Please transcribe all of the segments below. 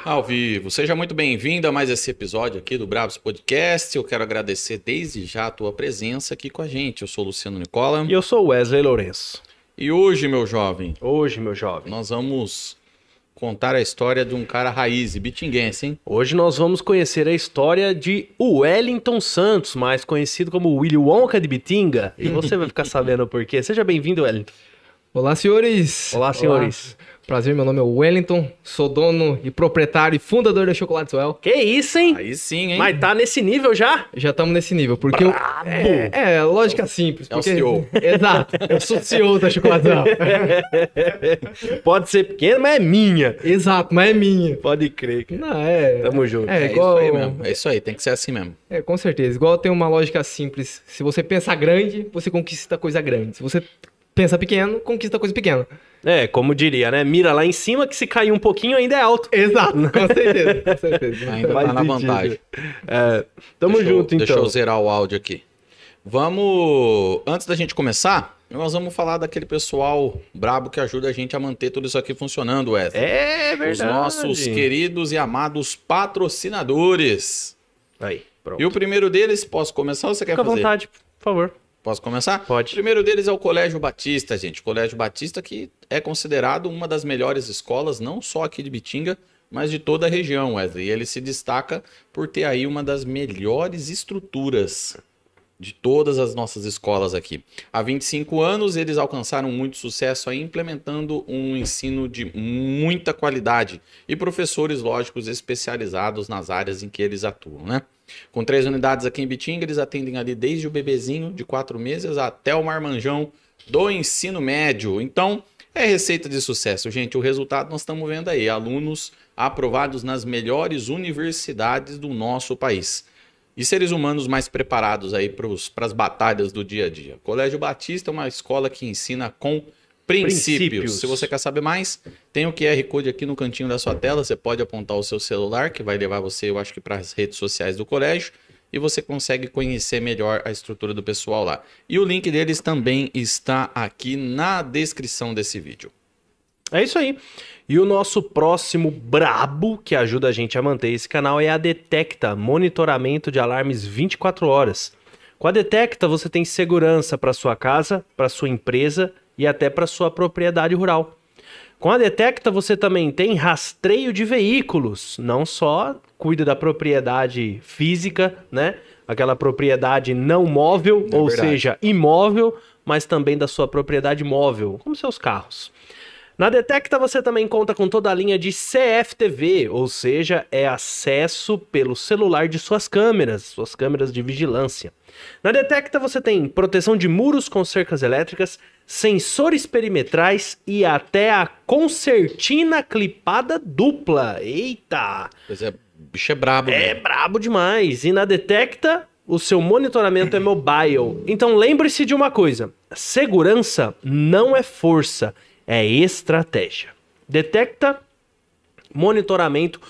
Ao vivo. Seja muito bem-vindo a mais esse episódio aqui do Brabos Podcast. Eu quero agradecer desde já a tua presença aqui com a gente. Eu sou o Luciano Nicola. E eu sou o Wesley Lourenço. E hoje, meu jovem, nós vamos contar a história de um cara raiz e bitinguense, hein? Hoje nós vamos conhecer a história de Wellington Santos, mais conhecido como Willy Wonka de Bitinga. E você vai ficar sabendo por quê. Seja bem-vindo, Wellington. Olá, senhores. Olá, senhores. Prazer, meu nome é Wellington, sou dono e proprietário e fundador da Chocolate Well. Que isso, hein? Aí sim, hein? Mas tá nesse nível já? Já estamos nesse nível, porque lógica simples. É o Porque... CEO. Exato, eu sou CEO da Chocolate Well. Pode ser pequeno, mas é minha. Exato, mas é minha. Pode crer. Não, Tamo junto. É igual... isso aí mesmo. É isso aí, tem que ser assim mesmo. Com certeza. Igual tem uma lógica simples. Se você pensa grande, você conquista coisa grande. Se você pensa pequeno, conquista coisa pequena. Como diria, né? Mira lá em cima que se cair um pouquinho ainda é alto. Exato, com certeza. Com certeza. Ainda tá na vantagem. Tamo junto, então. Deixa eu zerar o áudio aqui. Vamos... Antes da gente começar, nós vamos falar daquele pessoal brabo que ajuda a gente a manter tudo isso aqui funcionando, Wesley. É verdade. Os nossos queridos e amados patrocinadores. Aí, pronto. E o primeiro deles, posso começar ou você quer Fica à fazer? vontade, por favor. Posso começar? Pode. O primeiro deles é o Colégio Batista, gente. O Colégio Batista que é considerado uma das melhores escolas, não só aqui de Bitinga, mas de toda a região, Wesley. E ele se destaca por ter aí uma das melhores estruturas de todas as nossas escolas aqui. Há 25 anos, eles alcançaram muito sucesso aí implementando um ensino de muita qualidade e professores, lógicos, especializados nas áreas em que eles atuam, né? Com 3 unidades aqui em Bitinga, eles atendem ali desde o bebezinho de 4 meses até o marmanjão do ensino médio. Então, é receita de sucesso, gente. O resultado nós estamos vendo aí. Alunos aprovados nas melhores universidades do nosso país. E seres humanos mais preparados aí para as batalhas do dia a dia. O Colégio Batista é uma escola que ensina com princípios. Se você quer saber mais, tem o QR Code aqui no cantinho da sua tela. Você pode apontar o seu celular, que vai levar você, eu acho que para as redes sociais do colégio, e você consegue conhecer melhor a estrutura do pessoal lá. E o link deles também está aqui na descrição desse vídeo. É isso aí. E o nosso próximo brabo que ajuda a gente a manter esse canal é a Detecta, monitoramento de alarmes 24 horas. Com a Detecta você tem segurança para sua casa, para sua empresa e até para sua propriedade rural. Com a Detecta você também tem rastreio de veículos, não só cuida da propriedade física, né? Aquela propriedade não móvel, ou seja, imóvel, mas também da sua propriedade móvel, como seus carros. Na Detecta você também conta com toda a linha de CFTV, ou seja, é acesso pelo celular de suas câmeras de vigilância. Na Detecta você tem proteção de muros com cercas elétricas, sensores perimetrais e até a concertina clipada dupla. Eita! Pois é, bicho é brabo, É brabo demais. E na Detecta o seu monitoramento é mobile. Então lembre-se de uma coisa, segurança não é força, é estratégia. Detecta, monitoramento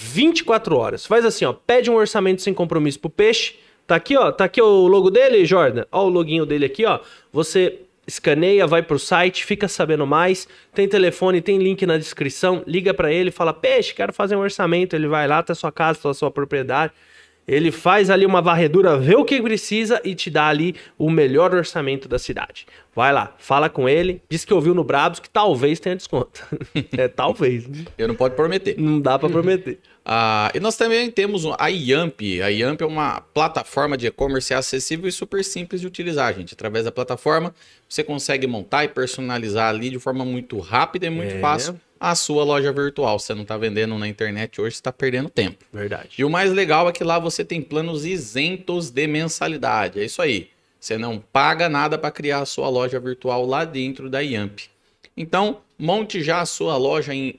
24 horas. Faz assim, ó, pede um orçamento sem compromisso pro peixe. Tá aqui, ó, tá aqui o logo dele, Jordan. Ó o loginho dele aqui, ó. Você escaneia, vai pro site, fica sabendo mais. Tem telefone, tem link na descrição. Liga pra ele, fala, peixe, quero fazer um orçamento. Ele vai lá até sua casa, até sua propriedade. Ele faz ali uma varredura, vê o que precisa e te dá ali o melhor orçamento da cidade. Vai lá, fala com ele, diz que ouviu no Brabos que talvez tenha desconto. Talvez. Eu não posso prometer. Não dá pra prometer. E nós também temos a Yamp. A Yamp é uma plataforma de e-commerce acessível e super simples de utilizar, gente. Através da plataforma, você consegue montar e personalizar ali de forma muito rápida e muito fácil a sua loja virtual. Você não está vendendo na internet hoje, você está perdendo tempo. Verdade. E o mais legal é que lá você tem planos isentos de mensalidade. É isso aí. Você não paga nada para criar a sua loja virtual lá dentro da Yamp. Então, monte já a sua loja em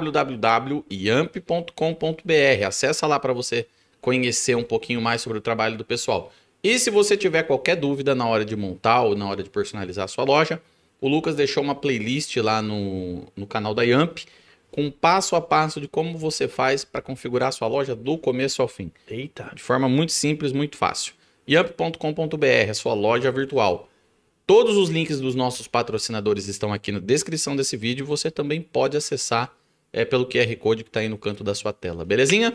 www.yamp.com.br. Acessa lá para você conhecer um pouquinho mais sobre o trabalho do pessoal. E se você tiver qualquer dúvida na hora de montar ou na hora de personalizar a sua loja, o Lucas deixou uma playlist lá no canal da Yamp com passo a passo de como você faz para configurar a sua loja do começo ao fim. Eita. De forma muito simples, muito fácil. Yamp.com.br, a sua loja virtual. Todos os links dos nossos patrocinadores estão aqui na descrição desse vídeo. Você também pode acessar pelo QR Code que tá aí no canto da sua tela. Belezinha?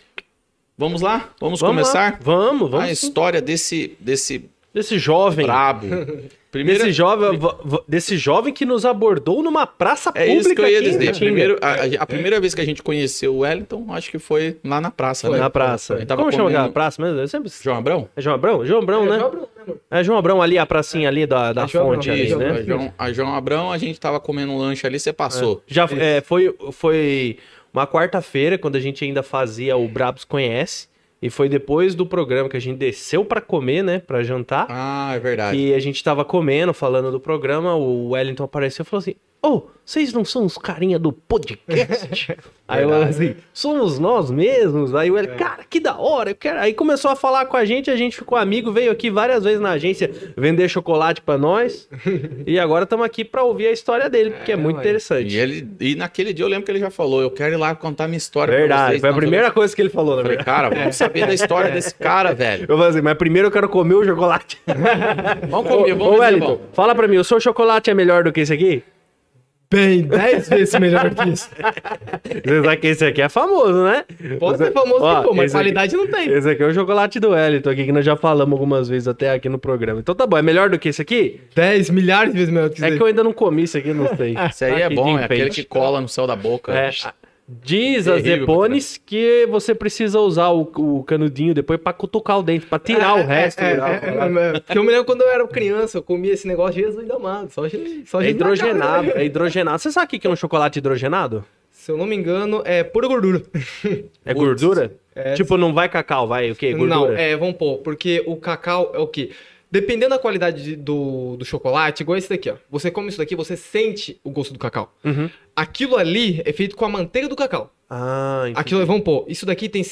Vamos lá? Vamos começar? Lá. Vamos. A história desse jovem. brabo. Primeiro, Desse jovem que nos abordou numa praça pública. é isso que eu ia aqui em dizer. Ipatinga. A primeira vez que a gente conheceu o Wellington, acho que foi lá na praça, Foi né? na praça. Ele tava Como chama comendo- aquela praça mesmo? Eu sempre... João Abrão? É João Abrão? João Abrão, né? É João Abrão ali, a pracinha ali da João fonte Abrão, ali, Isso, né? a João Abrão, a gente tava comendo um lanche ali, você passou. Já foi uma quarta-feira, quando a gente ainda fazia o Brabos Conhece. E foi depois do programa que a gente desceu pra comer, né? Pra jantar. Ah, é verdade. E a gente tava comendo, falando do programa. O Wellington apareceu e falou assim: Ô, vocês não são os carinha do podcast? Aí eu falei assim: somos nós mesmos. Aí o Wellington, cara, que da hora, eu quero. Aí começou a falar com a gente ficou amigo, veio aqui várias vezes na agência vender chocolate pra nós. E agora estamos aqui pra ouvir a história dele, porque é muito ué. interessante. E naquele dia eu lembro que ele já falou, eu quero ir lá contar minha história pra Verdade, vocês. foi a Então, primeira coisa que ele falou, na eu falei, verdade. cara, vamos saber da história desse cara, velho. Eu falei assim, mas primeiro eu quero comer o chocolate. Vamos comer, Ô, vamos ver, Wellington, bom. fala pra mim, o seu chocolate é melhor do que esse aqui? Bem, 10 vezes melhor que isso. Você sabe que esse aqui é famoso, né? Pode ser famoso Ó, que for, mas esse aqui- qualidade não tem. Esse aqui é o chocolate do Wellington aqui, que nós já falamos algumas vezes até aqui no programa. Então tá bom, é melhor do que esse aqui? 10 milhares de vezes melhor que isso. É que eu ainda não comi isso aqui, não sei. Esse aí é Aqui bom, de é aquele enfeite. que cola no céu da boca. É, diz as Terrível, Zepones que você precisa usar o canudinho depois pra cutucar o dente, pra tirar o resto. Porque eu me lembro quando eu era criança, eu comia esse negócio de Jesus amado. Só É Jesus hidrogenado, é hidrogenado. Você sabe o que é um chocolate hidrogenado? Se eu não me engano, é pura gordura. É gordura? É. Tipo, não vai cacau, vai o quê? Gordura? Não, vamos pôr, porque o cacau é o quê? Dependendo da qualidade do chocolate, igual esse daqui, ó. Você come isso daqui, você sente o gosto do cacau. Uhum. Aquilo ali é feito com a manteiga do cacau. Ah, entendi. Aquilo, vamos pôr, isso daqui tem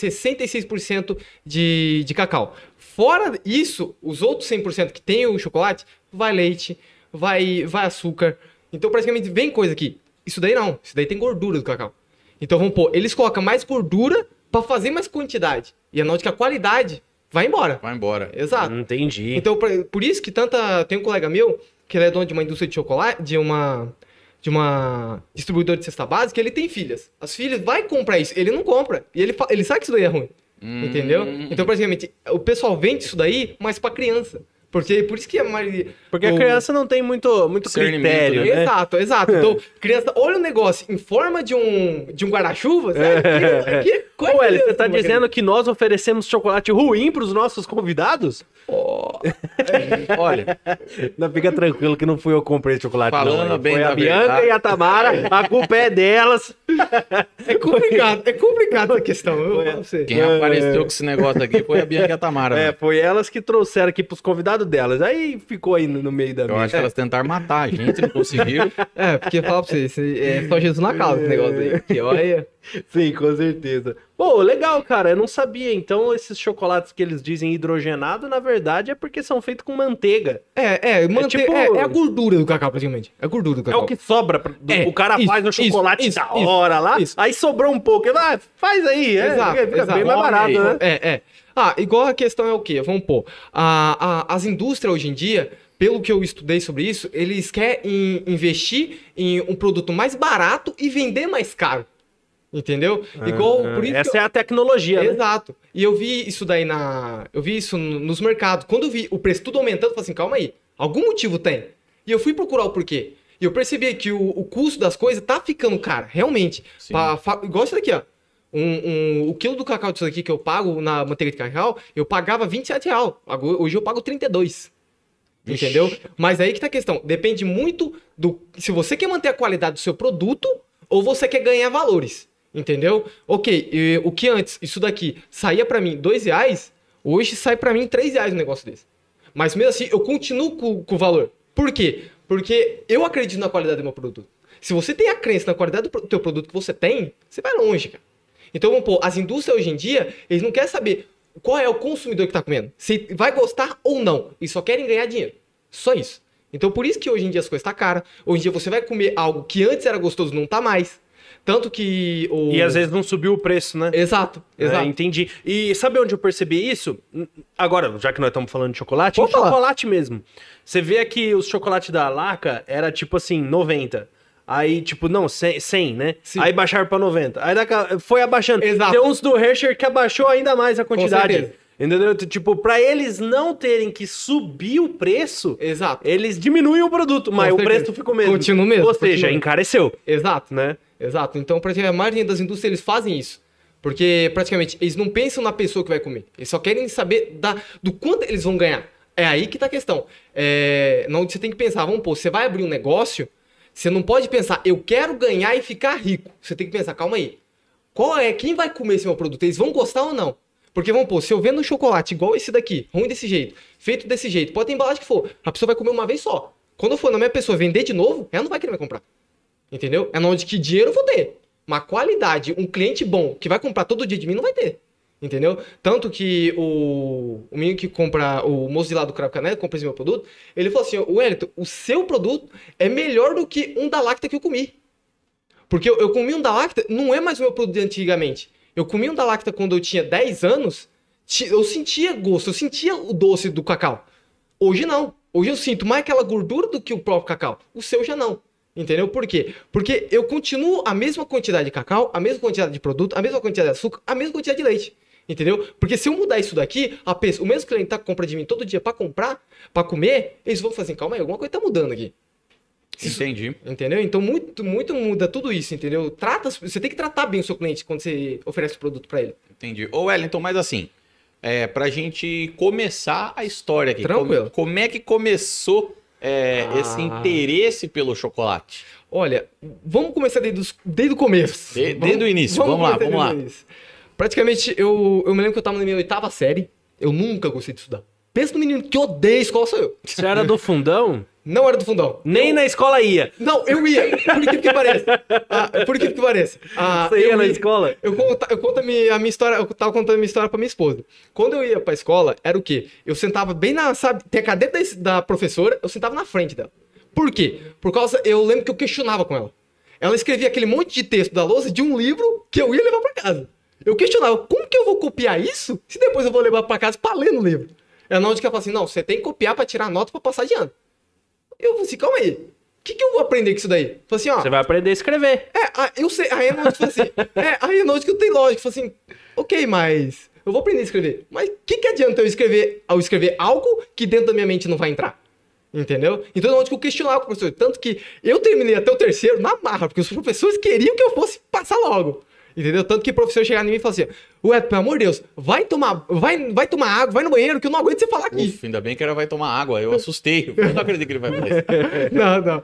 66% de cacau. Fora isso, os outros 100% que tem o chocolate, vai leite, vai açúcar. Então praticamente vem coisa aqui. Isso daí não, isso daí tem gordura do cacau. Então vamos pôr, eles colocam mais gordura pra fazer mais quantidade. E a nota que a qualidade vai embora. Vai embora. Exato. Entendi. Então, por isso que tem um colega meu, que ele é dono de uma indústria de chocolate, de uma distribuidora de cesta básica, ele tem filhas. As filhas vai comprar isso, ele não compra. E ele sabe que isso daí é ruim. Entendeu? Então, praticamente, o pessoal vende isso daí, mas pra criança. Porque por isso que a maioria... Porque a criança não tem muito Discernimento, critério, né? né? Exato. Então, criança olha o negócio em forma de um guarda-chuva, sabe? Que coisa Ô, Eli, você mesmo, tá bacana. dizendo que nós oferecemos chocolate ruim pros nossos convidados? Olha, Não, fica tranquilo que não fui eu que comprei esse chocolate. Falando não, bem foi da a Bianca verdade. e a Tamara, a culpa é delas. É complicado essa questão. Eu falo pra você. quem apareceu com esse negócio aqui foi a Bianca e a Tamara. É, velho. foi elas que trouxeram aqui pros convidados delas. Aí ficou aí no meio da Eu mesa. acho que elas tentaram matar a gente, não conseguiram. Porque fala pra você, é só Jesus na causa esse negócio aí. Que olha. Sim, com certeza. Pô, legal, cara. Eu não sabia. Então, esses chocolates que eles dizem hidrogenado, na verdade, é porque são feitos com manteiga. Tipo... É a gordura do cacau, praticamente. É a gordura do É cacau. o que sobra. O cara isso, faz o isso, chocolate isso, da isso, hora lá, isso. aí sobrou um pouco. Faz aí. Fica bem mais Come barato, aí. né? Igual a questão é o quê? Vamos pôr. As indústrias hoje em dia, pelo que eu estudei sobre isso, eles querem investir em um produto mais barato e vender mais caro. Entendeu? Igual por isso Essa que é a tecnologia, né? Exato. E eu vi isso daí eu vi isso nos mercados. Quando eu vi o preço tudo aumentando, eu falei assim, calma aí. Algum motivo tem. E eu fui procurar o porquê. E eu percebi que o custo das coisas tá ficando caro, realmente. Sim. Igual isso daqui, ó. O quilo do cacau disso aqui que eu pago na manteiga de cacau, eu pagava R$27. Hoje eu pago 32. Vixe. Entendeu? Mas aí que tá a questão. Depende muito se você quer manter a qualidade do seu produto ou você quer ganhar valores. Entendeu? Ok, o que antes, isso daqui, saía pra mim R$2, hoje sai pra mim R$3 um negócio desse. Mas mesmo assim, eu continuo com o valor. Por quê? Porque eu acredito na qualidade do meu produto. Se você tem a crença na qualidade do teu produto que você tem, você vai longe, cara. Então, vamos pôr, as indústrias hoje em dia, eles não querem saber qual é o consumidor que tá comendo. Se vai gostar ou não. Eles só querem ganhar dinheiro. Só isso. Então, por isso que hoje em dia as coisas tá caras. Hoje em dia você vai comer algo que antes era gostoso, não tá mais. Tanto que E às vezes não subiu o preço, né? Exato, exato. Entendi. E sabe onde eu percebi isso? Agora, já que nós estamos falando de chocolate, Pode falar. chocolate mesmo. Você vê que os chocolates da Laca era tipo assim, 90. Aí, tipo, não, 100, né? Sim. Aí baixaram pra 90. Aí foi abaixando. Exato. Tem uns do Hershey que abaixou ainda mais a quantidade. certeza. Entendeu? Tipo, pra eles não terem que subir o preço, Exato. eles diminuem o produto, mas o certeza. preço ficou mesmo. Continua o mesmo, Ou seja, continua. encareceu, Exato. né? Exato. Então, praticamente, a maioria das indústrias, eles fazem isso. Porque, praticamente, eles não pensam na pessoa que vai comer. Eles só querem saber do quanto eles vão ganhar. É aí que tá a questão. Não, você tem que pensar, vamos pôr, você vai abrir um negócio, você não pode pensar, eu quero ganhar e ficar rico. Você tem que pensar, calma aí. Quem vai comer esse meu produto? Eles vão gostar ou não? Porque, vamos pôr, se eu vendo um chocolate igual esse daqui, ruim desse jeito, feito desse jeito, pode ter embalagem que for, a pessoa vai comer uma vez só. Quando for na minha pessoa vender de novo, ela não vai querer me comprar. Entendeu? É onde que dinheiro eu vou ter. Uma qualidade, um cliente bom que vai comprar todo dia de mim não vai ter. Entendeu? Tanto que o menino que compra, o moço de lá do Cravo Canela, que compra esse meu produto, ele falou assim, Wellington, o seu produto é melhor do que um da Lacta que eu comi. Porque eu comi um da Lacta, não é mais o meu produto de antigamente. Eu comi um da Lacta quando eu tinha 10 anos, eu sentia gosto, eu sentia o doce do cacau. Hoje não. Hoje eu sinto mais aquela gordura do que o próprio cacau. O seu já não. Entendeu? Por quê? Porque eu continuo a mesma quantidade de cacau, a mesma quantidade de produto, a mesma quantidade de açúcar, a mesma quantidade de leite. Entendeu? Porque se eu mudar isso daqui, o mesmo cliente que compra de mim todo dia pra comprar, pra comer, eles vão falar assim, calma aí, alguma coisa tá mudando aqui. Entendi. Entendeu? Então muito muda tudo isso, entendeu? Você tem que tratar bem o seu cliente quando você oferece o produto pra ele. Entendi. Ô, Wellington, mas assim, pra gente começar a história aqui. Tranquilo. Como é que começou esse interesse pelo chocolate? Olha, vamos começar desde o começo. Desde o início, vamos lá. Praticamente, eu me lembro que eu tava na minha 8ª série, eu nunca gostei de estudar. Pensa no menino que odeia escola, sou eu. Você era do fundão? Não era do fundão. Nem na escola ia. Não, eu ia, por incrível que pareça. Por incrível que pareça. Você ia na escola? Eu conto a minha história, eu tava contando a minha história pra minha esposa. Quando eu ia pra escola, era o quê? Eu sentava bem sabe, tem a cadeira da professora, eu sentava na frente dela. Por quê? Eu lembro que eu questionava com ela. Ela escrevia aquele monte de texto da lousa de um livro que eu ia levar pra casa. Eu questionava, como que eu vou copiar isso se depois eu vou levar pra casa pra ler no livro? É na onde que ela fala assim, não, você tem que copiar pra tirar nota pra passar de ano. Eu falei assim, calma aí, o que eu vou aprender com isso daí? Falei assim, ó... Você vai aprender a escrever. Eu sei, aí é na onde que eu falei assim, aí é na onde que eu tenho lógica, eu falei assim, ok, mas eu vou aprender a escrever. Mas o que adianta eu escrever algo que dentro da minha mente não vai entrar? Entendeu? Então é onde que eu questionava com o professor. Tanto que eu terminei até o 3º na marra, porque os professores queriam que eu fosse passar logo. Entendeu? Tanto que o professor chegava em mim e falava assim, ué, pelo amor de Deus, vai tomar água, vai no banheiro, que eu não aguento você falar aqui. Uf, ainda bem que ela vai tomar água, eu assustei. Eu não acredito que ele vai fazer isso. Não.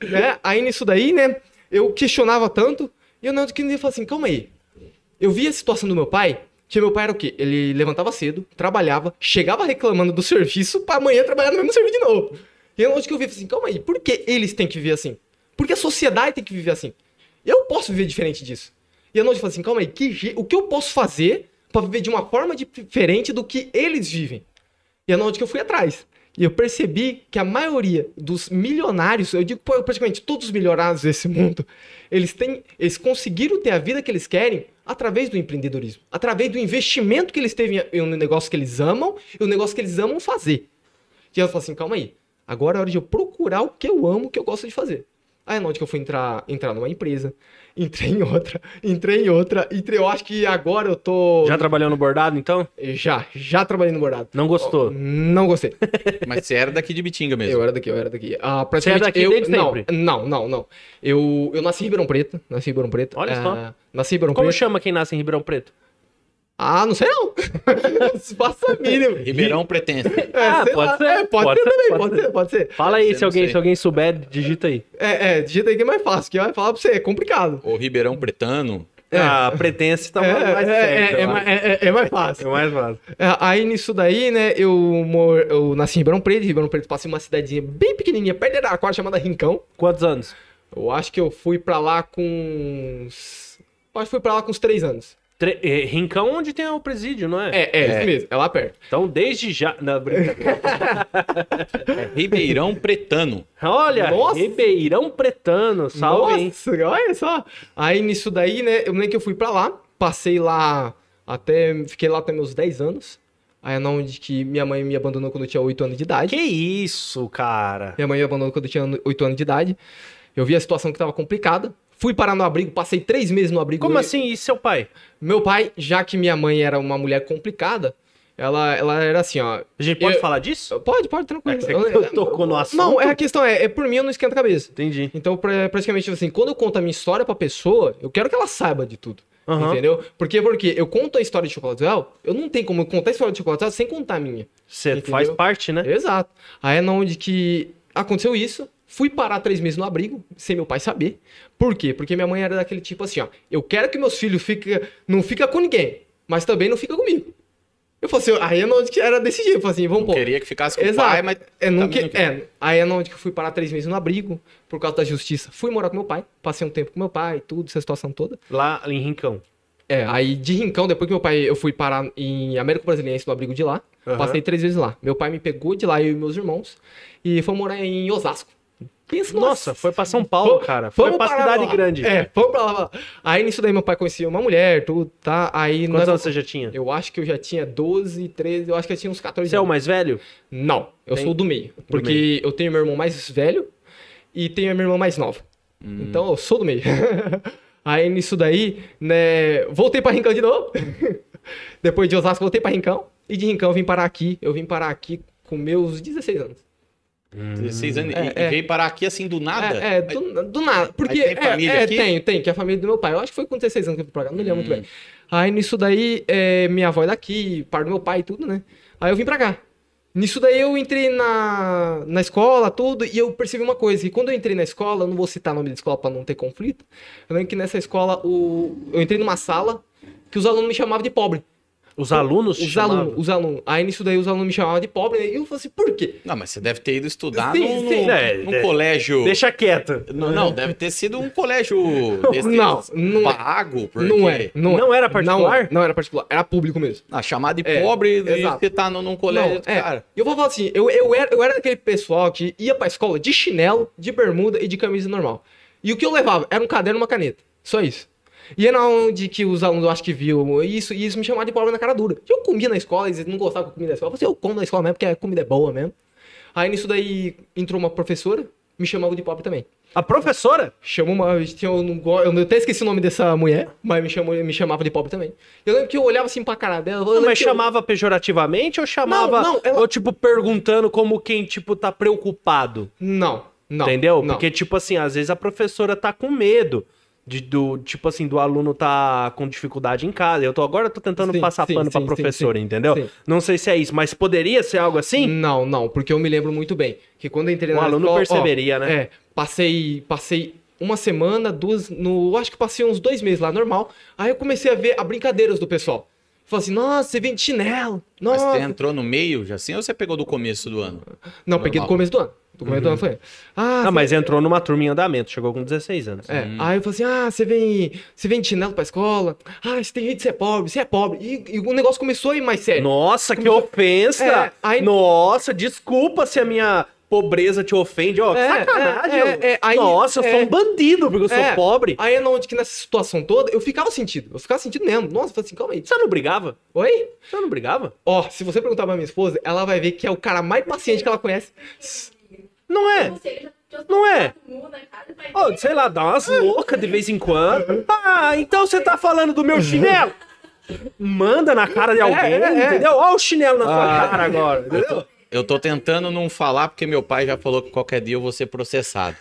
Aí nisso daí, né, eu questionava tanto, e eu não queria falar assim, calma aí. Eu vi a situação do meu pai, que meu pai era o quê? Ele levantava cedo, trabalhava, chegava reclamando do serviço, pra amanhã trabalhar no mesmo serviço de novo. E é onde que eu vi assim, calma aí, por que eles têm que viver assim? Por que a sociedade tem que viver assim? Eu posso viver diferente disso. E a noite fala assim, calma aí, o que eu posso fazer pra viver de uma forma diferente do que eles vivem? E a noite que eu fui atrás. E eu percebi que a maioria dos milionários, eu digo praticamente todos os milionários desse mundo, eles conseguiram ter a vida que eles querem através do empreendedorismo. Através do investimento que eles teve no negócio que eles amam e o negócio que eles amam fazer. E ela fala assim, calma aí, agora é hora de eu procurar o que eu amo, o que eu gosto de fazer. Aí na hora que eu fui entrar numa empresa, entrei em outra, eu acho que agora eu tô... Já trabalhou no bordado, então? Já trabalhei no bordado. Não gostou? Não gostei. Mas você era daqui de Bitinga mesmo? Eu era daqui. Você é daqui desde sempre? Não. Eu nasci em Ribeirão Preto. Olha só. Nasci em Ribeirão Como Preto. chama quem nasce em Ribeirão Preto? Ah, não sei não. Faça a mínima. Ribeirão Pretense. Pode ser. Pode ser. Fala aí, Não sei. se alguém souber, digita aí. Digita aí que é mais fácil, que vai falar pra você, é complicado. O Ribeirão Pretano. Pretense tá mais certo. É mais fácil. É mais fácil. Aí nisso daí, né, eu nasci em Ribeirão Preto, passei uma cidadezinha bem pequenininha, perto da Araquara, chamada Rincão. Quantos anos? Eu acho que eu fui pra lá com uns 3 anos. Rincão onde tem o presídio, não é? Isso mesmo, é lá perto. Então, desde já... Não, brincadeira. Ribeirão Pretano. Olha, Nossa. Ribeirão Pretano, salve, hein? Nossa, olha só. Aí nisso daí, né, eu lembro que eu fui pra lá, passei lá fiquei lá até meus 10 anos. Aí é onde que minha mãe me abandonou quando eu tinha 8 anos de idade. Que isso, cara? Minha mãe me abandonou quando eu tinha 8 anos de idade. Eu vi a situação que tava complicada. Fui parar no abrigo, passei 3 meses no abrigo. Como assim? E seu pai? Meu pai, já que minha mãe era uma mulher complicada, ela era assim, ó. A gente pode Eu- falar disso? Pode, tranquilo. Você tocou no assunto. Não, a questão é por mim eu não esquento a cabeça. Entendi. Então, praticamente, assim, quando eu conto a minha história pra pessoa, eu quero que ela saiba de tudo. Aham. Entendeu? Porque eu conto a história de Chocolatzel, eu não tenho como contar a história de Chocolatzel sem contar a minha. Você Entendeu? faz parte, né? Exato. Aí é na onde que aconteceu isso, fui parar 3 meses no abrigo, sem meu pai saber. Por quê? Porque minha mãe era daquele tipo assim, ó, eu quero que meus filhos não fiquem com ninguém, mas também não fica comigo. Eu falei assim, aí é na onde que era desse jeito, eu falei assim, vamos pôr. Queria que ficasse com o Exato. pai, mas... Não também não aí é onde que eu fui parar 3 meses no abrigo, por causa da justiça. Fui morar com meu pai, passei um tempo com meu pai, tudo, essa situação toda. Lá em Rincão. Aí de Rincão, depois que meu pai, eu fui parar em Américo Brasiliense, no abrigo de lá. Aham. Passei 3 vezes lá. Meu pai me pegou de lá, eu e meus irmãos, e fomos morar em Osasco. Pensa, Nossa, foi pra São Paulo, cara. Foi Vamos pra parar cidade lá. grande. Vamos pra lá. Aí nisso daí meu pai conhecia uma mulher, tudo, tá? Aí Quantos anos você já tinha? Eu acho que eu já tinha 12, 13, eu acho que eu tinha uns 14 Você é o anos. mais velho? Não, eu Tem- sou do meio. Porque meio. eu tenho meu irmão mais velho e tenho a minha irmã mais nova. Então eu sou do meio. Aí nisso daí, né, voltei pra Rincão de novo. Depois de Osasco, voltei pra Rincão. E de Rincão eu vim parar aqui. Eu vim parar aqui com meus 16 anos. 16 anos. E veio parar aqui assim do nada? Do nada. Porque Mas tem família aqui? Tem, que é a família do meu pai. Eu acho que foi com 16 anos que eu vim pra cá, não lembro muito bem. Aí nisso daí, minha avó é daqui, par do meu pai e tudo, né? Aí eu vim pra cá. Nisso daí eu entrei na escola, tudo, e eu percebi uma coisa, que quando eu entrei na escola, eu não vou citar nome da escola pra não ter conflito, eu lembro que nessa escola, eu entrei numa sala que os alunos me chamavam de pobre. Os alunos te chamavam? Os alunos. Aí nisso daí os alunos me chamavam de pobre, né? E eu falei assim, por quê? Não, mas você deve ter ido estudar Sim, num sim. colégio... Deixa quieto. Não, deve ter sido um colégio desses não é. pago, porque... Não era particular? Não era particular, era público mesmo. Chamar de pobre e exato. você tá num colégio, cara. E eu vou falar assim, eu era daquele pessoal que ia pra escola de chinelo, de bermuda e de camisa normal. E o que eu levava era um caderno e uma caneta. Só isso. E é na onde que os alunos, eu acho que viu isso, e isso me chamavam de pobre na cara dura. Eu comia na escola, eles não gostavam de comida na escola. Eu falei assim, eu como na escola mesmo, porque a comida é boa mesmo. Aí nisso daí entrou uma professora, me chamava de pobre também. A professora? Chamou uma. Eu até esqueci o nome dessa mulher, mas me chamava de pobre também. Eu lembro que eu olhava assim pra cara dela. Não, mas chamava pejorativamente ou chamava... Não, ela- Ou, tipo, perguntando como quem, tipo, tá preocupado? Não. Entendeu? Não. Porque, tipo assim, às vezes a professora tá com medo do aluno tá com dificuldade em casa. Agora eu tô tentando Sim, passar sim, pano pra sim, professora, sim, entendeu? sim. Não sei se é isso, mas poderia ser algo assim? Não, porque eu me lembro muito bem que quando eu entrei O na aluno escola, perceberia, né? Passei uma semana, duas, acho que passei uns 2 meses lá, normal. Aí eu comecei a ver as brincadeiras do pessoal. Falei assim, nossa, você vem de chinelo. Mas Nossa. você entrou no meio já assim ou você pegou do começo do ano? Não, peguei do Normal. começo do ano. Do começo do ano foi. Ah, mas entrou numa turma em andamento, chegou com 16 anos. Aí eu falei assim, você vem de chinelo pra escola? Você tem jeito de ser pobre, você é pobre. E o negócio começou a ir mais sério. Nossa, que ofensa! Nossa, desculpa se a minha pobreza te ofende. Ó, sacanagem. Nossa, eu sou um bandido porque eu sou pobre. Aí é onde que nessa situação toda, eu ficava sentido. mesmo. Nossa, eu falei assim, calma aí. Você não brigava? Oi? Você não brigava? Ó, se você perguntar pra minha esposa, ela vai ver que é o cara mais paciente que ela conhece. Não é? Não é? Ô, sei lá, dá umas loucas de vez em quando. Ah, então você tá falando do meu chinelo? Manda na cara de alguém, entendeu? Olha o chinelo na sua cara agora, entendeu? Eu tô tentando não falar porque meu pai já falou que qualquer dia eu vou ser processado.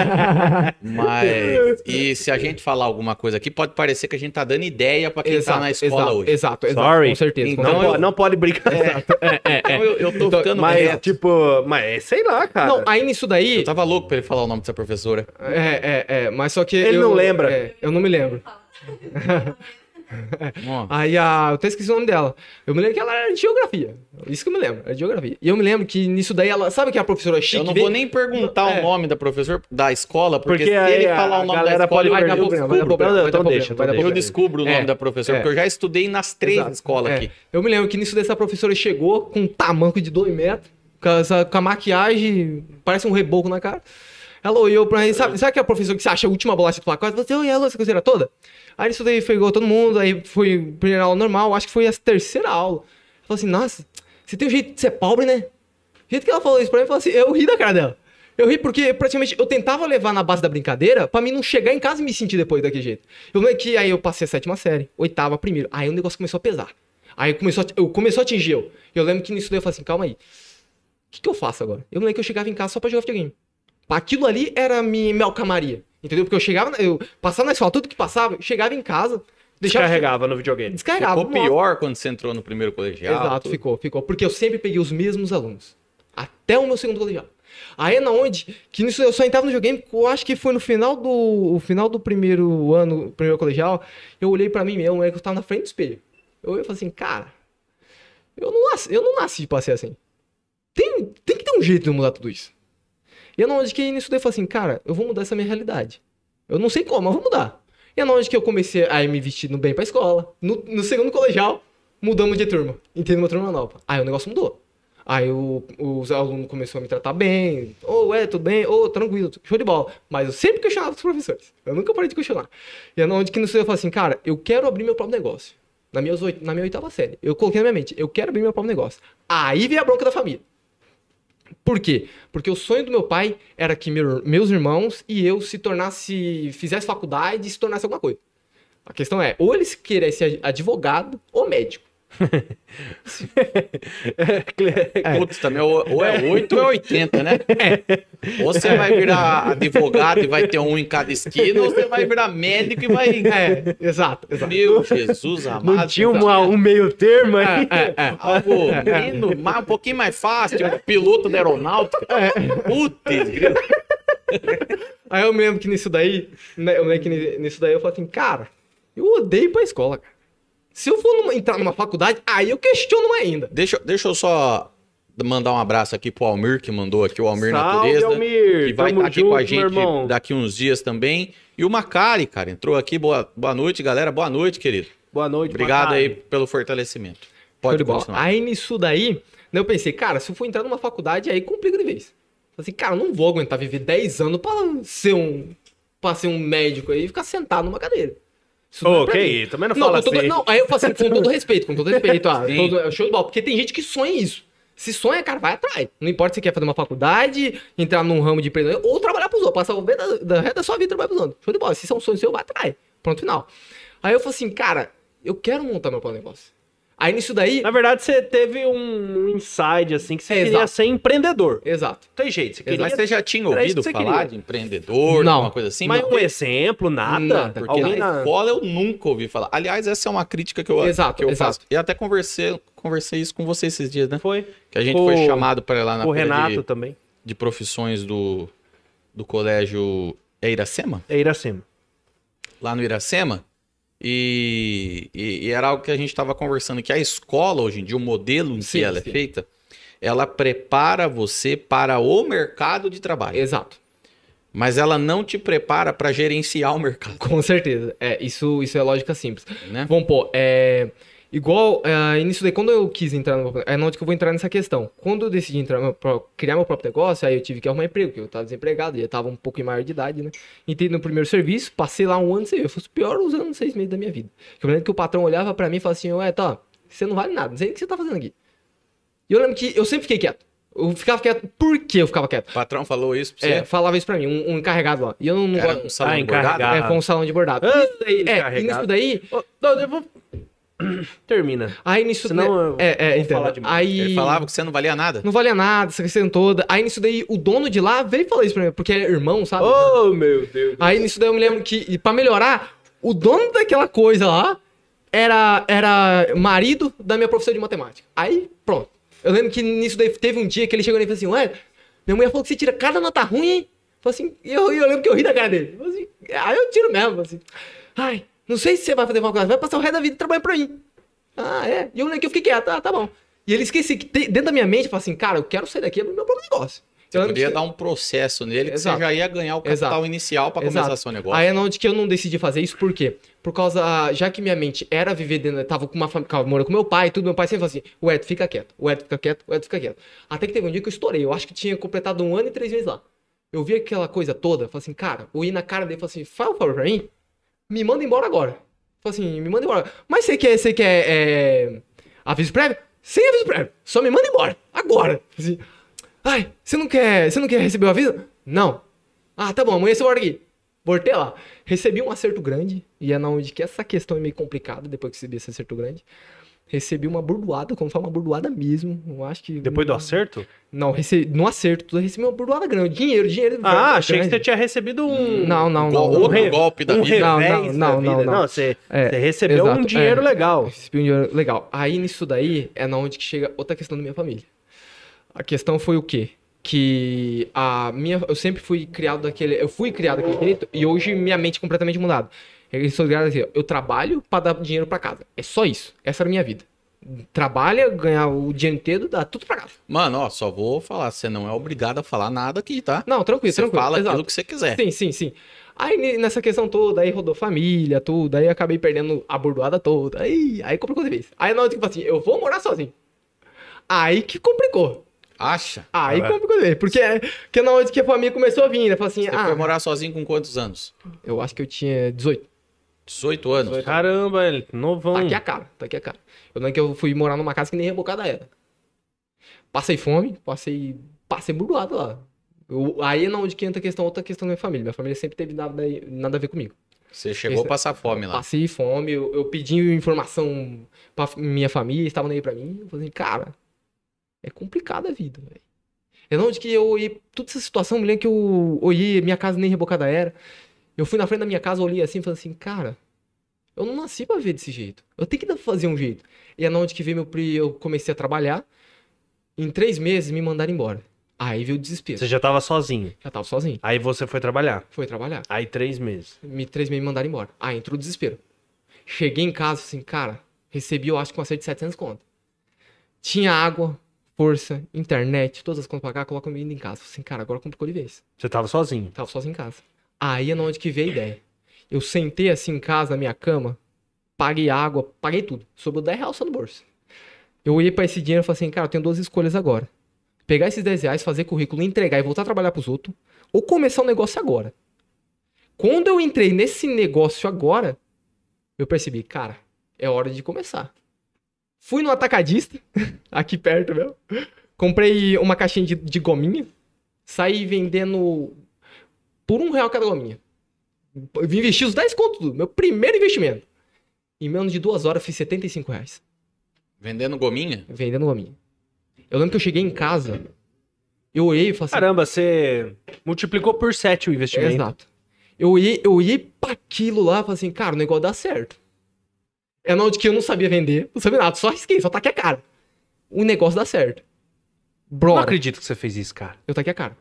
Mas, e se a gente falar alguma coisa aqui, pode parecer que a gente tá dando ideia pra quem tá na escola hoje. Exato, Sorry. com certeza. Então, Não pode brincar. Então eu tô ficando Mas, reto. tipo, mas sei lá, cara. Não, aí nisso daí... Eu tava louco pra ele falar o nome dessa professora. mas só que Ele não lembra. eu não me lembro. Ó, Aí eu até esqueci o nome dela. Eu me lembro que ela era de geografia. Isso que eu me lembro, era de geografia. E eu me lembro que nisso daí ela. Sabe que a professora chique. eu não vou nem perguntar o nome da professora da escola, porque se aí ele a falar o nome da galera escola, pode eu vai dar perder. problema, vai dar Desculpa, problema, vai dar então problema, deixa, vai dar então eu problema. descubro o nome da professora, porque eu já estudei nas 3 Exato. escolas aqui. Eu me lembro que nisso dessa professora chegou com um tamanco de 2 metros, com a maquiagem, parece um reboco na cara. Ela olhou pra mim, sabe aquela professora que você acha a última bolacha do pacote? Você olhou essa coisa toda? Aí isso daí pegou todo mundo, aí foi primeira aula normal, acho que foi a terceira aula. Falou assim, nossa, você tem um jeito de ser pobre, né? O jeito que ela falou isso pra mim, eu falei assim, eu ri da cara dela. Eu ri porque praticamente eu tentava levar na base da brincadeira pra mim não chegar em casa e me sentir depois daquele jeito. Eu lembro que aí eu passei a 7ª série, 8ª primeiro. Aí o negócio começou a pesar. Aí começou a atingir eu. Eu lembro que nisso daí eu falei assim, calma aí. O que eu faço agora? Eu lembro que eu chegava em casa só pra jogar videogame. Aquilo ali era minha alcamaria. Entendeu? Porque eu chegava, eu passava na escola, tudo que passava, eu chegava em casa, Descarregava no videogame. Descarregava. Ficou pior quando você entrou no primeiro colegial. Exato, ficou. Porque eu sempre peguei os mesmos alunos. Até o meu segundo colegial. Aí é na onde, que nisso eu só entrava no videogame, eu acho que foi no final do primeiro ano, primeiro colegial, eu olhei pra mim mesmo, que eu tava na frente do espelho. Eu olhei e falei assim, cara, eu não nasci pra ser assim. Tem que ter um jeito de mudar tudo isso. E é na onde que nisso daí eu falei assim, cara, eu vou mudar essa minha realidade. Eu não sei como, mas eu vou mudar. E é na onde que eu comecei a me vestir bem pra escola. No segundo colegial, mudamos de turma. Entrei numa turma nova. Aí o negócio mudou. Aí os alunos começaram a me tratar bem. Tudo bem? Tranquilo, show de bola. Mas eu sempre questionava os professores. Eu nunca parei de questionar. E é na onde que nisso eu falei assim, cara, eu quero abrir meu próprio negócio. Na minha 8ª série. Eu coloquei na minha mente, eu quero abrir meu próprio negócio. Aí veio a bronca da família. Por quê? Porque o sonho do meu pai era que meus irmãos e eu fizesse faculdade e se tornasse alguma coisa. A questão é, ou eles querem ser advogado ou médico. Putz, também ou é 8 ou é 80, né? Ou você vai virar advogado e vai ter um em cada esquina, ou você vai virar médico e vai... Exato. Meu Jesus amado. Não tinha um meio termo aí? Algo um pouquinho mais fácil, tipo piloto da aeronáutica. Putz, grilo. Aí eu me lembro que nisso daí, eu falei assim, cara, eu odeio ir pra escola, cara. Se eu for entrar numa faculdade, aí eu questiono ainda. Deixa eu só mandar um abraço aqui pro Almir, que mandou aqui, o Almir Salve, Natureza. Almir. Que vai Tamo estar aqui junto, com a meu gente irmão. daqui uns dias também. E o Macari, cara, entrou aqui. Boa noite, galera. Boa noite, querido. Boa noite, Obrigado Macari. aí pelo fortalecimento. Show Pode de bola. continuar. Aí nisso daí, eu pensei, cara, se eu for entrar numa faculdade, aí complica de vez. Falei assim, cara, eu não vou aguentar viver 10 anos pra ser um médico aí e ficar sentado numa cadeira. Isso não é pra mim. Também não fala assim. Não, aí eu falei assim, com todo respeito. Show de bola, porque tem gente que sonha isso. Se sonha, cara, vai atrás. Não importa se quer fazer uma faculdade, entrar num ramo de empreendedorismo, ou trabalhar pros outros, passar o resto da sua vida trabalhando pros outros. Show de bola, se isso é um sonho seu, vai atrás. Pronto, final. Aí eu falei assim, cara, eu quero montar meu próprio negócio. Aí nisso daí... Na verdade, você teve um insight, assim, que você queria Exato. ser empreendedor. Exato. Não tem jeito, você queria... Mas você já tinha Era isso ouvido que você falar queria. de empreendedor, Não. alguma coisa assim? Mas Não. um exemplo, nada. Nada. Porque Alguém na escola eu nunca ouvi falar. Aliás, essa é uma crítica que eu Exato. faço. E até conversei isso com você esses dias, né? Foi. Que a gente Com- foi chamado para ir lá na O feira Renato também. de profissões do colégio Iracema, É Iracema. lá no Iracema, e era algo que a gente estava conversando, que a escola hoje em dia, o modelo em Sim, que ela sim. é feita, ela prepara você para o mercado de trabalho, Exato. mas ela não te prepara para gerenciar o mercado, Com certeza. Isso é lógica simples. né? Vamos pôr, igual, nisso daí, quando eu quis entrar no... É onde que eu vou entrar nessa questão. Quando eu decidi criar meu próprio negócio, aí eu tive que arrumar emprego, porque eu tava desempregado, já tava um pouco maior de idade, né? Entrei no primeiro serviço, passei lá um ano sem ver. Eu fui o pior os anos 6 meses da minha vida. Eu lembro que o patrão olhava pra mim e falava assim, você não vale nada, não sei o que você tá fazendo aqui. E eu lembro que eu sempre fiquei quieto. Eu ficava quieto. Por que eu ficava quieto? O patrão falou isso pra você? Falava isso pra mim, um encarregado lá. E eu não Era gosto... um salão de encarregado. bordado? Foi um salão de bordado. E nisso daí... Não, eu vou... Termina. Aí nisso Senão eu vou entendo. falar demais. Aí Ele falava que você não valia nada? não valia nada, essa questão toda. Aí nisso daí o dono de lá veio falar isso pra mim, porque é irmão, sabe? Oh, meu Deus. Aí nisso daí eu me lembro que, e pra melhorar, o dono daquela coisa lá era marido da minha professora de matemática. Aí, pronto. Eu lembro que nisso daí teve um dia que ele chegou e falou assim, ué, minha mulher falou que você tira cada nota ruim, hein? Falei assim, e eu lembro que eu ri da cara dele. Falei assim, aí eu tiro mesmo, falei assim, ai, não sei se você vai fazer faculdade, vai passar o resto da vida trabalhando pra mim. Ah, é? E eu lembro que eu fiquei quieto, tá bom. E ele esqueci que dentro da minha mente, eu falei assim, cara, eu quero sair daqui e abrir meu próprio negócio. Você podia dar um processo nele que Exato. você já ia ganhar o capital Exato. inicial para Exato. começar seu negócio. Aí é onde que eu não decidi fazer isso, por quê? Por causa, já que minha mente era viver dentro, tava com uma família, morando com meu pai e tudo, meu pai sempre falou assim, o Ed, fica quieto, o Ed, fica quieto, o Ed, fica quieto. Até que teve um dia que eu estourei, eu acho que tinha completado 1 ano e 3 meses lá. Eu vi aquela coisa toda, falei assim, cara, eu ia na cara dele e falei assim, fala um favor pra mim, me manda embora agora. Falei assim, me manda embora. Mas você quer aviso prévio? Sem aviso prévio, só me manda embora, agora. Assim, Ai, você não quer receber o aviso? Não. Ah, tá bom, amanhã você volta aqui. Voltei lá. Recebi um acerto grande. E é na onde que essa questão é meio complicada, depois que recebi esse acerto grande. Recebi uma bordoada, quando fala uma bordoada mesmo. Eu acho que. Depois do acerto? Não, no acerto, eu recebi uma bordoada grande. Dinheiro. Ah, achei que grande. você tinha recebido um... Não. Outro golpe da um vida. revés Não, da vida. não. Não, você É, recebeu um exato, dinheiro legal. Recebi um dinheiro legal. Aí nisso daí é na onde que chega outra questão da minha família. A questão foi o quê? Que eu sempre fui criado eu fui criado daquele jeito e hoje minha mente é completamente mudada. Eu trabalho pra dar dinheiro pra casa. É só isso. Essa era a minha vida. Trabalha, ganhar o dinheiro inteiro, dá tudo pra casa. Mano, ó, só vou falar, você não é obrigado a falar nada aqui, tá? Não, tranquilo, Você tranquilo. fala exato. aquilo que você quiser. Sim. Aí nessa questão toda, aí rodou família, tudo, aí acabei perdendo a bordoada toda, aí complicou de vez. Aí na hora que eu falei assim, eu vou morar sozinho. Aí que complicou. Acha? Aí complicou de vez, porque na hora que a família começou a vir, né, falei assim, Você foi morar sozinho com quantos anos? eu acho que eu tinha 18. 18 anos. Caramba, ele novão. Tá aqui a cara. Eu lembro que eu fui morar numa casa que nem rebocada era. Passei fome, passei bordoado lá. Aí é na onde que entra outra questão da minha família. Minha família sempre teve nada a ver comigo. Você chegou a passar fome lá. Passei fome, eu pedi informação pra minha família, eles estavam nem aí pra mim. Eu falei assim, cara, é complicada a vida, velho. É na onde que eu olhei toda essa situação, me lembro que eu olhei, minha casa nem rebocada era. Eu fui na frente da minha casa, olhei assim e falei assim, cara, eu não nasci pra ver desse jeito. Eu tenho que fazer um jeito. E é na onde que veio eu comecei a trabalhar. Em 3 meses me mandaram embora. Aí veio o desespero. Você já tava sozinho. Já tava sozinho. Aí você foi trabalhar. Foi trabalhar. Aí 3 meses. 3 meses me mandaram embora. Aí entrou o desespero. Cheguei em casa assim, cara, recebi eu acho que uma cerca de 700 contas. Tinha água, força, internet, todas as contas pra cá, coloca comida em casa. Falei assim, cara, agora complicou de vez. Você tava sozinho. Tava sozinho em casa. Aí é na onde que veio a ideia. Eu sentei assim em casa, na minha cama, paguei água, paguei tudo. Sobrou 10 reais só no bolso. Eu olhei pra esse dinheiro e falei assim, cara, eu tenho 2 escolhas agora. Pegar esses 10 reais, fazer currículo, entregar e voltar a trabalhar pros outros, ou começar um negócio agora. Quando eu entrei nesse negócio agora, eu percebi, cara, é hora de começar. Fui no atacadista, aqui perto mesmo, comprei uma caixinha de gominha, saí vendendo por R$1 cada gominha. Investi os 10 contos tudo, meu primeiro investimento. Em menos de 2 horas fiz R$75. Vendendo gominha? Vendendo gominha. Eu lembro que eu cheguei em casa, eu olhei e falei assim... Caramba, você multiplicou por 7 o investimento. Exato. Eu olhei pra aquilo lá e falei assim, cara, o negócio dá certo. É na onde que eu não sabia vender, não sabia nada, só risquei, só taquei a cara. O negócio dá certo. Não Brother, acredito que você fez isso, cara. eu taquei a cara.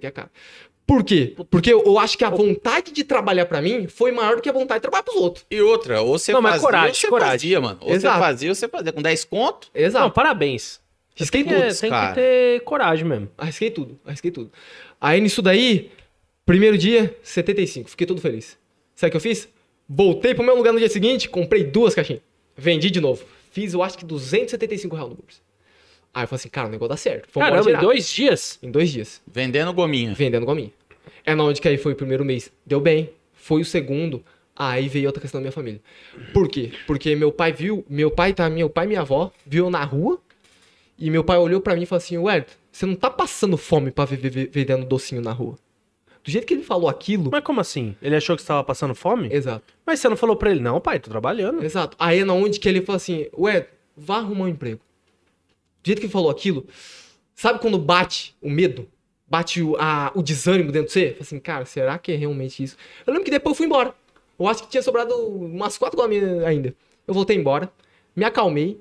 Por quê? Porque eu acho que a vontade de trabalhar pra mim foi maior do que a vontade de trabalhar pros outros. E outra, ou você Não, mas fazia, coragem, ou você coragem. fazia, mano. Ou Exato. você fazia com 10 conto. Não, Exato. parabéns. Risquei tudo. Tem cara. que ter coragem mesmo. Arrisquei tudo. Aí nisso daí, primeiro dia, 75. Fiquei todo feliz. Sabe o que eu fiz? Voltei pro meu lugar no dia seguinte, comprei 2 caixinhas. Vendi de novo. Fiz, eu acho que R$275 no bolso. Aí eu falei assim, cara, o negócio dá certo. Vamos Caramba, em girar. 2 dias? Em 2 dias. Vendendo gominha. Vendendo gominha. É na onde que aí foi o primeiro mês. Deu bem. Foi o segundo. Aí veio outra questão da minha família. Por quê? Porque meu pai e minha avó viu eu na rua. E meu pai olhou pra mim e falou assim, Wellington, você não tá passando fome pra vendendo docinho na rua. Do jeito que ele falou aquilo... Mas como assim? Ele achou que você tava passando fome? Exato. Mas você não falou pra ele, não, pai, tô trabalhando. Exato. Aí é na onde que ele falou assim, Wellington, vá arrumar um emprego. Do jeito que ele falou aquilo, sabe quando bate o medo? Bate o desânimo dentro de você? Fala assim, cara, será que é realmente isso? Eu lembro que depois eu fui embora. Eu acho que tinha sobrado umas 4 gominhas ainda. Eu voltei embora, me acalmei.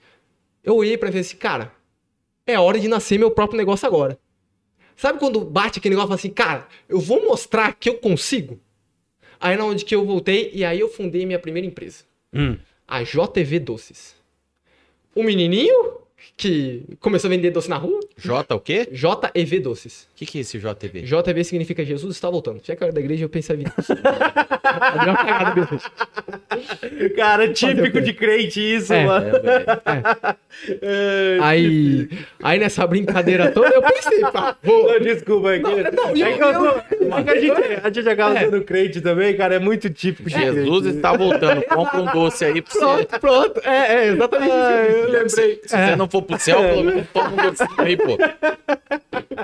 Eu olhei pra ver assim, cara, é hora de nascer meu próprio negócio agora. Sabe quando bate aquele negócio e fala assim, cara, eu vou mostrar que eu consigo? Aí na onde que eu voltei e aí eu fundei minha primeira empresa. A JV Doces. O menininho que começou a vender doce na rua, J o quê? JEV Doces. O que é esse JTV? JV significa Jesus está voltando. Já que eu era da igreja, eu pensei a vida. Deu uma cagada mesmo. Cara, típico de crente isso, É. mano. Aí nessa brincadeira toda, eu pensei, pá, vou... Não, desculpa, Não, é eu- que a gente acaba sendo crente também, cara, é muito típico de Jesus crente. está voltando. Compra um doce aí pra você. Pronto. É exatamente isso. Eu lembrei. Se você não for pro céu, pelo menos toma um docinho aí, pô.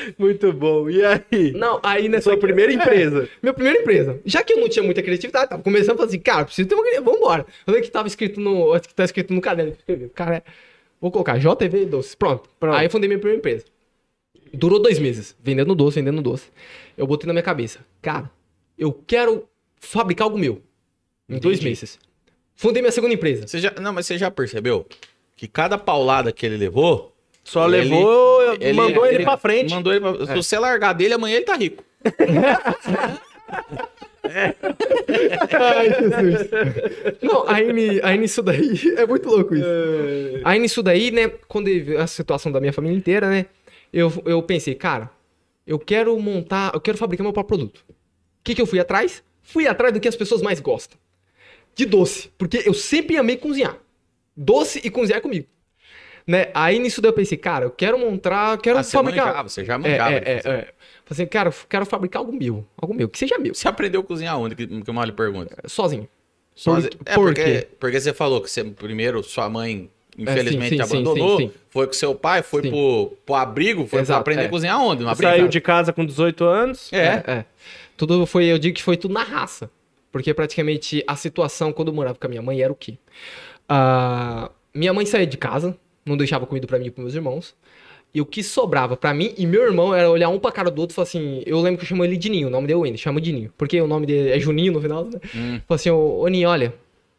Muito bom. E aí? Não, aí nessa... Sua primeira empresa. Minha primeira empresa. Já que eu não tinha muita criatividade, tava começando a falar assim, cara, preciso ter uma criatividade, vambora. Eu lembro que tava escrito no... Acho que tá escrito no caderno que eu escrevi. Cara, vou colocar JV Doces. Pronto. Aí eu fundei minha primeira empresa. Durou 2 meses. Vendendo doce. Eu botei na minha cabeça. Cara, eu quero fabricar algo meu. Em 2 meses. Fundei minha segunda empresa. Não, mas você já percebeu que cada paulada que ele levou... Só mandou ele pra frente. Se você largar dele, amanhã ele tá rico. Ai, Jesus. Não, aí nisso daí... É muito louco isso. Aí nisso daí, né? Quando eu vi a situação da minha família inteira, né? Eu pensei, cara, eu quero fabricar meu próprio produto. O que eu fui atrás? Fui atrás do que as pessoas mais gostam. De doce. Porque eu sempre amei cozinhar. Doce e cozinhar comigo. Né? Aí nisso daí eu pensei, cara, eu quero fabricar... Você já manjava. Falei assim, cara, eu quero fabricar algo meu, que seja meu. Você aprendeu a cozinhar onde, que eu mal lhe pergunto? Sozinho. Porque você falou que você, primeiro, sua mãe, infelizmente, abandonou, sim. foi com seu pai, foi pro abrigo, foi pra aprender a cozinhar onde? No abrigo? Saiu de casa com 18 anos. Tudo foi, eu digo que foi tudo na raça. Porque praticamente a situação, quando eu morava com a minha mãe, era o quê? Minha mãe saía de casa, não deixava comida pra mim e pros meus irmãos. E o que sobrava pra mim e meu irmão era olhar um pra cara do outro e falar assim... Eu lembro que eu chamo ele de Ninho, o nome dele é Wendy, chamo de Ninho. Porque o nome dele é Juninho no final, né? Falei assim, ô Ninho, olha...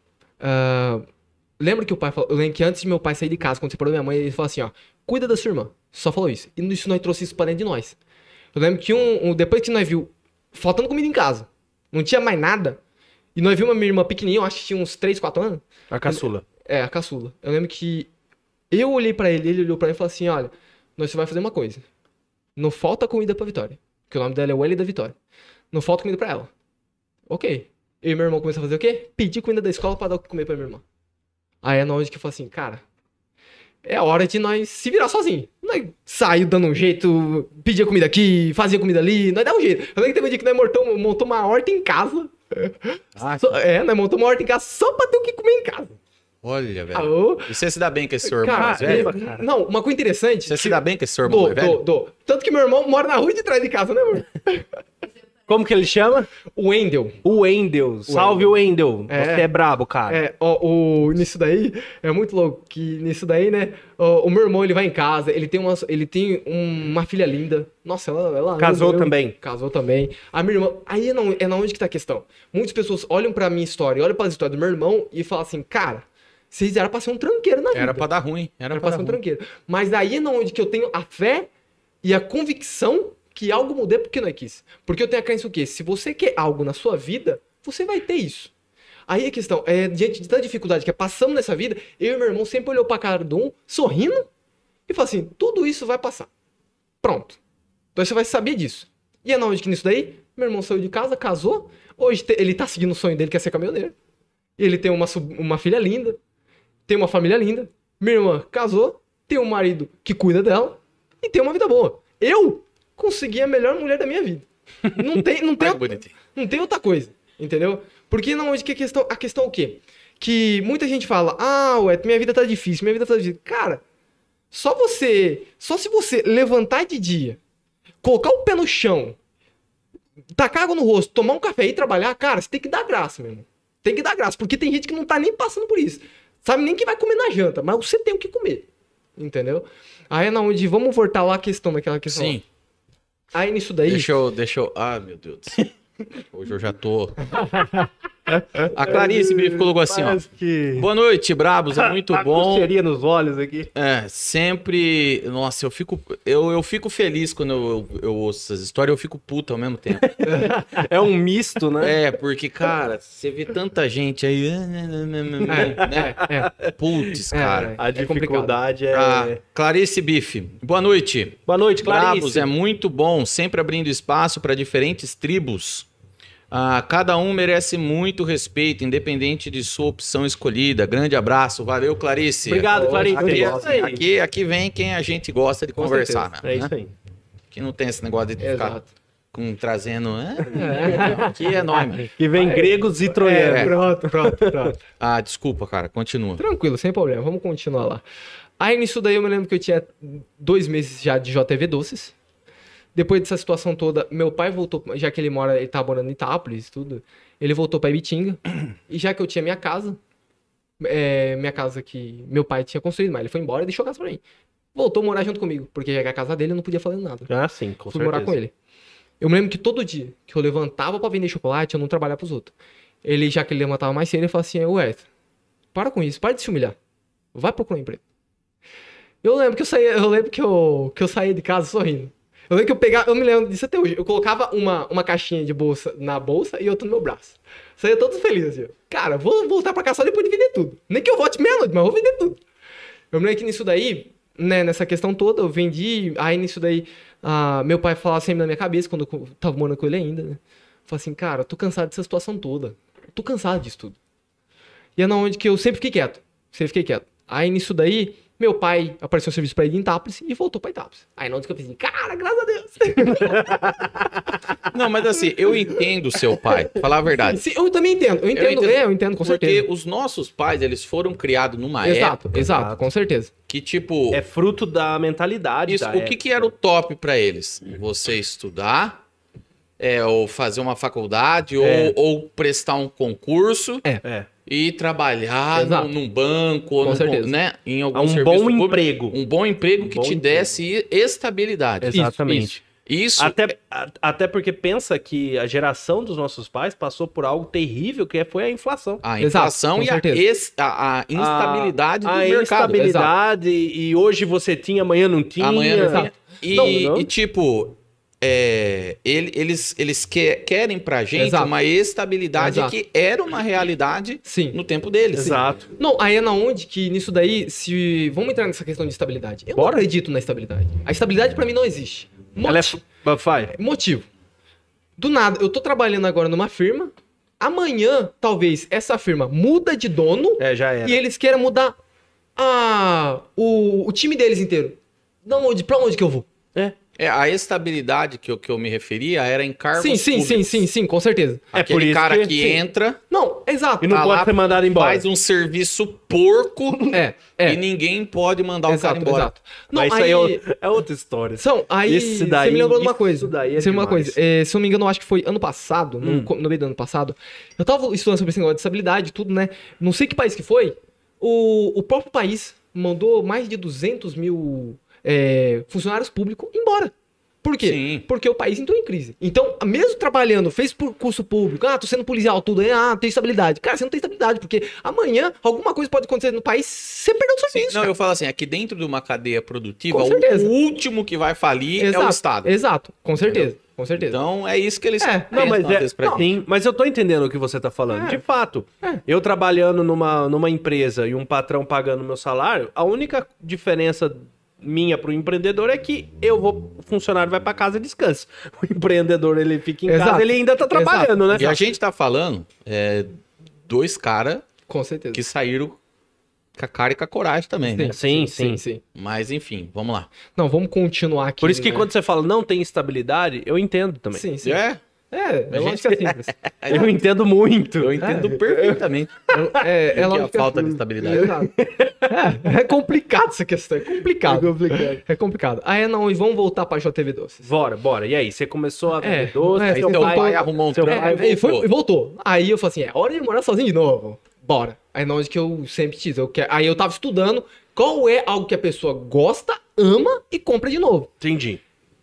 lembra que o pai falou... Eu lembro que antes de meu pai sair de casa, quando separou minha mãe, ele falou assim, ó... Cuida da sua irmã. Só falou isso. E isso nós trouxe isso pra dentro de nós. Eu lembro que depois que nós viu... Faltando comida em casa. Não tinha mais nada. E nós vimos a minha irmã pequenininha, eu acho que tinha uns 3, 4 anos. A caçula. A caçula. Eu lembro que... Eu olhei pra ele olhou pra mim e falou assim, olha... Nós vai fazer uma coisa. Não falta comida pra Vitória. Porque o nome dela é Welly da Vitória. Não falta comida pra ela. Ok. Eu e meu irmão começamos a fazer o quê? Pedir comida da escola pra dar o que comer pra minha irmã. Aí é na hora que eu falei assim, cara... É a hora de nós se virar sozinho. Nós saiu dando um jeito, pedia comida aqui, fazia comida ali, nós dá um jeito. Eu lembro que teve um dia que nós montou uma horta em casa. Nós montamos uma horta em casa só pra ter o que comer em casa. Olha, velho. Alô? E você se dá bem com esse seu irmão mais velho? Não, uma coisa interessante... Você se dá bem com esse seu irmão mais velho? Tanto que meu irmão mora na rua de trás de casa, né, amor? Como que ele chama? O Wendel. O Wendel. Salve o Wendel. Você é brabo, cara. Nisso daí, é muito louco que nisso daí, né, o meu irmão, ele vai em casa, ele tem uma filha linda. Nossa, ela casou também. Casou também. A minha irmã, aí é na onde que tá a questão. Muitas pessoas olham pra minha história, olham pra história do meu irmão e falam assim, cara, vocês eram pra ser um tranqueiro na vida. Era pra dar ruim. Era pra ser um tranqueiro. Mas aí é na onde que eu tenho a fé e a convicção que algo mudei porque não quis. Porque eu tenho a crença o quê? Se você quer algo na sua vida, você vai ter isso. Aí a questão é, diante de tanta dificuldade que passamos nessa vida, eu e meu irmão sempre olhou pra cara do sorrindo, e falou assim, tudo isso vai passar. Pronto. Então você vai saber disso. E é na onde que nisso daí, meu irmão saiu de casa, casou, hoje ele tá seguindo o sonho dele, que é ser caminhoneiro. Ele tem uma filha linda, tem uma família linda, minha irmã casou, tem um marido que cuida dela, e tem uma vida boa. Eu consegui a melhor mulher da minha vida. Não tem outra coisa, entendeu? Porque não, hoje que a questão é o quê? Que muita gente fala, ué, minha vida tá difícil, Cara, só se você levantar de dia, colocar o pé no chão, tacar água no rosto, tomar um café e trabalhar, cara, você tem que dar graça, meu irmão. Tem que dar graça, porque tem gente que não tá nem passando por isso. Sabe nem que vai comer na janta, mas você tem o que comer, entendeu? Aí é na onde, vamos voltar lá a questão daquela questão. Sim. Aí nisso daí... Deixa eu... Ah, meu Deus do céu. Hoje eu já tô... A Clarice me colocou assim, ó. Boa noite, brabos, é muito bom. Cocheirinha nos olhos aqui. Sempre... Nossa, eu fico feliz quando eu ouço essas histórias, eu fico puto ao mesmo tempo. É um misto, né? Porque, cara, você vê tanta gente aí... Putz, cara. A dificuldade Clarice Bife, boa noite. Boa noite, Clarice. Brabos, é muito bom, sempre abrindo espaço para diferentes tribos. Cada um merece muito respeito, independente de sua opção escolhida. Grande abraço, valeu, Clarice. Obrigado, Clarice. Aqui vem quem a gente gosta de conversar, né? É isso aí. Que não tem esse negócio de ficar trazendo. Aqui é nóis, mano. Que vem gregos e troianos. Pronto. Desculpa, cara, continua. Tranquilo, sem problema, vamos continuar lá. Aí nisso daí eu me lembro que eu tinha 2 meses já de JV Doces. Depois dessa situação toda, meu pai voltou, já que ele tá morando em Itápolis e tudo, ele voltou pra Ibitinga. E já que eu tinha minha casa que meu pai tinha construído, mas ele foi embora e deixou a casa pra mim. Voltou a morar junto comigo, porque já que a casa dele eu não podia fazer nada. Ah, sim, com Fui certeza. morar com ele. Eu me lembro que todo dia que eu levantava pra vender chocolate, eu não trabalhava pros outros. Ele, já que ele levantava mais cedo, ele falava assim, ué, para com isso, para de se humilhar. Vai procurar um emprego. Eu lembro que eu saía de casa sorrindo. Eu lembro que eu me lembro disso até hoje. Eu colocava uma caixinha de bolsa na bolsa e outra no meu braço. Saía todo feliz, assim. Cara, vou voltar pra casa só depois de vender tudo. Nem que eu volte meia-noite, mas eu vou vender tudo. Eu me lembro que nisso daí, né, nessa questão toda, eu vendi. Aí nisso daí, meu pai falava sempre na minha cabeça, quando eu tava morando com ele ainda, né? Falava assim, cara, eu tô cansado dessa situação toda. Eu tô cansado disso tudo. E é na onde que eu sempre fiquei quieto. Aí nisso daí, meu pai apareceu um serviço pra ele em Itápolis e voltou pra Itápolis. Aí na onde que eu fiz, cara, graças a Deus. Não, mas assim, eu entendo o seu pai, falar a verdade. Sim, eu também entendo. Eu entendo com certeza. Porque os nossos pais, eles foram criados numa Exato, época exato, com certeza. que, tipo... É fruto da mentalidade Isso, da o que era o top pra eles? Você estudar, ou fazer uma faculdade, ou prestar um concurso É. e trabalhar Exato. num banco, ou Com certeza. né, em algum Um serviço bom público. emprego. Um bom emprego que bom te desse estabilidade. Exatamente. Isso Até porque pensa que a geração dos nossos pais passou por algo terrível, que foi a inflação. a Exato, inflação com e certeza. a instabilidade do a mercado. instabilidade, e hoje você tinha, amanhã não tinha. Amanhã não Exato. tinha. Não. E tipo, eles querem pra gente Exato. uma estabilidade Exato. que era uma realidade Sim. no tempo deles. Exato. Não, aí é na onde que nisso daí, se vamos entrar nessa questão de estabilidade. Eu não Bora. acredito na estabilidade. A estabilidade pra mim não existe. Ela vai. Motivo. Do nada, eu tô trabalhando agora numa firma. Amanhã, talvez, essa firma muda de dono Já era. e eles queiram mudar o time deles inteiro. Pra onde que eu vou? A estabilidade que eu me referia era em cargos Sim, públicos. com certeza. Aquele por isso cara que sim. entra, Não, exato. E não tá pode lá, ser mandado embora. faz um serviço porco É. e ninguém pode mandar o cara embora. Exato. Não, Mas aí, isso aí é outra história. aí Esse daí- você me lembrou de uma isso coisa. daí é Você me lembrou uma demais. coisa. Se eu não me engano, eu acho que foi ano passado, no meio do ano passado, eu tava estudando sobre esse negócio de estabilidade e tudo, né? Não sei que país que foi. O próprio país mandou mais de 200 mil funcionários públicos embora. Por quê? Sim. Porque o país entrou em crise. Então, mesmo trabalhando, fez por curso público, tô sendo policial, tudo, tem estabilidade. Cara, você não tem estabilidade, porque amanhã alguma coisa pode acontecer no país, você perdeu o serviço. Não, cara. eu falo assim, aqui dentro de uma cadeia produtiva, Com o certeza. último que vai falir é o Estado. Exato, com certeza. Com certeza. Então é isso que eles Não, mas pensam, às vezes, pra gente. sim, mas eu tô entendendo o que você tá falando. De fato, eu trabalhando numa empresa e um patrão pagando meu salário, a única diferença minha pro empreendedor é que o funcionário vai pra casa e descansa. O empreendedor, ele fica em Exato. casa, ele ainda tá trabalhando, né? E a gente tá falando dois caras Com certeza. que saíram com a cara e com a coragem também, né? Sim. Mas enfim, vamos lá. Não, vamos continuar aqui. Por isso que né? quando você fala não tem estabilidade, eu entendo também. Sim, sim. É? É lógico que é simples. Eu entendo muito. Eu entendo perfeitamente. É a lógico que é falta de simples. estabilidade. Exato. É complicado essa questão, é complicado. É complicado. Aí não, e vamos voltar pra JTV Doces. Bora. E aí, você começou a vender doce, é, aí seu seu pai pai arrumou um seu trampo. pai E voltou. Aí eu falei assim, é hora de morar sozinho de novo. Bora. Aí não, onde que eu sempre quis. Aí eu tava estudando qual é algo que a pessoa gosta, ama e compra de novo. Entendi.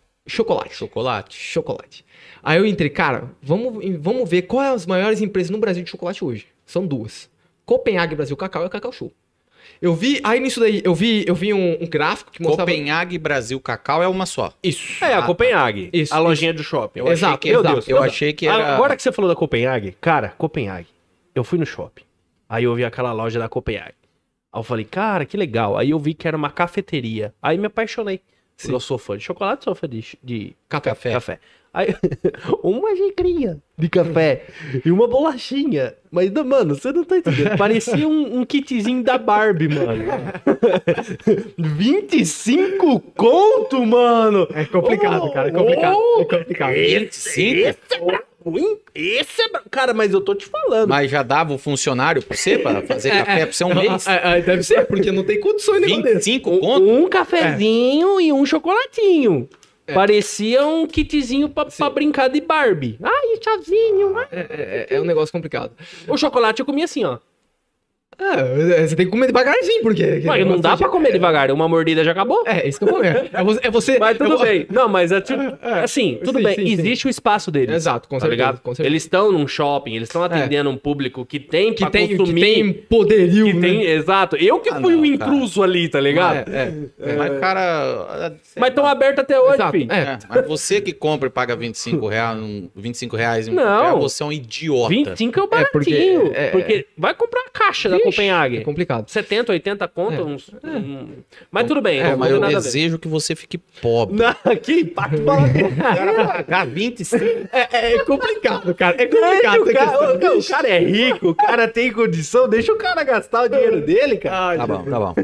Chocolate. Aí eu entrei, cara, vamos ver quais as maiores empresas no Brasil de chocolate hoje. São duas. Copenhague Brasil Cacau e a Cacau Show. Eu vi, aí nisso daí, eu vi um gráfico que mostrava... Copenhague Brasil Cacau é uma só. Isso. É, a Copenhague. Isso, a lojinha do shopping. Eu achei Exato, que, exato. eu achei que era... Agora que você falou da Copenhague, cara, Copenhague. Eu fui no shopping. Aí eu vi aquela loja da Copenhague. Aí eu falei, cara, que legal. Aí eu vi que era uma cafeteria. Aí me apaixonei. Sim. Eu sou fã de chocolate, sou fã de Café. Aí, uma xicrinha de café e uma bolachinha. Mas, mano, você não tá entendendo. Parecia um kitzinho da Barbie, mano. 25 conto, mano. É complicado, cara. É complicado. É complicado. 25? Esse é... Cara, mas eu tô te falando. Mas já dava o funcionário pra você, pra fazer café pra você um mês? Deve ser, porque não tem condições de negócio desse. 25 conto? Um cafezinho e um chocolatinho. Parecia um kitzinho pra brincar de Barbie. Ai, chazinho. É um negócio complicado. O chocolate eu comia assim, ó. Você tem que comer devagarzinho, porque... Mas não dá pra comer devagar, uma mordida já acabou. Isso que eu vou ver. É você... Mas tudo bem. Não, mas é tipo... Assim, tudo sim, bem. sim, Existe o espaço deles. Exato, com tá certeza, ligado? com certeza. Eles estão num shopping, eles estão atendendo um público que tem pra que consumir. tem poderio, que tem, exato. Eu que fui um intruso ali, tá ligado? Mas, cara... Mas estão abertos até hoje, Exato, filho. Mas você que compra e paga R$25 em um Não. café, você é um idiota. 25 é o baratinho. Porque vai comprar uma caixa da Vixe, Copenhague. é complicado. 70, 80 conto. Mas tudo bem. não Mas tem eu nada a ver. desejo que você fique pobre. Não, que pacto fala. Cara, pagar 25. É complicado, cara. É complicado. O cara é rico, o cara tem condição, deixa o cara gastar o dinheiro dele, cara. Tá bom.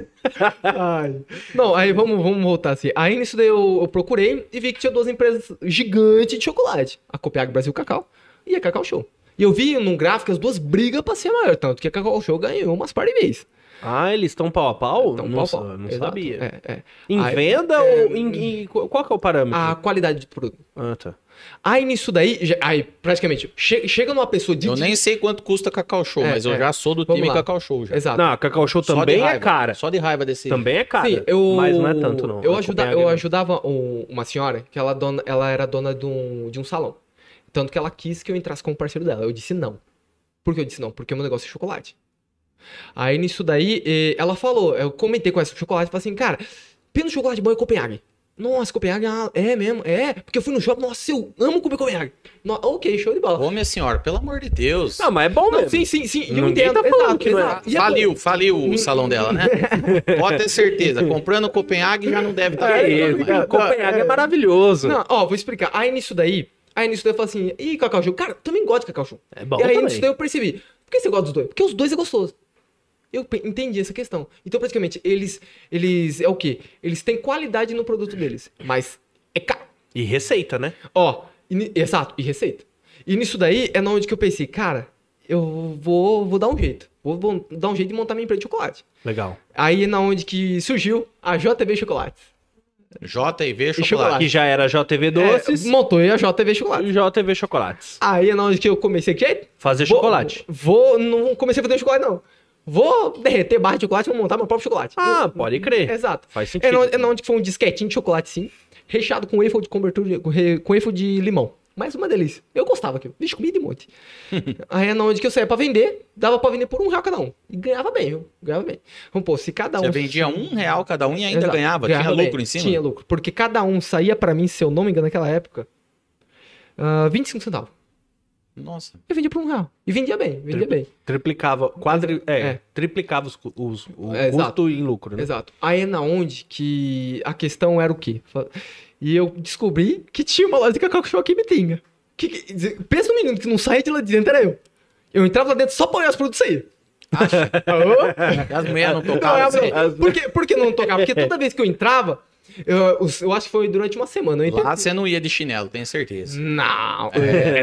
Não, aí vamos voltar assim. Aí nisso daí eu procurei e vi que tinha duas empresas gigantes de chocolate. A Copenhague Brasil Cacau e a Cacau Show. E eu vi num gráfico as duas brigas pra ser maior, tanto que a Cacau Show ganhou umas par de vezes. Eles estão pau a pau? Então, Não Exato. sabia. É. Em Aí, venda ou qual que é o parâmetro? a qualidade do produto. Tá. Aí nisso daí, aí praticamente, chega numa pessoa de... Eu nem sei quanto custa Cacau Show, mas eu já sou do Vamos time lá. Cacau Show já. Exato. Não, a Cacau Show Só de também é raiva, cara. Só de raiva desse. Também é cara. Sim, Mas não é tanto, não. Eu A Copenhague ajudava uma senhora que ela era dona de um salão. Tanto que ela quis que eu entrasse como parceiro dela. Eu disse não. Por que eu disse não? Porque o meu negócio é chocolate. Aí nisso daí, ela falou, eu comentei com essa chocolate, falei assim, cara, pelo chocolate bom é Copenhague. Nossa, Copenhague, é mesmo? Porque eu fui no shopping, nossa, eu amo comer Copenhague. Ok, show de bola. Ô, minha senhora, pelo amor de Deus. Não, mas é bom Não, mesmo. sim, eu Ninguém entendo. tá falando Exato, que não é. exato. E é bom. Faliu o salão dela, né? Pode ter certeza. Comprando Copenhague já não deve estar Copenhague é maravilhoso. Não, vou explicar. Aí nisso daí eu falo assim, e Cacau Show? Cara, eu também gosto de Cacau Show. É bom E aí também. nisso daí eu percebi, por que você gosta dos dois? Porque os dois é gostoso. Eu entendi essa questão. Então, praticamente, eles é o quê? Eles têm qualidade no produto deles, mas é caro. E receita, né? Exato, e receita. E nisso daí é na onde que eu pensei, cara, eu vou dar um jeito. Vou dar um jeito de montar minha empresa de chocolate. Legal. Aí é na onde que surgiu a JV Chocolates. JV chocolate. Chocolate. Que já era JV Doces Montou a JV Chocolates. e JV Chocolates. Aí é na onde que eu comecei que jeito? Fazer chocolate. Não comecei a fazer chocolate, não. Vou derreter barra de chocolate e vou montar meu próprio chocolate. Pode crer. Exato. Faz sentido. É na onde que foi um disquetinho de chocolate, sim, recheado com waffle de cobertura, com waffle de limão. Mais uma delícia. Eu gostava aqui. Vixe, comia de monte. Aí é na onde que eu saía pra vender, dava pra vender por R$1 cada um. E ganhava bem, viu? Ganhava bem. Vamos pôr, se cada um... Você vendia R$1 cada um e ainda Exato. ganhava. Tinha bem. lucro em cima? Tinha lucro. Porque cada um saía pra mim, se eu não me engano, naquela época, 25 centavos. Nossa. Eu vendia por R$1. E vendia bem, Triplicava, triplicava o Exato. custo em lucro, né? Exato. Aí é na onde que a questão era o quê? E eu descobri que tinha uma loja de Cacau Show aqui em Bitinga. Pensa no menino que não saía de lá de dentro, era eu. Eu entrava lá dentro só pra olhar os produtos sair. As mulheres não tocavam assim. Por que não tocava? Porque toda vez que eu entrava, eu acho que foi durante uma semana. Lá você não ia de chinelo, tenho certeza. Não.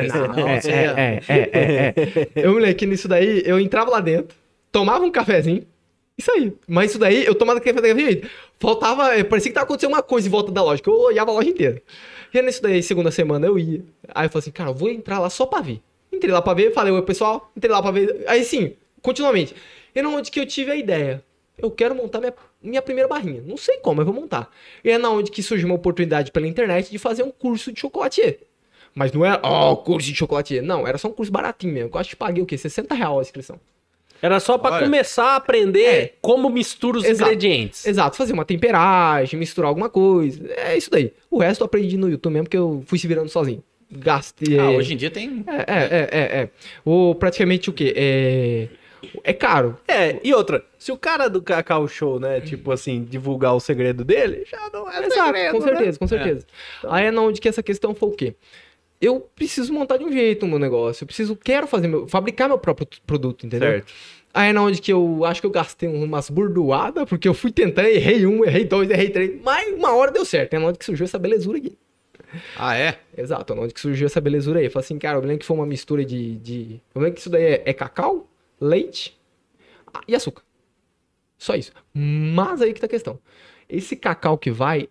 Você Eu me lembro que nisso daí, eu entrava lá dentro, tomava um cafezinho, isso aí. Mas isso daí, eu tomava café daquele jeito. Faltava, parecia que tava acontecendo uma coisa em volta da loja, que eu olhava a loja inteira. E nisso daí, segunda semana, eu ia. Aí eu falei assim, cara, eu vou entrar lá só pra ver. Entrei lá pra ver, falei, oi pessoal, entrei lá pra ver. Aí sim, continuamente. E na onde que eu tive a ideia? Eu quero montar minha primeira barrinha. Não sei como, mas vou montar. E é na onde que surgiu uma oportunidade pela internet de fazer um curso de chocolatier. Mas não era, curso de chocolatier. Não, era só um curso baratinho mesmo. Eu acho que paguei o quê? R$60 a inscrição. Era só pra começar a aprender como mistura os ingredientes. Exato, fazer uma temperagem, misturar alguma coisa. É isso daí. O resto eu aprendi no YouTube mesmo, porque eu fui se virando sozinho. Gastei. hoje em dia tem. Praticamente o quê? É caro. E outra, se o cara do Cacau Show, né, tipo assim, divulgar o segredo dele, já não é segredo, com certeza, com certeza. Aí é na onde que essa questão foi o quê? Eu preciso montar de um jeito o meu negócio. Quero fabricar meu próprio produto, entendeu? Certo. Aí é na onde que eu acho que eu gastei umas burdoadas, porque eu fui tentar, errei um, errei dois, errei três, mas uma hora deu certo. É na onde que surgiu essa belezura aqui. Exato, é na onde que surgiu essa belezura aí. Eu falei assim, cara, eu lembro que foi uma mistura de... Eu lembro que isso daí é cacau, leite e açúcar. Só isso. Mas aí que tá a questão. Esse cacau que vai,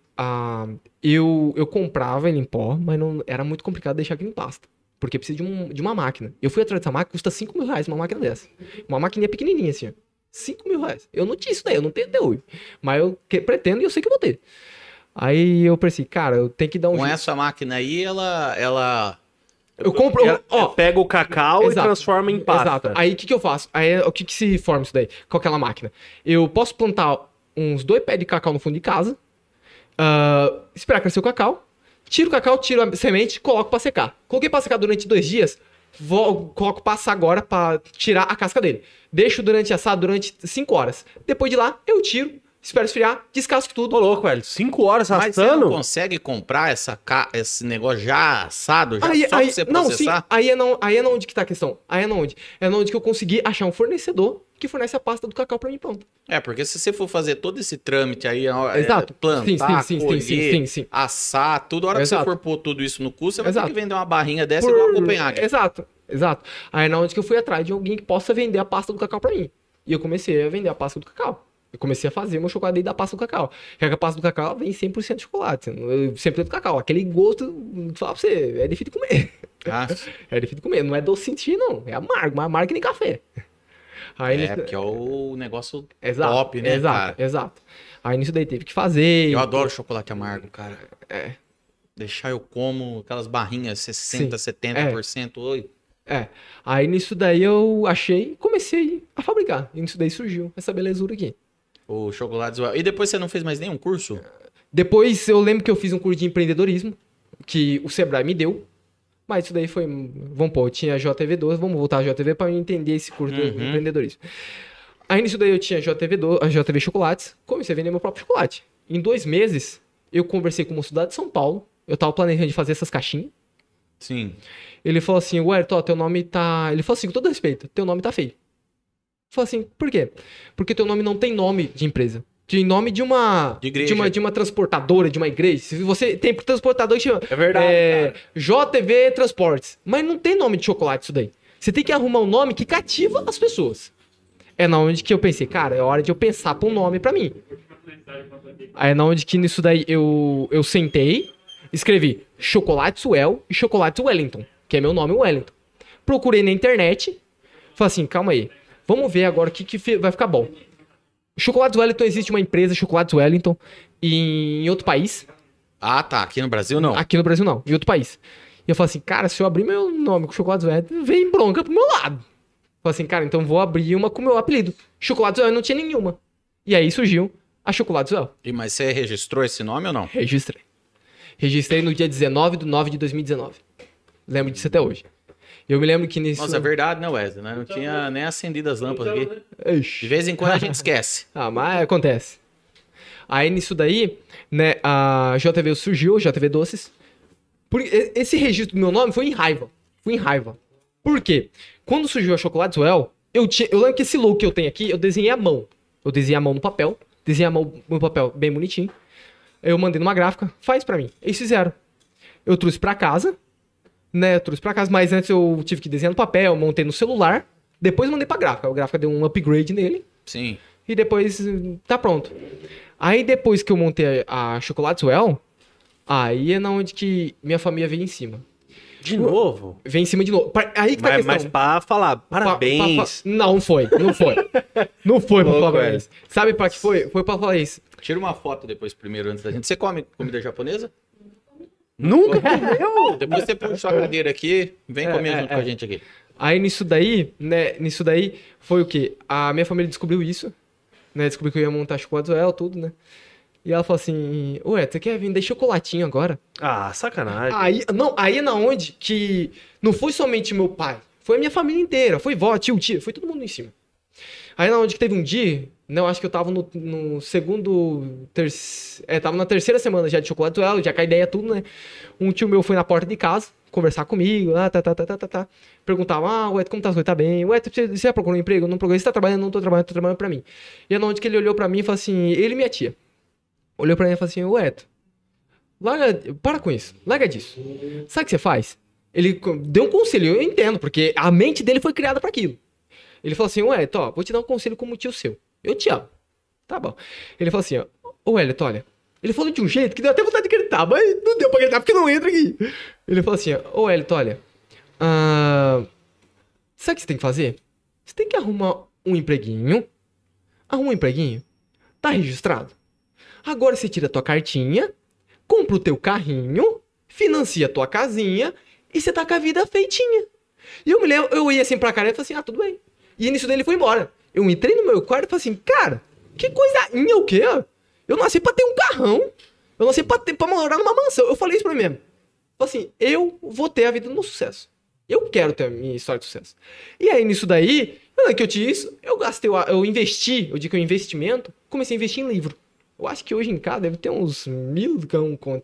eu comprava ele em pó, mas não era muito complicado deixar aqui em pasta. Porque precisa de uma máquina. Eu fui atrás dessa máquina, custa 5 mil reais uma máquina dessa. Uma maquininha pequenininha assim, ó. 5 mil reais. Eu não tinha isso daí, eu não tenho até hoje. Mas eu pretendo e eu sei que eu vou ter. Aí eu pensei, cara, eu tenho que dar um Com essa máquina aí, ela... Eu compro. Ó, Pega o cacau exato. e transforma em pasta. Exato. Aí o que eu faço? Aí o que se forma isso daí? Com aquela máquina? Eu posso plantar uns 2 pés de cacau no fundo de casa, esperar crescer o cacau, tiro a semente, coloco pra secar. Coloquei pra secar durante 2 dias, coloco pra assar agora pra tirar a casca dele. Deixo assado durante 5 horas. Depois de lá, eu tiro, espero esfriar, descasco tudo. Ô, louco, velho. 5 horas Mas você assando? não consegue comprar esse negócio já assado, já só pra você não, sim, processar? aí é não onde que tá a questão. Aí é onde? É onde que eu consegui achar um fornecedor que fornece a pasta do cacau pra mim pronto. Porque se você for fazer todo esse trâmite aí, Exato. plantar, Sim, colher, sim. assar, tudo, a hora Exato. que você for pôr tudo isso no cu, você vai Exato. ter que vender uma barrinha dessa igual a Copenhague. Exato. Aí é onde que eu fui atrás de alguém que possa vender a pasta do cacau pra mim. E eu comecei a vender a pasta do cacau. Eu comecei a fazer meu chocolate da pasta do cacau. Porque a pasta do cacau vem 100% de chocolate. 100% do cacau. Aquele gosto, vou falar pra você, é difícil de comer. Ah, É difícil de comer. Não é docinho de sentir, não. É amargo, mas amargo que nem café. Aí, porque é o negócio exato, top, né, cara? Exato. Aí nisso daí teve que fazer. Eu adoro chocolate amargo, cara. É. Deixar eu como aquelas barrinhas 60%, 70%. Oi. Aí nisso daí eu achei e comecei a fabricar. E nisso daí surgiu essa belezura aqui. O chocolate. E depois você não fez mais nenhum curso? Depois eu lembro que eu fiz um curso de empreendedorismo que o Sebrae me deu. Mas isso daí foi. Vamos pôr, eu tinha JV2, vamos voltar a JV para eu entender esse curso de empreendedorismo. Aí nisso daí eu tinha a JV Chocolates, comecei a vender meu próprio chocolate. Em 2 meses, eu conversei com uma cidade de São Paulo, eu tava planejando de fazer essas caixinhas. Sim. Ele falou assim, Wellington, teu nome tá... Ele falou assim, com todo respeito, teu nome tá feio. Eu falei assim, por quê? Porque teu nome não tem nome de empresa. Tem nome de uma... De igreja. De uma transportadora, de uma igreja. Se você tem transportador que chama... É verdade, JV Transportes. Mas não tem nome de chocolate isso daí. Você tem que arrumar um nome que cativa as pessoas. É na onde que eu pensei, cara, é hora de eu pensar pra um nome pra mim. Aí é na onde que nisso daí eu sentei, escrevi Chocolates Well e Chocolates Wellington, que é meu nome Wellington. Procurei na internet, falei assim, calma aí, vamos ver agora o que vai ficar bom. Chocolates Wellington, existe uma empresa, Chocolates Wellington, em outro país. Ah, tá. Aqui no Brasil, não. Aqui no Brasil, não. Em outro país. E eu falei assim, cara, se eu abrir meu nome com Chocolates Wellington, vem bronca pro meu lado. Falei assim, cara, então vou abrir uma com o meu apelido. Chocolates Well, não tinha nenhuma. E aí surgiu a Chocolates Well. Mas você registrou esse nome ou não? Registrei. Registrei no dia 19/9/2019. Lembro disso até hoje. Eu me lembro que nisso... Nossa, é verdade, né, Wesley? Não tinha nem acendido as lâmpadas aqui. Ixi. De vez em quando a gente esquece. Mas acontece. Aí nisso daí, né, a JV surgiu, a JV Doces. Esse registro do meu nome foi em raiva. Por quê? Quando surgiu a Chocolates Well, eu lembro que esse logo que eu tenho aqui, eu desenhei à mão. Eu desenhei à mão no papel, desenhei à mão no papel bem bonitinho. Eu mandei numa gráfica, faz pra mim. Eles fizeram. Eu trouxe pra casa, né, mas antes eu tive que desenhar no papel, montei no celular, depois mandei pra gráfica. A gráfica deu um upgrade nele. Sim. E depois tá pronto. Aí depois que eu montei a Chocolates Well, aí é na onde que minha família veio em cima. De novo? Vem em cima de novo. Aí que tá a questão. Mas pra falar, parabéns. Não foi. Não foi pra falar parabéns. Sabe pra que foi? Foi pra falar isso. Tira uma foto depois primeiro, antes da gente. Você come comida japonesa? Nunca comeu? Depois você puxa sua cadeira aqui, vem comer junto com a gente aqui. Aí nisso daí, né? Nisso daí foi o quê? A minha família descobriu isso, né? Descobriu que eu ia montar Chocolates Well, tudo, né? E ela falou assim, ué, você quer vender chocolatinho agora? Ah, sacanagem. Aí é na onde que não foi somente meu pai, foi a minha família inteira, foi vó, tio, tia, foi todo mundo em cima. Aí na onde que teve um dia, não, acho que eu tava no segundo, tava na terceira semana já de Chocolate Well, já com a ideia tudo, né? Um tio meu foi na porta de casa, conversar comigo, perguntava, ué, como tá as coisas, tá bem? Ué, você já procurou um emprego? Não procurei, você tá trabalhando? Não tô trabalhando pra mim. E é na onde que ele olhou pra mim e falou assim, ele e minha tia. Olhou pra mim e falou assim, ué, para com isso, larga disso. Sabe o que você faz? Ele deu um conselho, eu entendo, porque a mente dele foi criada pra aquilo. Ele falou assim, ué, vou te dar um conselho como tio seu. Eu te amo. Tá bom. Ele falou assim, ô Elliot, olha. Ele falou de um jeito que deu até vontade de gritar, mas não deu pra gritar porque não entra aqui. Ele falou assim, ô Elliot, olha. Sabe o que você tem que fazer? Você tem que arrumar um empreguinho. Arruma um empreguinho. Tá registrado. Agora você tira a tua cartinha, compra o teu carrinho, financia a tua casinha e você tá com a vida feitinha. E eu me lembro, eu ia assim pra cara e falei assim, tudo bem. E nisso daí ele foi embora. Eu entrei no meu quarto e falei assim, cara, que coisinha o quê? Eu nasci pra ter um carrão. Eu nasci pra morar numa mansão. Eu falei isso pra mim mesmo. Falei assim, eu vou ter a vida do meu sucesso. Eu quero ter a minha história de sucesso. E aí, nisso daí, que eu tinha isso, eu investi, eu digo que é um investimento, comecei a investir em livro. Eu acho que hoje em casa deve ter uns 1.000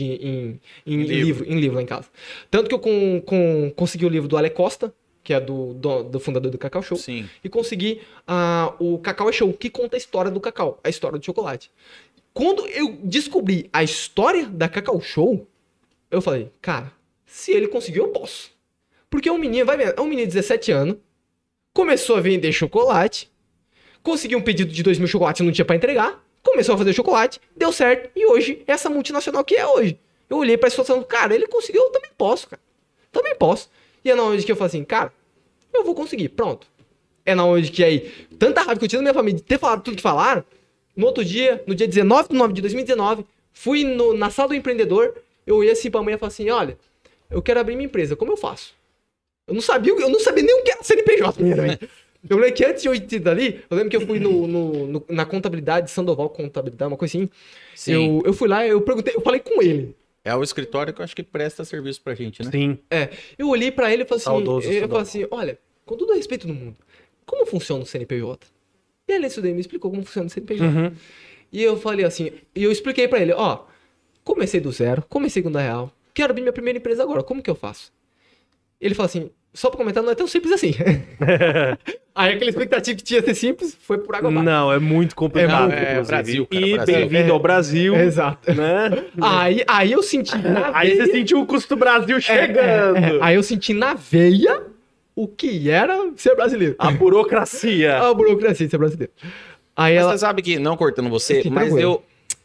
em livro lá em casa. Tanto que eu consegui o livro do Ale Costa, que é do fundador do Cacau Show. Sim. E consegui o Cacau é Show, que conta a história do cacau, a história do chocolate. Quando eu descobri a história da Cacau Show, eu falei, cara, se ele conseguiu, eu posso. Porque um menino, vai ver, é um menino de 17 anos, começou a vender chocolate, conseguiu um pedido de 2.000 chocolates e não tinha pra entregar, começou a fazer chocolate, deu certo, e hoje, essa multinacional que é hoje. Eu olhei pra situação, cara, ele conseguiu, eu também posso, cara. Também posso. E é na hora que eu falei assim, cara, eu vou conseguir, pronto. É na hora que aí, tanta raiva que eu tinha na minha família de ter falado tudo que falaram, no outro dia, no dia 19/9 de 2019, fui na sala do empreendedor, eu olhei assim pra mãe e falei assim, olha, eu quero abrir minha empresa, como eu faço? Eu não sabia nem o que era CNPJ. Eu lembro que antes de eu ir dali, eu lembro que eu fui na contabilidade, Sandoval Contabilidade, uma coisa assim. Sim. Eu fui lá, eu perguntei, eu falei com ele. É o escritório que eu acho que presta serviço pra gente, né? Sim. Eu olhei pra ele e falei assim, Saudoso, eu falei assim, olha, com todo o respeito do mundo, como funciona o CNPJ? E ele isso daí me explicou como funciona o CNPJ. Uhum. E eu falei assim, e eu expliquei pra ele, comecei do zero, comecei com R$10, quero abrir minha primeira empresa agora, como que eu faço? Ele falou assim, só pra comentar, não é tão simples assim. Aí aquela expectativa que tinha ser simples, foi por água abaixo. Não, é muito complicado. Brasil, cara, E Brasil. bem-vindo ao Brasil. Exato. Né? Aí eu senti na Aí veia... você sentiu o custo Brasil chegando. Aí eu senti na veia o que era ser brasileiro. A burocracia. A burocracia de ser brasileiro. Aí Mas ela... você sabe que, não cortando você, Sim, mas tranquilo.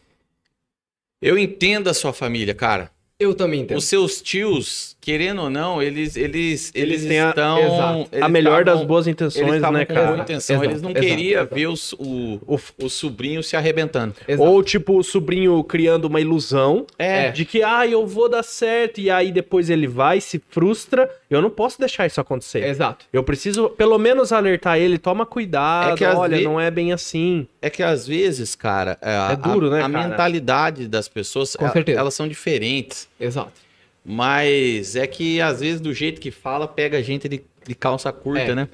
eu entendo a sua família, cara. Eu também entendo. Os seus tios, querendo ou não, eles têm estão... Exato. eles A melhor das estavam- boas Eles intenções, estavam né, com cara? boa intenção, Exato, eles não exato, queriam exato. ver o sobrinho se arrebentando. Exato. Ou, tipo, o sobrinho criando uma ilusão de que, eu vou dar certo, e aí depois ele vai, se frustra. Eu não posso deixar isso acontecer. Exato. Eu preciso, pelo menos, alertar ele, toma cuidado, É que às olha, ve- não é bem assim. É que às vezes, cara, duro, né, a cara? mentalidade das pessoas, Com certeza. elas são diferentes. Exato. Mas é que às vezes do jeito que fala, pega a gente de calça curta, né?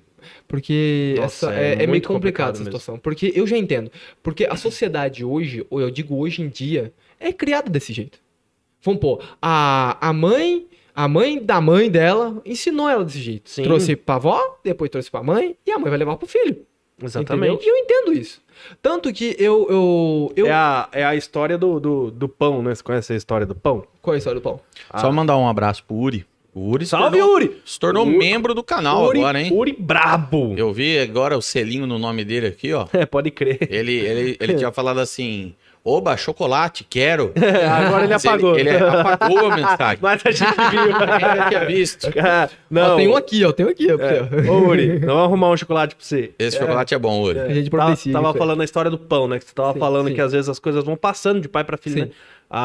Porque Nossa, é meio muito complicado complicado essa mesmo. situação. Porque eu já entendo. Porque a sociedade hoje, ou eu digo hoje em dia, é criada desse jeito. Vamos pôr, a mãe da mãe dela ensinou ela desse jeito. Sim. Trouxe pra avó, depois trouxe pra mãe, e a mãe vai levar pro filho. Exatamente. Entendeu? E eu entendo isso. Tanto que eu... É a história do pão, né? Você conhece a história do pão? Qual é a história do pão? Só mandar um abraço pro Uri. O Uri Salve, Uri! se tornou Uri- membro do canal Uri, agora, hein? Uri brabo! Eu vi agora o selinho no nome dele aqui, ó. Pode crer. Ele tinha falado assim: Oba, chocolate, quero. Agora ele Mas apagou. Ele apagou a mensagem. Mas a gente viu. Eu já tinha visto. Não. Ó, tem um aqui, ó. Tem um aqui, ó. pra você, ó. Ô, Uri, vamos arrumar um chocolate pra você. Esse chocolate é bom, Uri. A gente Tava providencia. tava isso aí. falando a história do pão, né? Que você tava Sim, falando sim. que às vezes as coisas vão passando de pai pra filho, Sim. né?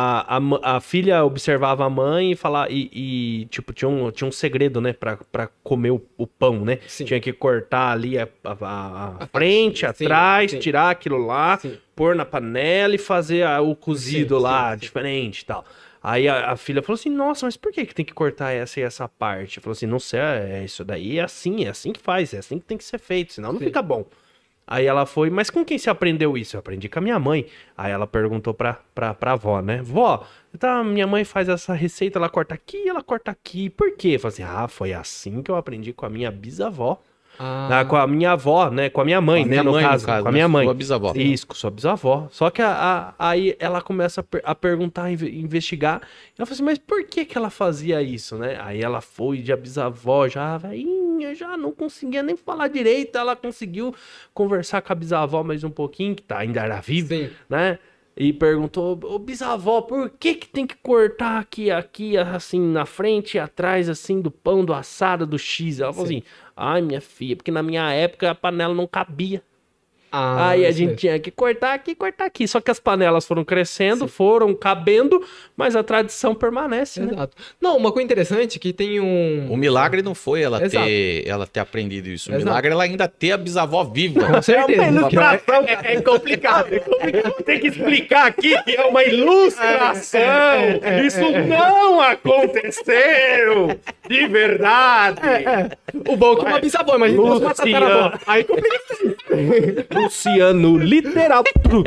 A filha observava a mãe e falava tipo, tinha um segredo, né? Pra comer o pão, né? Sim. Tinha que cortar ali a frente, sim, atrás, sim. tirar aquilo lá, Sim. pôr na panela e fazer o cozido Sim, lá, sim, sim. diferente e tal. Aí a filha falou assim, nossa, mas por que tem que cortar essa e essa parte? Falou assim, não sei, isso daí é assim que faz, é assim que tem que ser feito, senão não Sim. fica bom. Aí ela foi, mas com quem você aprendeu isso? Eu aprendi com a minha mãe. Aí ela perguntou pra avó, né? Vó, minha mãe faz essa receita, ela corta aqui e ela corta aqui. Por quê? Eu falei assim, foi assim que eu aprendi com a minha bisavó. Com a minha avó, né? Com a minha mãe, Com a né? minha No mãe, caso, com a né? minha mãe. Sua bisavó. Isso, com sua bisavó. Só que aí ela começa a perguntar, investigar. Ela falou assim, mas por que ela fazia isso, né? Aí ela foi de a bisavó já, velhinha, já não conseguia nem falar direito. Ela conseguiu conversar com a bisavó mais um pouquinho, que ainda era viva, Sim. né? E perguntou, ô bisavó, por que tem que cortar aqui, assim, na frente e atrás, assim, do pão, do assado, do X? Ela falou assim, ai, minha filha, porque na minha época a panela não cabia. Aí a isso gente mesmo. tinha que cortar aqui, cortar aqui. Só que as panelas foram crescendo, foram cabendo, mas a tradição permanece, né? Exato. Não, uma coisa interessante que tem O milagre não foi ela Exato. ter aprendido isso. O Exato. milagre é ela ainda ter a bisavó viva. Com certeza. É complicado. Tem que explicar aqui que é uma ilustração. Isso não aconteceu de verdade. O bom é que uma bisavó, mas uma Luciano. tataravó. Aí complica. Luciano, literal.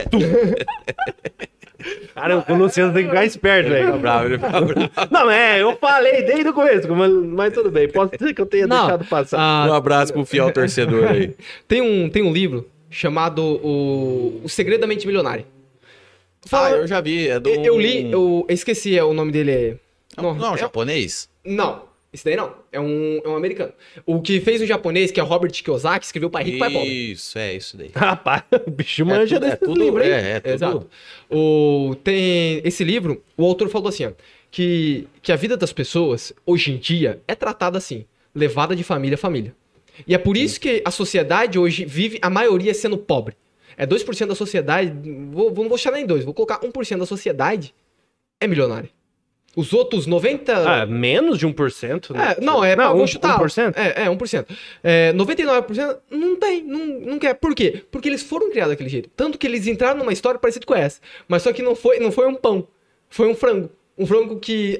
Cara, o Luciano tem que ficar esperto, velho. Bravo, ele fica bravo. Não, eu falei desde o começo, mas tudo bem. Posso dizer que eu tenha deixado passar. Um abraço pro fiel torcedor aí. Tem um livro chamado O Segredo da Mente Milionária. Eu já vi. É do... Eu li, eu esqueci o nome dele. Não, japonês? Não, esse daí não. É um americano. O que fez o japonês, que é o Robert Kiyosaki, escreveu Pai Rico, Pai Pobre. Isso daí. Rapaz, o bicho manja desse tudo, livro, hein? é tudo. Exato. Tem esse livro, o autor falou assim, ó, que a vida das pessoas, hoje em dia, é tratada assim, levada de família a família. E é por isso que a sociedade hoje vive, a maioria sendo pobre. É 2% da sociedade, não vou deixar nem 2%, vou colocar 1% da sociedade é milionária. Os outros 90%... Menos de 1%? Né? Vou chutar. 1%? 1%. 99% não tem, não quer. Por quê? Porque eles foram criados daquele jeito. Tanto que eles entraram numa história parecida com essa. Mas só que não foi um pão, foi um frango. Um frango que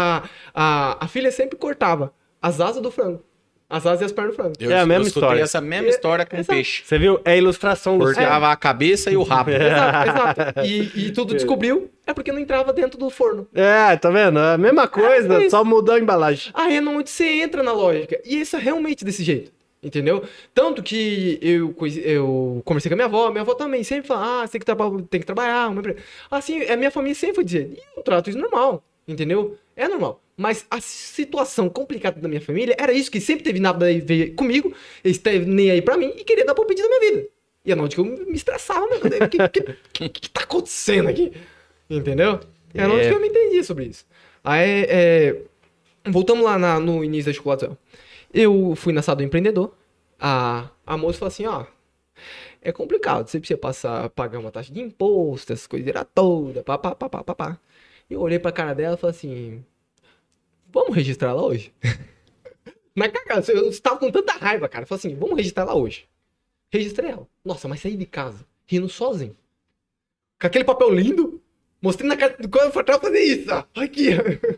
a filha sempre cortava as asas do frango. As asas e as pernas do frango. É a mesma escutei história. essa mesma história com o Exato. peixe. Você viu? É a ilustração, Luciano. Cortava a cabeça e o rabo. Exato. E tudo descobriu é porque não entrava dentro do forno. Tá vendo? É a mesma coisa, foi isso. só mudou a embalagem. Aí é onde você entra na lógica. E isso é realmente desse jeito. Entendeu? Tanto que eu conversei com a minha avó também sempre fala, você tem que trabalhar. Assim, a minha família sempre foi dizer, e eu trato isso normal, entendeu? É normal. Mas a situação complicada da minha família era isso, que sempre teve nada a ver comigo, eles estavam nem aí pra mim e queria dar palpite da minha vida. E é onde que eu me estressava, né? O que tá acontecendo aqui? Entendeu? É onde que eu me entendi sobre isso. Aí, voltamos lá no início da Chocolate Zero. Eu fui na sala do empreendedor, a moça falou assim, ó, é complicado, você precisa pagar uma taxa de imposto, essas coisas toda, papá. E eu olhei pra cara dela e falei assim, vamos registrar ela hoje? Mas, cara, eu estava com tanta raiva, cara, eu falei assim, vamos registrar ela hoje. Registrei ela. Nossa, mas saí de casa, rindo sozinho. Com aquele papel lindo, mostrei na cara do quando eu fazer isso, ó, aqui.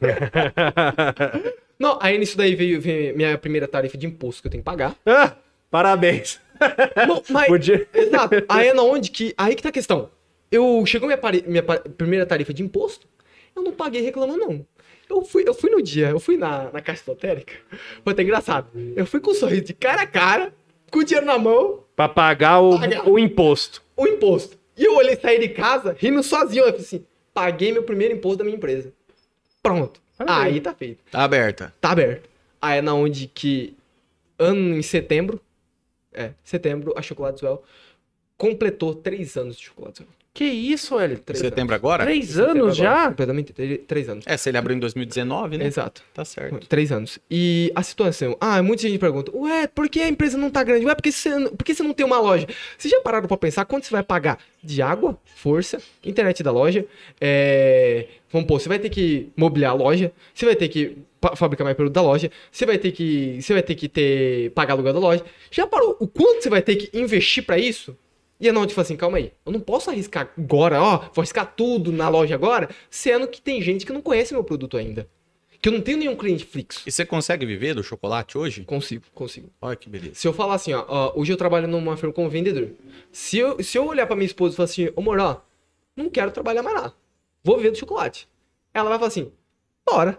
Não, aí nisso daí veio minha primeira tarifa de imposto que eu tenho que pagar. Parabéns. Não, mas, Podia... Exato. Aí é aí que tá a questão. Chegou minha primeira tarifa de imposto, eu não paguei reclamando, não. Eu fui no dia, eu fui na caixa lotérica. Foi até engraçado. Eu fui com um sorriso de cara a cara, com o dinheiro na mão. Pra pagar o imposto. O imposto. E eu olhei, saí de casa, rindo sozinho. Eu falei assim, paguei meu primeiro imposto da minha empresa. Pronto. Parabéns. Aí tá feito. Tá aberta. Tá aberto. Aí é na onde que, em setembro, a Chocolate Swell completou 3 anos de Chocolate Swell. Que isso, velho? 3 Setembro anos. agora? 3 anos já? Completamente 3 anos. Se ele abriu em 2019, né? Exato. Tá certo. 3 anos. E a situação... muita gente pergunta, ué, por que a empresa não tá grande? Ué, por que você não tem uma loja? Vocês já pararam pra pensar quanto você vai pagar de água, força, internet da loja? Vamos pôr, você vai ter que mobiliar a loja, você vai ter que fabricar mais produto da loja, você vai ter que pagar aluguel da loja. Já parou o quanto você vai ter que investir pra isso? E a Nautilus fala assim, calma aí, eu não posso arriscar agora, vou arriscar tudo na loja agora, sendo que tem gente que não conhece meu produto ainda. Que eu não tenho nenhum cliente fixo. E você consegue viver do chocolate hoje? Consigo. Olha que beleza. Se eu falar assim, hoje eu trabalho numa firma como vendedor. Se eu olhar pra minha esposa e falar assim, amor, não quero trabalhar mais lá, vou viver do chocolate. Ela vai falar assim, bora.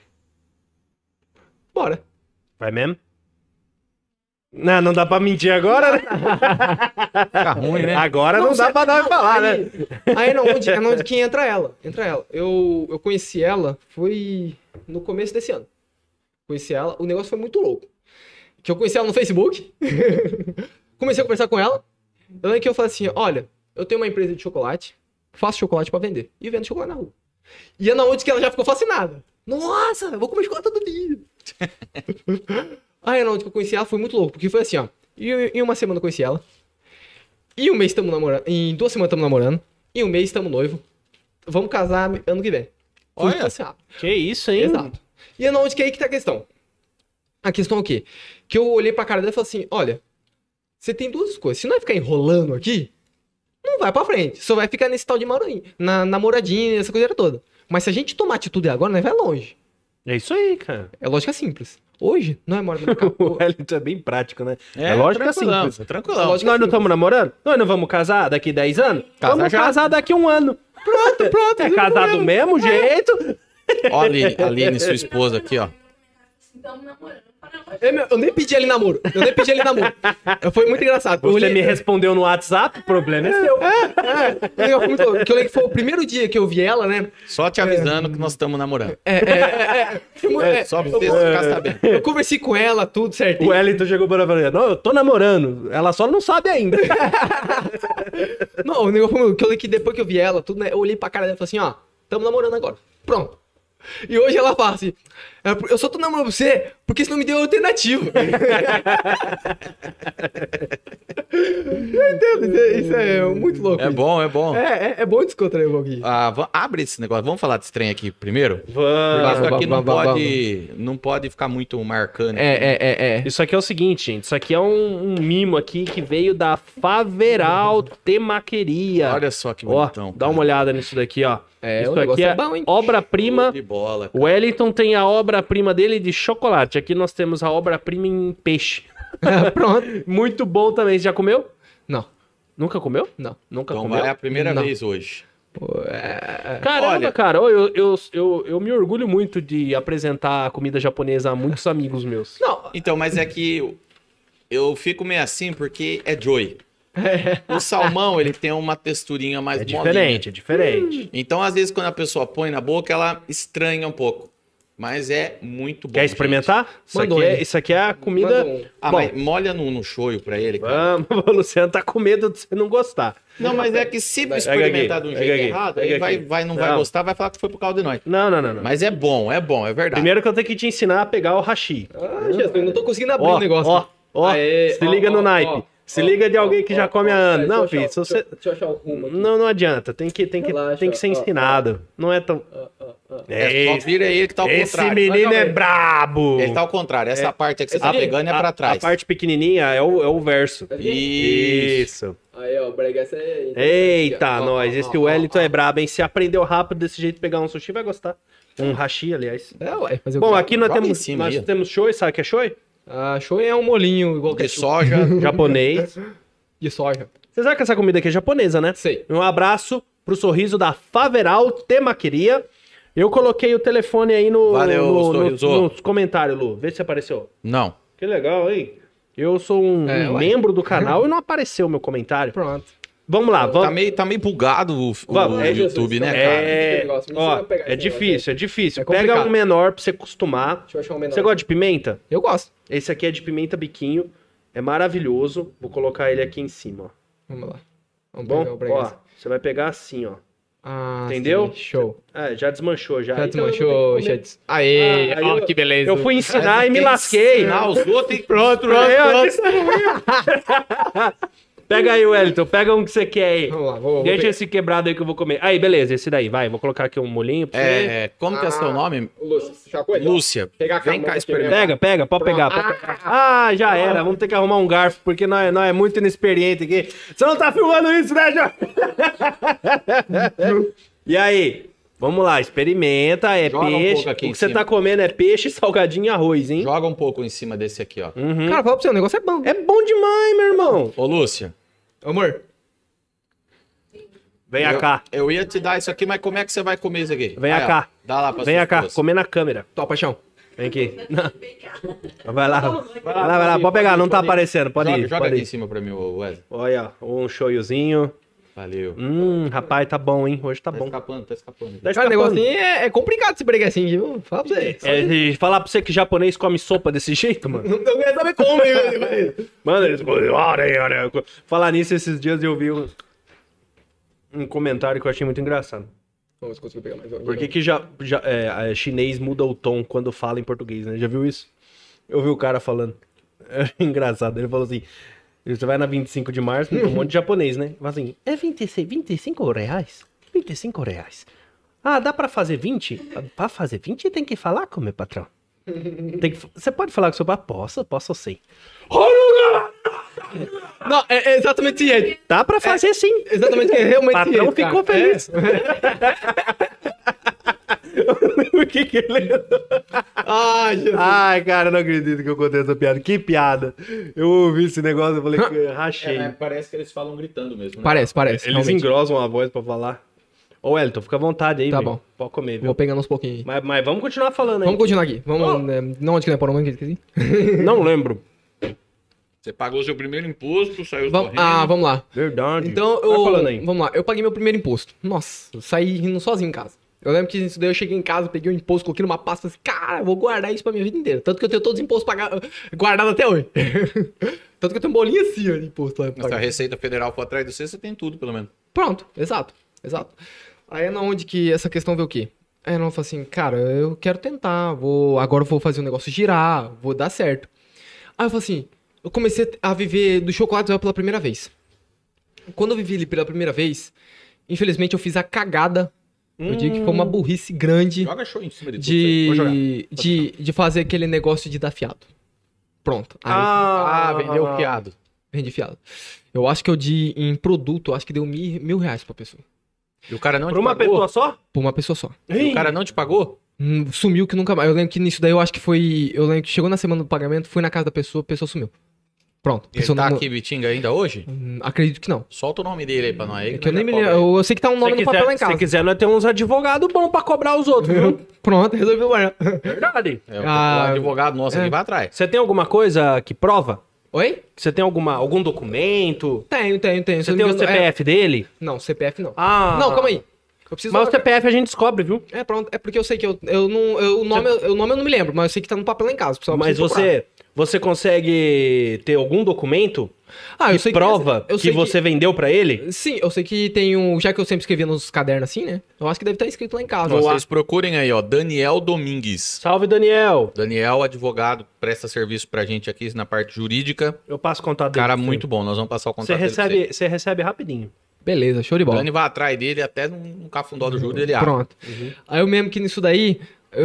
Vai mesmo? Não dá pra mentir agora, né? Fica ruim, né? Agora não dá pra dar falar, né? Aí é onde que entra ela. Eu conheci ela, foi no começo desse ano. Conheci ela, o negócio foi muito louco. que eu conheci ela no Facebook. Comecei a conversar com ela. Eu lembro que eu falei assim, olha, eu tenho uma empresa de chocolate, faço chocolate pra vender. E vendo chocolate na rua. E é na onde que ela já ficou fascinada. Nossa, eu vou comer chocolate todo dia. Aí é na onde que eu conheci ela, foi muito louco. Porque foi assim, ó. Em uma semana eu conheci ela. Em um mês estamos namorando. Em 2 semanas estamos namorando. Em um mês estamos noivo. Vamos casar ano que vem. Foi Olha. tudo assim, rápido. Que isso, hein? Exato. E é na onde que é aí que tá a questão. A questão é o quê? Que eu olhei pra cara dela e falei assim, olha, você tem 2 coisas. Se não vai ficar enrolando aqui, não vai pra frente. Só vai ficar nesse tal de namoradinha, essa coisa toda. Mas se a gente tomar atitude agora, nós vai longe. É isso aí, cara. É lógica simples. Hoje, não é mora no carro. O Wellington é bem prático, né? É lógico assim. tranquilão, tranquilão. lógico Nós não estamos namorando? Nós não vamos casar daqui 10 anos? Casar Vamos já. casar daqui 1 ano. Pronto. É casar do mesmo jeito. Olha a Aline, sua esposa aqui, ó. Estamos namorando para nós. Eu nem pedi ele namoro. Foi muito engraçado. Eu Você olhei- me respondeu no WhatsApp, o problema é seu. eu fui muito louco, que eu lembro que foi o primeiro dia que eu vi ela, né? Só te avisando que nós estamos namorando. Só pra você ficar sabendo. Eu conversei com ela, tudo O certinho. Wellington chegou para ela e falou, não, eu tô namorando. Ela só não sabe ainda. Não, o negócio foi muito louco, que eu lembro que depois que eu vi ela, tudo, né? Eu olhei pra cara dela e falei assim, ó, tamo namorando agora. Pronto. E hoje ela fala assim, eu só tô namorando você porque você não me deu alternativa. Eu entendo, isso é muito louco. É bom, é bom. É bom descontrair um pouquinho. Abre esse negócio. Vamos falar desse trem aqui primeiro? Porque Vamos. isso aqui vamos. não pode ficar muito marcando. Isso aqui é o seguinte, gente. Isso aqui é um mimo aqui que veio da Faveral Temaqueria. Olha só que Ó, bonitão. dá uma olhada nisso daqui, ó. É, o Isso negócio aqui é é bom, hein? obra-prima. De bola. O Wellington tem a obra-prima dele de chocolate. Aqui nós temos a obra-prima em peixe. Pronto. Muito bom também. Você já comeu? Não, Nunca comeu? não. Nunca Então comeu? vai a primeira Não. vez hoje. Caramba, Olha- cara, eu me orgulho muito de apresentar a comida japonesa a muitos amigos meus. Não, Então, mas é que eu fico meio assim porque é Joy. O salmão, ele tem uma texturinha mais É molinha. diferente, é diferente. Então, às vezes, quando a pessoa põe na boca, ela estranha um pouco. Mas é muito bom. Quer experimentar? Mandou Isso aqui, ele. isso aqui é a comida... Mandou. gente. Ah, Bom, mas molha no shoyu pra ele, cara. vamos, o Luciano tá com medo de você não gostar. Não, mas é que se Pega experimentar aqui, de um pega jeito aqui, errado, pega ele vai, aqui. não vai Não. gostar, vai falar que foi por causa de nós. Não. Mas é bom, é verdade. Primeiro que eu tenho que te ensinar a pegar o hashi. Ah, Jesus, eu não tô conseguindo abrir Ó, o negócio. ó, Aê, se ó, liga no ó, naipe. ó, Se ó, liga de alguém ó, que já ó, come há ó, anos. deixa Não, eu filho, achar- se você... Deixa eu achar o rumo aqui. Não adianta. Tem que Relaxa, ser ó, ensinado. Não é tão... É, só vira ele que tá ao Esse contrário. menino Calma é aí. brabo. Ele tá ao contrário. Essa parte aqui que você tá Esse- pegando é pra trás. A parte pequenininha é o verso. Isso. Aí, ó, o bregaço é... Eita, Ó, nós. ó, Esse ó, Wellington ó, é brabo, hein? Se aprendeu rápido desse jeito pegar um sushi, vai gostar. Um hashi, aliás. É, ué, fazer o Bom, quê? aqui nós Joga em temos, cima aí, ó. shoyu, sabe o que é shoyu? Ah, shoyu é um molinho igual De ketchup soja. Japonês. de soja. Você sabe que essa comida aqui é japonesa, né? Sei. Um abraço pro sorriso da Faveral Temaqueria. Eu coloquei o telefone aí Valeu, Sorriso. nos comentários, Lu. Vê se apareceu. Não. Que legal, hein? Eu sou um É, ué. membro do canal e não apareceu o meu comentário. Pronto. Vamos lá, Tá vamos. meio bugado o Vamos, é, YouTube, né, cara? É, Me ensina ó, a pegar é esse difícil, é difícil. É Pega complicado. um menor pra você acostumar. Deixa eu achar um menor. Você gosta de pimenta? Eu gosto. Esse aqui é de pimenta biquinho. É maravilhoso. Vou colocar ele aqui em cima, ó. Vamos lá. Vamos Bom, pegar o bregaço. ó, você vai pegar assim, ó. Ah, entendeu? sim, show. É, já desmanchou já. Já Então eu vou desmanchou, ter que comer. Chats. Aê, Ah, aí ó, eu- que beleza. Eu fui ensinar e me Tem que lasquei. ensinar os outros e Pronto. Pega aí, Wellington. Pega um que você quer aí. Vamos lá, vou Deixa pegar. esse quebrado aí que eu vou comer. Aí, beleza, esse daí. Vai, vou colocar aqui um molinho pra você. Como que é seu nome? Lúcia, chacou aí? Lúcia. Pegar a Vem mão cá aqui experimentar. Pega, pode pegar. Pode pegar. Ah, já era. Vamos ter que arrumar um garfo, porque nós é muito inexperiente aqui. Você não tá filmando isso, né, Jorge? E aí? Vamos lá, experimenta. É Joga um peixe. pouco aqui O em que você cima. tá comendo é peixe, salgadinho e arroz, hein? Joga um pouco em cima desse aqui, ó. Cara, fala pra você, o negócio é bom. É bom demais, meu irmão. Ô, Lúcia. Amor, Vem cá. Eu ia te dar isso aqui, mas como é que você vai comer isso aqui? Vem Aí, ó, cá. Dá lá pra Vem sua cá, esposa. comer na câmera. tua paixão. Vem aqui. Não. Vai lá. Vai lá. Pode pegar, não tá aparecendo. Pode ir. Joga pode aqui ir. em cima pra mim, Wesley. Olha, um shoyuzinho. Valeu. Rapaz, tá bom, hein? Hoje tá bom. Tá escapando. Tá Cara, o escapando. negocinho é complicado esse breguecinho, viu? Fala pra você. É, falar pra você que japonês come sopa desse jeito, mano. Não quero saber como, hein? Mano, eles... Falar nisso, esses dias eu vi um comentário que eu achei muito engraçado. Vamos conseguir pegar mais um. Por que chinês muda o tom quando fala em português, né? Já viu isso? Eu vi o cara falando. É engraçado. Ele falou assim: você vai na 25 de março, tem um monte de japonês, né? Fala assim: é 25 reais? 25 reais. Ah, dá pra fazer 20? Pra fazer 20 tem que falar com o meu patrão. Você pode falar com o seu patrão? Posso sim. Não, é exatamente isso. Dá pra fazer sim. Exatamente que é realmente O patrão isso, cara. ficou feliz. O que ele... Ai, Jesus. Ai, cara, não acredito que eu contei essa piada. Que piada. Eu ouvi esse negócio e falei que rachei. Parece que eles falam gritando mesmo, né? Parece. Eles realmente. engrossam a voz pra falar. Ô, Elton, fica à vontade aí, Tá velho. bom. Pode comer, viu? Vou pegando uns pouquinhos aí. Mas vamos continuar falando aí. Vamos continuar aqui. Vamos. Não, onde que nós paramos? Esqueci. Não lembro. Você pagou seu primeiro imposto, saiu Vamos lá. Verdade. Então, Vai falando aí. vamos lá. Eu paguei meu primeiro imposto. Nossa, eu saí rindo sozinho em casa. Eu lembro que isso daí eu cheguei em casa, peguei o imposto, coloquei numa pasta assim, cara, eu vou guardar isso pra minha vida inteira. Tanto que eu tenho todos os impostos guardados até hoje. Tanto que eu tenho um bolinho assim, ó, de imposto lá. Se a Receita Federal for atrás de você tem tudo, pelo menos. Pronto, exato. Aí é na onde que essa questão veio o quê? Aí eu falei assim, cara, eu quero tentar, agora eu vou fazer o negócio girar, vou dar certo. Aí eu falei assim, eu comecei a viver do chocolate Zóio pela primeira vez. Quando eu vivi ele pela primeira vez, infelizmente eu fiz a cagada, eu digo que foi uma burrice grande Joga show em cima de tudo isso aí. Vou jogar. de fazer aquele negócio de dar fiado. Pronto. Aí, vendeu fiado. vendi fiado. Eu acho que eu em produto, eu acho que deu R$1.000 pra pessoa. E o cara não Por te uma pagou? pessoa só? Por uma pessoa só. E o cara não te pagou? Sumiu que nunca mais. Eu lembro que nisso daí eu acho que foi. Eu lembro que chegou na semana do pagamento, fui na casa da pessoa, a pessoa sumiu. Pronto. Ele Pessoa tá não- aqui, Bitinga, ainda hoje? Acredito que não. Solta o nome dele aí pra nós aí. É que eu nem me nós lembro. cobra Eu sei que tá um nome no papel lá em casa. Se quiser, nós temos uns advogados bons pra cobrar os outros, viu? Pronto, resolveu guardar. Verdade. ele. É, o Ah, advogado nosso aqui vai atrás. Você tem alguma coisa que prova? Oi? Você tem algum documento? Tenho. Se Você eu não tem me o engano, CPF dele? Não, CPF não. Ah. Não, calma aí. Eu preciso. Mas o CPF a gente descobre, viu? É, pronto. É porque eu sei que o nome eu não me lembro, mas eu sei que tá no papel lá em casa. pessoal, eu Mas preciso procurar. você consegue ter algum documento Eu que sei prova eu que sei você vendeu pra ele? Sim, eu sei que tem um. Já que eu sempre escrevia nos cadernos assim, né? Eu acho que deve estar escrito lá em casa. Vocês procurem aí, ó, Daniel Domingues. Salve, Daniel. Daniel, advogado, presta serviço pra gente aqui na parte jurídica. Eu passo contato dele. Cara pra você. muito bom, nós vamos passar o Você contato dele pra você. você recebe rapidinho. Beleza, show de O bola. Dani vai atrás dele até num cafundó do Júlio, ele abre. Pronto. Aí eu mesmo que nisso daí,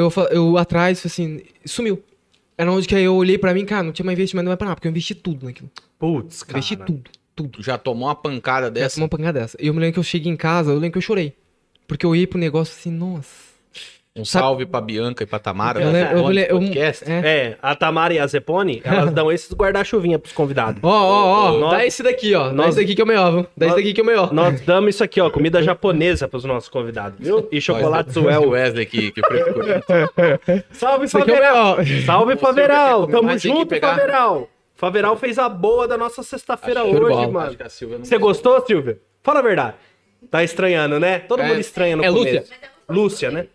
eu atrás, assim, sumiu. Era onde que aí eu olhei pra mim, cara, não tinha mais investimento, não vai pra nada, porque eu investi tudo naquilo. Putz, cara. Investi tudo. Já tomou uma pancada Dessa? dessa? Uma pancada dessa. E eu me lembro que eu cheguei em casa, eu lembro que eu chorei. Porque eu olhei pro negócio assim, nossa. Um salve pra Bianca e pra Tamara. Eu né? lembro- eu Onde lembro- eu- podcast. É, a Tamara e a Zepone, elas dão esses guarda-chuvinha pros convidados. Ó, Nós- dá esse daqui, ó. Dá nós- esse daqui que é o melhor, viu? Dá esse daqui que é o melhor. Nós damos isso aqui, ó, comida japonesa pros nossos convidados, viu? E chocolate O Suel. Wesley que frescura. Salve, Esse aqui é o Faveral! melhor. Salve, Faveral! comer Tamo mais, tem que junto, pegar. Faveral! Faveral fez a boa da nossa sexta-feira Show de hoje, bola. mano. Acho que a Silvia não Você gostou, Silvia? Fala a verdade. Tá estranhando, né? Todo mundo estranha no é começo. Lúcia? Lúcia, né?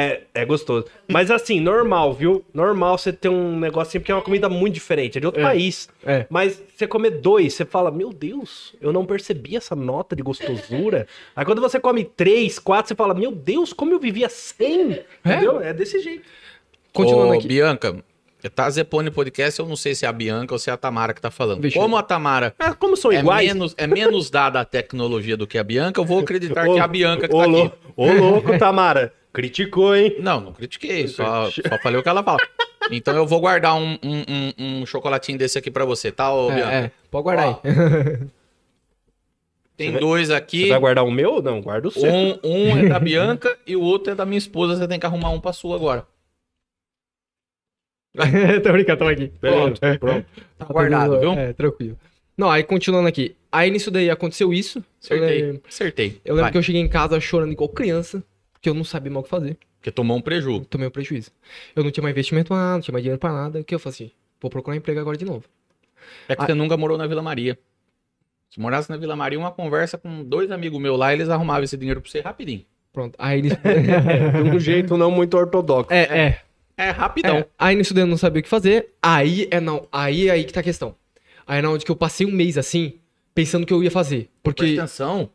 É gostoso. Mas assim, normal, viu? Normal você ter um negocinho, porque é uma comida muito diferente, é de outro país. É. Mas você comer dois, você fala, meu Deus, eu não percebi essa nota de gostosura. Aí quando você come 3, 4, você fala, meu Deus, como eu vivia sem. Entendeu? É desse jeito. Continuando Ô, aqui. Bianca, tá Zepone Podcast, eu não sei se é a Bianca ou se é a Tamara que tá falando. Vixe. Como a Tamara Como são iguais. é menos dada a tecnologia do que a Bianca, eu vou acreditar que é a Bianca que tá aqui. Ô, louco, Tamara. Criticou, hein? Não critiquei, só falei o que ela fala. Então eu vou guardar um chocolatinho desse aqui pra você, tá, ô, Bianca? Pode guardar Ó, aí. Tem dois aqui, Você vai guardar o meu? Não, guarda o seu. um é da Bianca e o outro é da minha esposa, você tem que arrumar um pra sua agora. Tô brincando, tamo aqui. Pronto, pronto. Tá guardado, viu? É, tranquilo. Não, aí continuando aqui. Aí nisso daí aconteceu isso. Acertei. Eu lembro Vai. que eu cheguei em casa chorando igual criança, porque eu não sabia mais o que fazer. Porque tomou um prejuízo. Tomei um prejuízo. Eu não tinha mais investimento pra nada, não tinha mais dinheiro pra nada. O que eu falei assim? Vou procurar emprego agora de novo. É que você nunca morou na Vila Maria. Se morasse na Vila Maria, uma conversa com 2 amigos meus lá, eles arrumavam esse dinheiro pra você rapidinho. Pronto. Aí eles. De um jeito não muito ortodoxo. É, rapidão. Aí nisso daí eu não sabia o que fazer. Aí que tá a questão. Aí na onde que eu passei um mês assim, pensando o que eu ia fazer. Porque Presta atenção.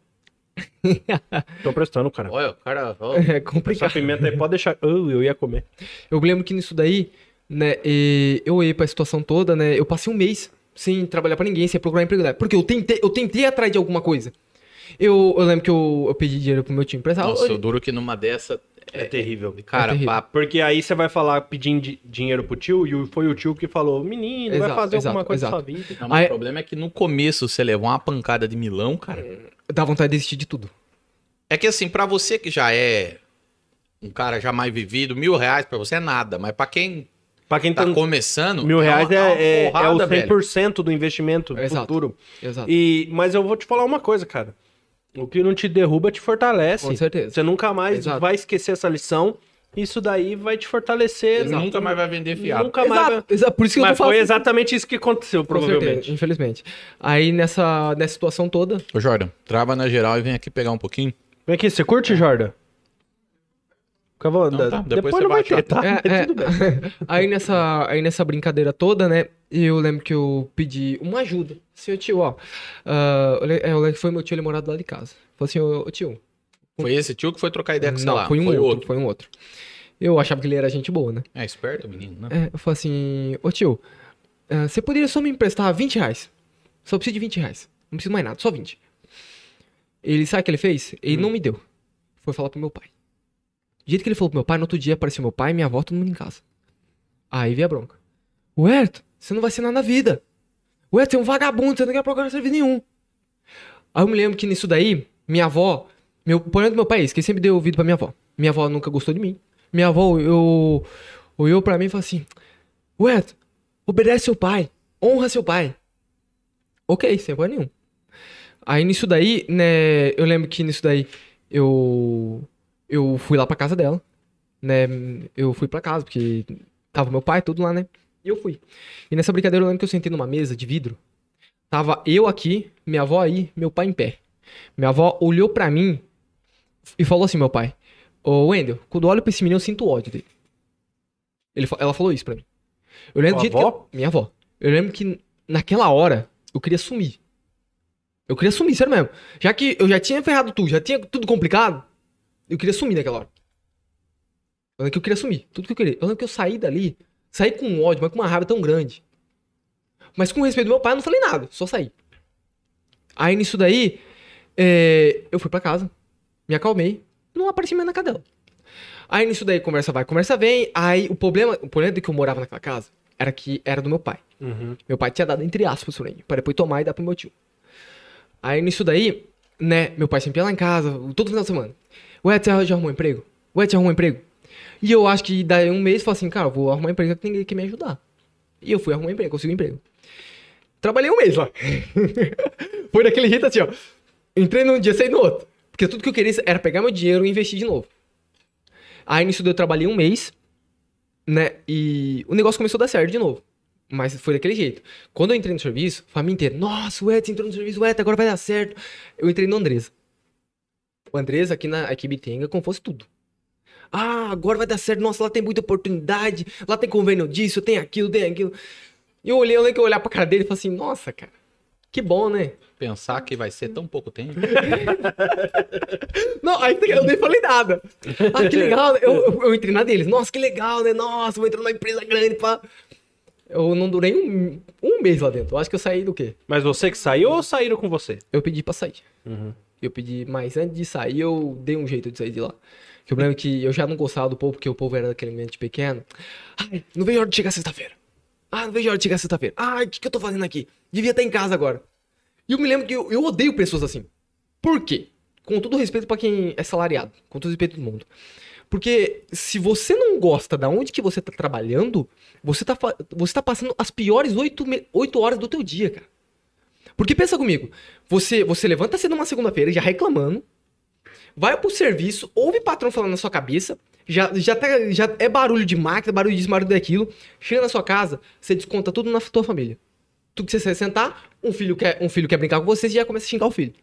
Tô prestando, cara. Olha, o cara... ó, é Essa complicado. pimenta aí pode deixar. Eu ia comer. Eu me lembro que nisso daí, né, eu ia pra situação toda, né, eu passei um mês sem trabalhar pra ninguém, sem procurar emprego. Porque eu tentei atrás de alguma coisa. Eu lembro que eu pedi dinheiro pro meu time empresário. Nossa, eu duro que numa dessa... É terrível. Cara, terrível. Porque Porque aí você vai falar pedindo dinheiro pro tio e foi o tio que falou: menino, vai Exato, fazer alguma exato, coisa exato. da sua vida. Não, mas Aí- o problema é que no começo você levou uma pancada de milão, cara. Dá vontade de desistir de tudo. É que assim, pra você que já é um cara já mais vivido, R$1.000 pra você é nada. Mas pra quem Pra quem tá tá começando... R$1.000 é o porrada, velho. 100% do investimento Exato. futuro. Exato. Mas eu vou te falar uma coisa, cara. O que não te derruba te fortalece. Com certeza. Você nunca mais Exato. vai esquecer essa lição. Isso daí vai te fortalecer. Exato. Nunca mais vai vender fiado. Nunca mais vai... Exato. Por isso que eu Mas tô falando. foi exatamente isso que aconteceu, Com certeza, provavelmente. infelizmente. Aí nessa situação toda. Ô, Jordan, trava na geral e vem aqui pegar um pouquinho. Vem aqui, você curte, Jordan? Então tá, depois você não vai vai ter, tá? É, Tudo bem. aí nessa brincadeira toda, né? Eu lembro que eu pedi uma ajuda. Assim, ô tio, ó. Eu lembro que foi meu tio, ele morava lá de casa. Falei assim, ô tio. Foi esse tio que foi trocar ideia com você Não, lá? foi um outro. outro, foi um outro. Eu achava que ele era gente boa, né? É esperto, menino, né? Eu falei assim, ô tio, você poderia só me emprestar R$20? Só preciso de R$20. Não preciso mais nada, só 20. Ele, sabe o que ele fez? Ele não me deu. Foi falar pro meu pai. Do jeito que ele falou pro meu pai, no outro dia apareceu meu pai e minha avó, todo mundo em casa. Aí veio a bronca. Huerto, você não vai ser nada na vida. Huerto, você é um vagabundo, você não quer procurar serviço nenhum. Aí eu me lembro que nisso daí, minha avó, o problema do meu pai é esse, que ele sempre deu ouvido pra minha avó. Minha avó nunca gostou de mim. Minha avó olhou pra mim e falou assim, Huerto, obedece seu pai, honra seu pai. Ok, sem problema nenhum. Aí nisso daí, né, eu lembro que nisso daí eu fui lá pra casa dela, né, eu fui pra casa, porque tava meu pai, tudo lá, né, e eu fui. E nessa brincadeira eu lembro que eu sentei numa mesa de vidro, tava eu aqui, minha avó aí, meu pai em pé. Minha avó olhou pra mim e falou assim, meu pai, ô Wendel, quando eu olho pra esse menino eu sinto ódio dele. Ela falou isso pra mim. Eu lembro do Tua jeito que avó? minha avó. Eu lembro que naquela hora eu queria sumir. Eu queria sumir, sério mesmo. Já que eu já tinha ferrado tudo, já tinha tudo complicado, eu queria sumir naquela hora. Eu lembro que eu queria sumir, tudo que eu queria. Eu lembro que eu saí dali, saí com ódio, mas com uma raiva tão grande. Mas com respeito do meu pai, eu não falei nada, só saí. Aí nisso daí, eu fui pra casa, me acalmei, não apareci mais na cadela. Aí nisso daí, conversa vai, conversa vem. Aí o problema de que eu morava naquela casa era que era do meu pai. Uhum. Meu pai tinha dado entre aspas pra mim, pra depois tomar e dar pro meu tio. Aí nisso daí, né, meu pai sempre ia lá em casa, todo final de semana. Ué, você já arrumou um emprego? Ué, você arrumou um emprego? E eu acho que daí um mês eu falei assim, cara, eu vou arrumar um emprego que tem ninguém que me ajudar. E eu fui arrumar um emprego, consegui um emprego. Trabalhei um mês lá. Foi daquele jeito assim, ó. Entrei num dia, saí no outro. Porque tudo que eu queria era pegar meu dinheiro e investir de novo. Aí nisso daí eu trabalhei um mês, né, e o negócio começou a dar certo de novo. Mas foi daquele jeito. Quando eu entrei no serviço, a família inteira, nossa, o Edson entrou no serviço, o Edson agora vai dar certo. Eu entrei no Andresa. O Andresa aqui na equipe Tenga, como fosse tudo. Ah, agora vai dar certo, nossa, lá tem muita oportunidade, lá tem convênio disso, tem aquilo, tem aquilo. E eu lembro que eu olhar pra cara dele e falei assim, nossa, cara, que bom, né? Pensar que vai ser tão pouco tempo. Não, aí eu nem falei nada. Ah, que legal, eu entrei na deles, nossa, que legal, né? Nossa, vou entrar numa empresa grande, pá. Eu não durei um mês lá dentro. Eu acho que eu saí do quê? Mas você que saiu ou saíram com você? Eu pedi pra sair. Uhum. Eu pedi, mas antes de sair, eu dei um jeito de sair de lá. Eu lembro que eu já não gostava do povo, porque o povo era daquele ambiente pequeno. Ai, não vejo a hora de chegar sexta-feira. Ah, não vejo a hora de chegar sexta-feira. Ai, o que eu tô fazendo aqui? Devia estar em casa agora. E eu me lembro que eu odeio pessoas assim. Por quê? Com todo respeito pra quem é salariado. Com todo respeito do mundo. Porque se você não gosta da onde que você tá trabalhando, você tá passando as piores 8 horas do teu dia, cara. Porque pensa comigo, você levanta cedo numa segunda-feira já reclamando, vai pro serviço, ouve o patrão falando na sua cabeça, já é barulho de máquina, barulho disso, barulho daquilo, chega na sua casa, você desconta tudo na tua família. Tudo que você sentar, Um filho quer brincar com você, você já começa a xingar o filho.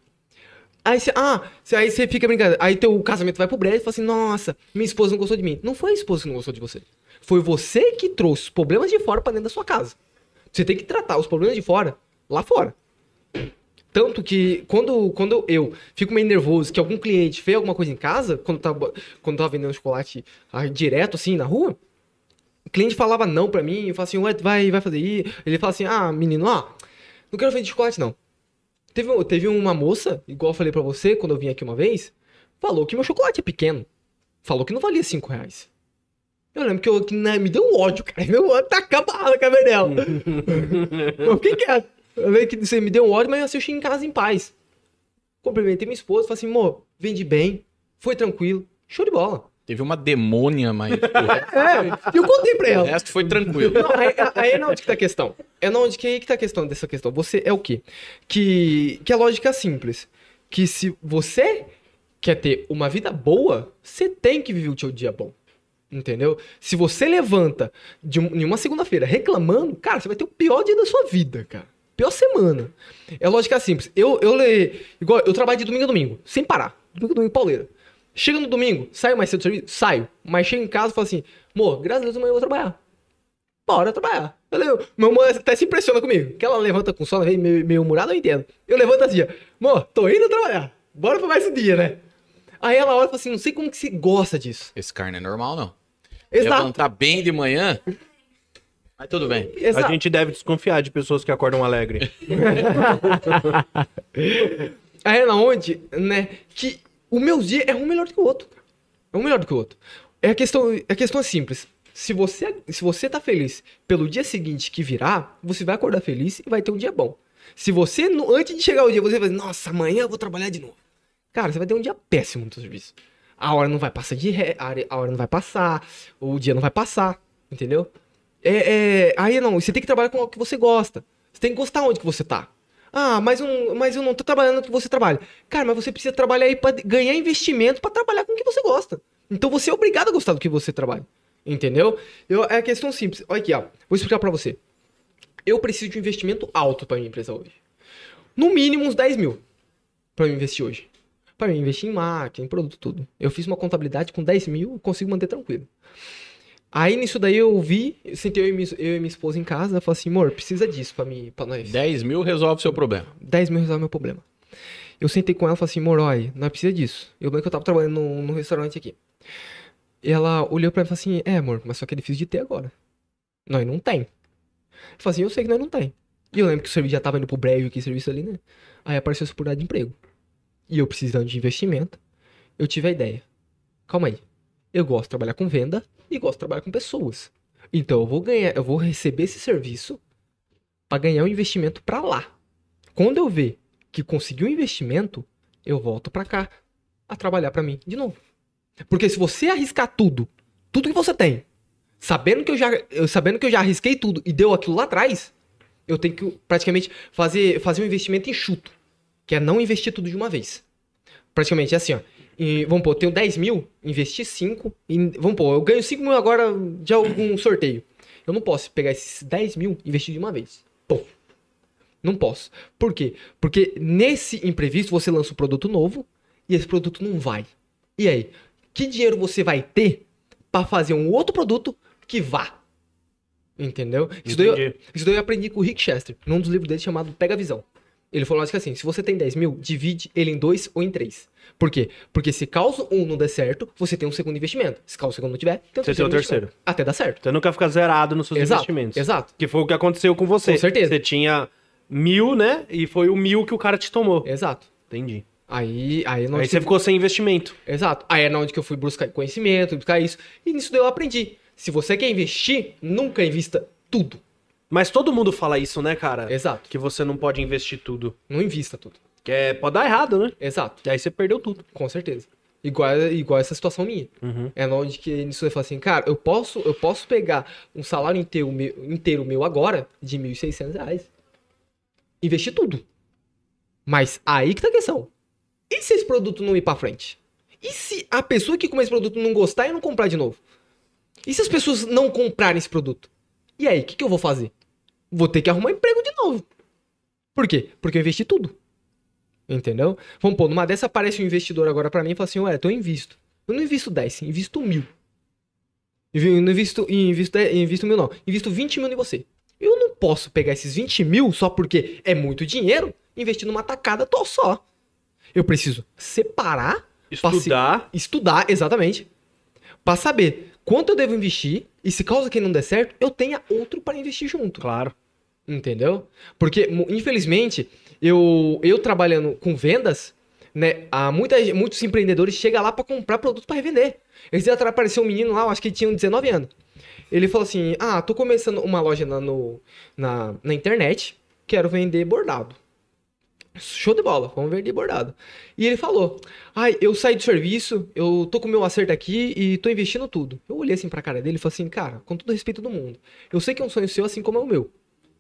Aí você fica brincando. Aí teu casamento vai pro brejo e fala assim, nossa, minha esposa não gostou de mim. Não foi a esposa que não gostou de você. Foi você que trouxe os problemas de fora pra dentro da sua casa. Você tem que tratar os problemas de fora lá fora. Tanto que quando eu fico meio nervoso que algum cliente fez alguma coisa em casa, quando eu tava vendendo chocolate direto assim na rua, o cliente falava não pra mim, falava assim, ué, vai fazer isso. Ele fala assim, menino, não quero vender chocolate não. Teve uma moça, igual eu falei pra você quando eu vim aqui uma vez, falou que meu chocolate é pequeno. Falou que não valia R$5. Eu lembro que me deu um ódio, cara. Meu ódio tá acabado, Cabedel. Eu fiquei quieto. Eu lembro que você me deu um ódio, mas eu assisti em casa em paz. Cumprimentei minha esposa, falei assim, amor, vendi bem, foi tranquilo, show de bola. Teve uma demônia, mas... Eu contei pra O ela. resto foi tranquilo. Não, aí é na onde que tá a questão. Aí que tá a questão dessa questão. Você é o quê? Que a lógica é simples. Que se você quer ter uma vida boa, você tem que viver o seu dia bom. Entendeu? Se você levanta em uma segunda-feira reclamando, cara, você vai ter o pior dia da sua vida, cara. Pior semana. É lógica simples. Igual, eu trabalho de domingo a domingo, sem parar. Domingo, pauleira. Chega no domingo, saio mais cedo do serviço? Saio. Mas chego em casa e falo assim, amor, graças a Deus amanhã eu vou trabalhar. Bora trabalhar. Meu amor até se impressiona comigo. Que ela levanta com sono, meio humorada, eu entendo. Eu levanto assim, amor, tô indo trabalhar. Bora pra mais um dia, né? Aí ela olha e fala assim, não sei como que você gosta disso. Esse cara não é normal, não. Exato. Levantar bem de manhã, mas tudo bem. Exato. A gente deve desconfiar de pessoas que acordam alegre. Aí é na onde, né, que o meu dia é um melhor do que o outro. É um melhor do que o outro. A questão é simples. Se você tá feliz pelo dia seguinte que virá, você vai acordar feliz e vai ter um dia bom. Se você, antes de chegar o dia, você vai dizer, nossa, amanhã eu vou trabalhar de novo. Cara, você vai ter um dia péssimo no seu serviço. A hora não vai passar a hora não vai passar, o dia não vai passar, entendeu? Aí não, você tem que trabalhar com o que você gosta. Você tem que gostar onde que você tá. Mas eu não tô trabalhando no que você trabalha. Cara, mas você precisa trabalhar aí pra ganhar investimento pra trabalhar com o que você gosta. Então você é obrigado a gostar do que você trabalha. Entendeu? É a questão simples. Olha aqui, vou explicar pra você. Eu preciso de um investimento alto pra minha empresa hoje. No mínimo uns 10 mil pra eu investir hoje. Pra mim investir em marketing, em produto, tudo. Eu fiz uma contabilidade com 10 mil, consigo manter tranquilo. Aí nisso daí eu sentei eu e minha esposa em casa, falei assim, amor, precisa disso pra nós. 10 mil resolve o seu problema. 10 mil resolve meu problema. Eu sentei com ela e falei assim, amor, olha, nós precisa disso. Eu lembro que eu tava trabalhando num restaurante aqui. Ela olhou pra mim e falou assim, amor, mas só que é difícil de ter agora. Nós não tem. Eu falei assim, eu sei que nós não tem. E eu lembro que o serviço já tava indo pro breve aqui, serviço ali, né? Aí apareceu essa oportunidade de emprego. E eu precisando de investimento, eu tive a ideia. Calma aí. Eu gosto de trabalhar com venda e gosto de trabalhar com pessoas. Então eu vou receber esse serviço para ganhar um investimento para lá. Quando eu ver que consegui um investimento, eu volto para cá a trabalhar para mim de novo. Porque se você arriscar tudo que você tem, sabendo que eu já arrisquei tudo e deu aquilo lá atrás, eu tenho que praticamente fazer um investimento enxuto, que é não investir tudo de uma vez. Praticamente é assim, ó. Vamos pôr, eu tenho 10 mil, investi 5, vamos pôr, eu ganho 5 mil agora de algum sorteio. Eu não posso pegar esses 10 mil e investir de uma vez. Pô. Não posso. Por quê? Porque nesse imprevisto você lança um produto novo e esse produto não vai. E aí? Que dinheiro você vai ter para fazer um outro produto que vá? Entendeu? Isso daí eu aprendi com o Rick Chester, num dos livros dele chamado Pega a Visão. Ele falou assim, se você tem 10 mil, divide ele em 2 ou em 3. Por quê? Porque se caso um não der certo, você tem um segundo investimento. Se caso o segundo não tiver, tem Você tem o terceiro. Até dar certo. Você nunca fica zerado nos seus investimentos. Exato. Que foi o que aconteceu com você. Com certeza. Você tinha 1.000, né? E foi o 1.000 que o cara te tomou. Exato. Entendi. Aí Você ficou sem investimento. Exato. Aí é na onde que eu fui buscar conhecimento, buscar isso. E nisso daí eu aprendi. Se você quer investir, nunca invista tudo. Mas todo mundo fala isso, né, cara? Exato. Que você não pode investir tudo. Não invista tudo. Pode dar errado, né? Exato. E aí você perdeu tudo. Com certeza. Igual essa situação minha. Uhum. É na onde que nisso eu falo assim, cara, eu posso pegar um salário inteiro meu agora, de R$1.600, investir tudo. Mas aí que tá a questão. E se esse produto não ir pra frente? E se a pessoa que compra esse produto não gostar e não comprar de novo? E se as pessoas não comprarem esse produto? E aí, o que eu vou fazer? Vou ter que arrumar emprego de novo. Por quê? Porque eu investi tudo. Entendeu? Vamos pôr, numa dessa aparece um investidor agora pra mim e fala assim, ué, então eu invisto. Eu não invisto 10, invisto 1.000. Eu não invisto 1.000 não, invisto 20 mil em você. Eu não posso pegar esses 20 mil só porque é muito dinheiro e investir numa tacada só. Eu preciso separar, estudar, exatamente, pra saber quanto eu devo investir e se causa que não der certo, eu tenha outro para investir junto. Claro. Entendeu? Porque, infelizmente, eu trabalhando com vendas, né, muitos empreendedores chegam lá para comprar produto para revender. Esse dia apareceu um menino lá, eu acho que ele tinha 19 anos. Ele falou assim, tô começando uma loja na internet, quero vender bordado. Show de bola, vamos vender bordado. E ele falou, eu saí do serviço, eu tô com o meu acerto aqui e tô investindo tudo. Eu olhei assim pra cara dele e falei assim, cara, com todo respeito do mundo, eu sei que é um sonho seu assim como é o meu.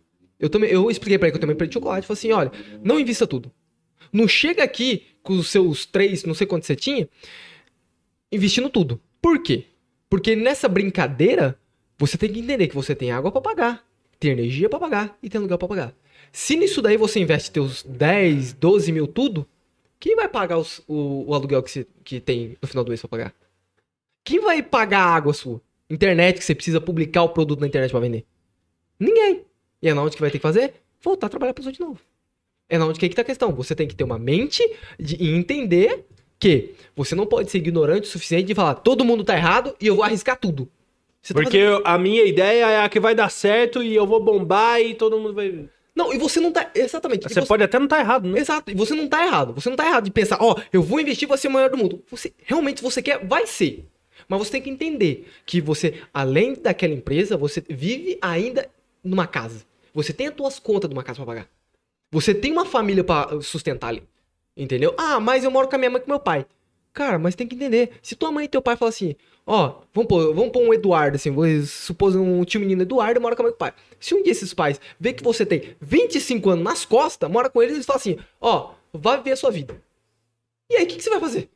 Eu expliquei pra ele que eu tenho uma empresa de chocolate, falei assim, olha, não invista tudo. Não chega aqui com os seus 3, não sei quanto você tinha, investindo tudo. Por quê? Porque nessa brincadeira, você tem que entender que você tem água pra pagar, tem energia pra pagar e tem lugar pra pagar. Se nisso daí você investe teus 10, 12 mil tudo, quem vai pagar o aluguel que tem no final do mês pra pagar? Quem vai pagar a água sua? Internet, que você precisa publicar o produto na internet pra vender? Ninguém. E é na onde que vai ter que fazer? Voltar a trabalhar para os de novo. É na onde que tá a questão. Você tem que ter uma mente e entender que você não pode ser ignorante o suficiente de falar todo mundo tá errado e eu vou arriscar tudo. Você tá Porque a minha ideia é a que vai dar certo e eu vou bombar e todo mundo vai... Não, e você não tá... Exatamente. Você pode até não estar errado, né? Exato. E você não tá errado. Você não tá errado de pensar, eu vou investir, vou ser o maior do mundo. Realmente você quer, vai ser. Mas você tem que entender que você, além daquela empresa, você vive ainda numa casa. Você tem as tuas contas de uma casa pra pagar. Você tem uma família pra sustentar ali. Entendeu? Mas eu moro com a minha mãe e com meu pai. Cara, mas tem que entender. Se tua mãe e teu pai falam assim, vamos pôr um Eduardo, assim, vou supor um tio menino Eduardo mora com a mãe e com o pai. Se um dia esses pais vê que você tem 25 anos nas costas, mora com eles, eles falam assim, vai viver a sua vida. E aí, o que você vai fazer?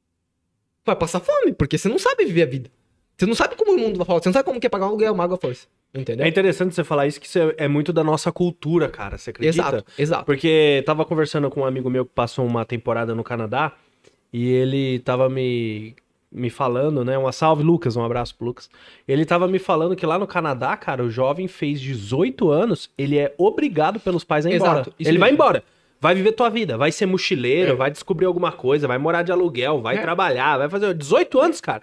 Vai passar fome, porque você não sabe viver a vida. Você não sabe como o mundo vai falar, você não sabe como que é pagar um aluguel, uma água, força. Entendeu? É interessante você falar isso, que isso é muito da nossa cultura, cara, você acredita? Exato. Porque tava conversando com um amigo meu que passou uma temporada no Canadá e ele tava me falando, né, salve Lucas, um abraço pro Lucas. Ele tava me falando que lá no Canadá, cara, o jovem fez 18 anos, ele é obrigado pelos pais a ir embora. Ele vai embora. Vai viver tua vida, vai ser mochileiro, vai descobrir alguma coisa, vai morar de aluguel, vai trabalhar, vai fazer 18 anos, cara.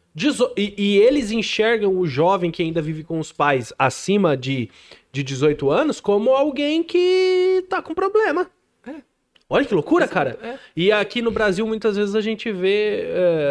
E eles enxergam o jovem que ainda vive com os pais acima de 18 anos como alguém que tá com problema. Olha que loucura, cara. E aqui no Brasil, muitas vezes, a gente vê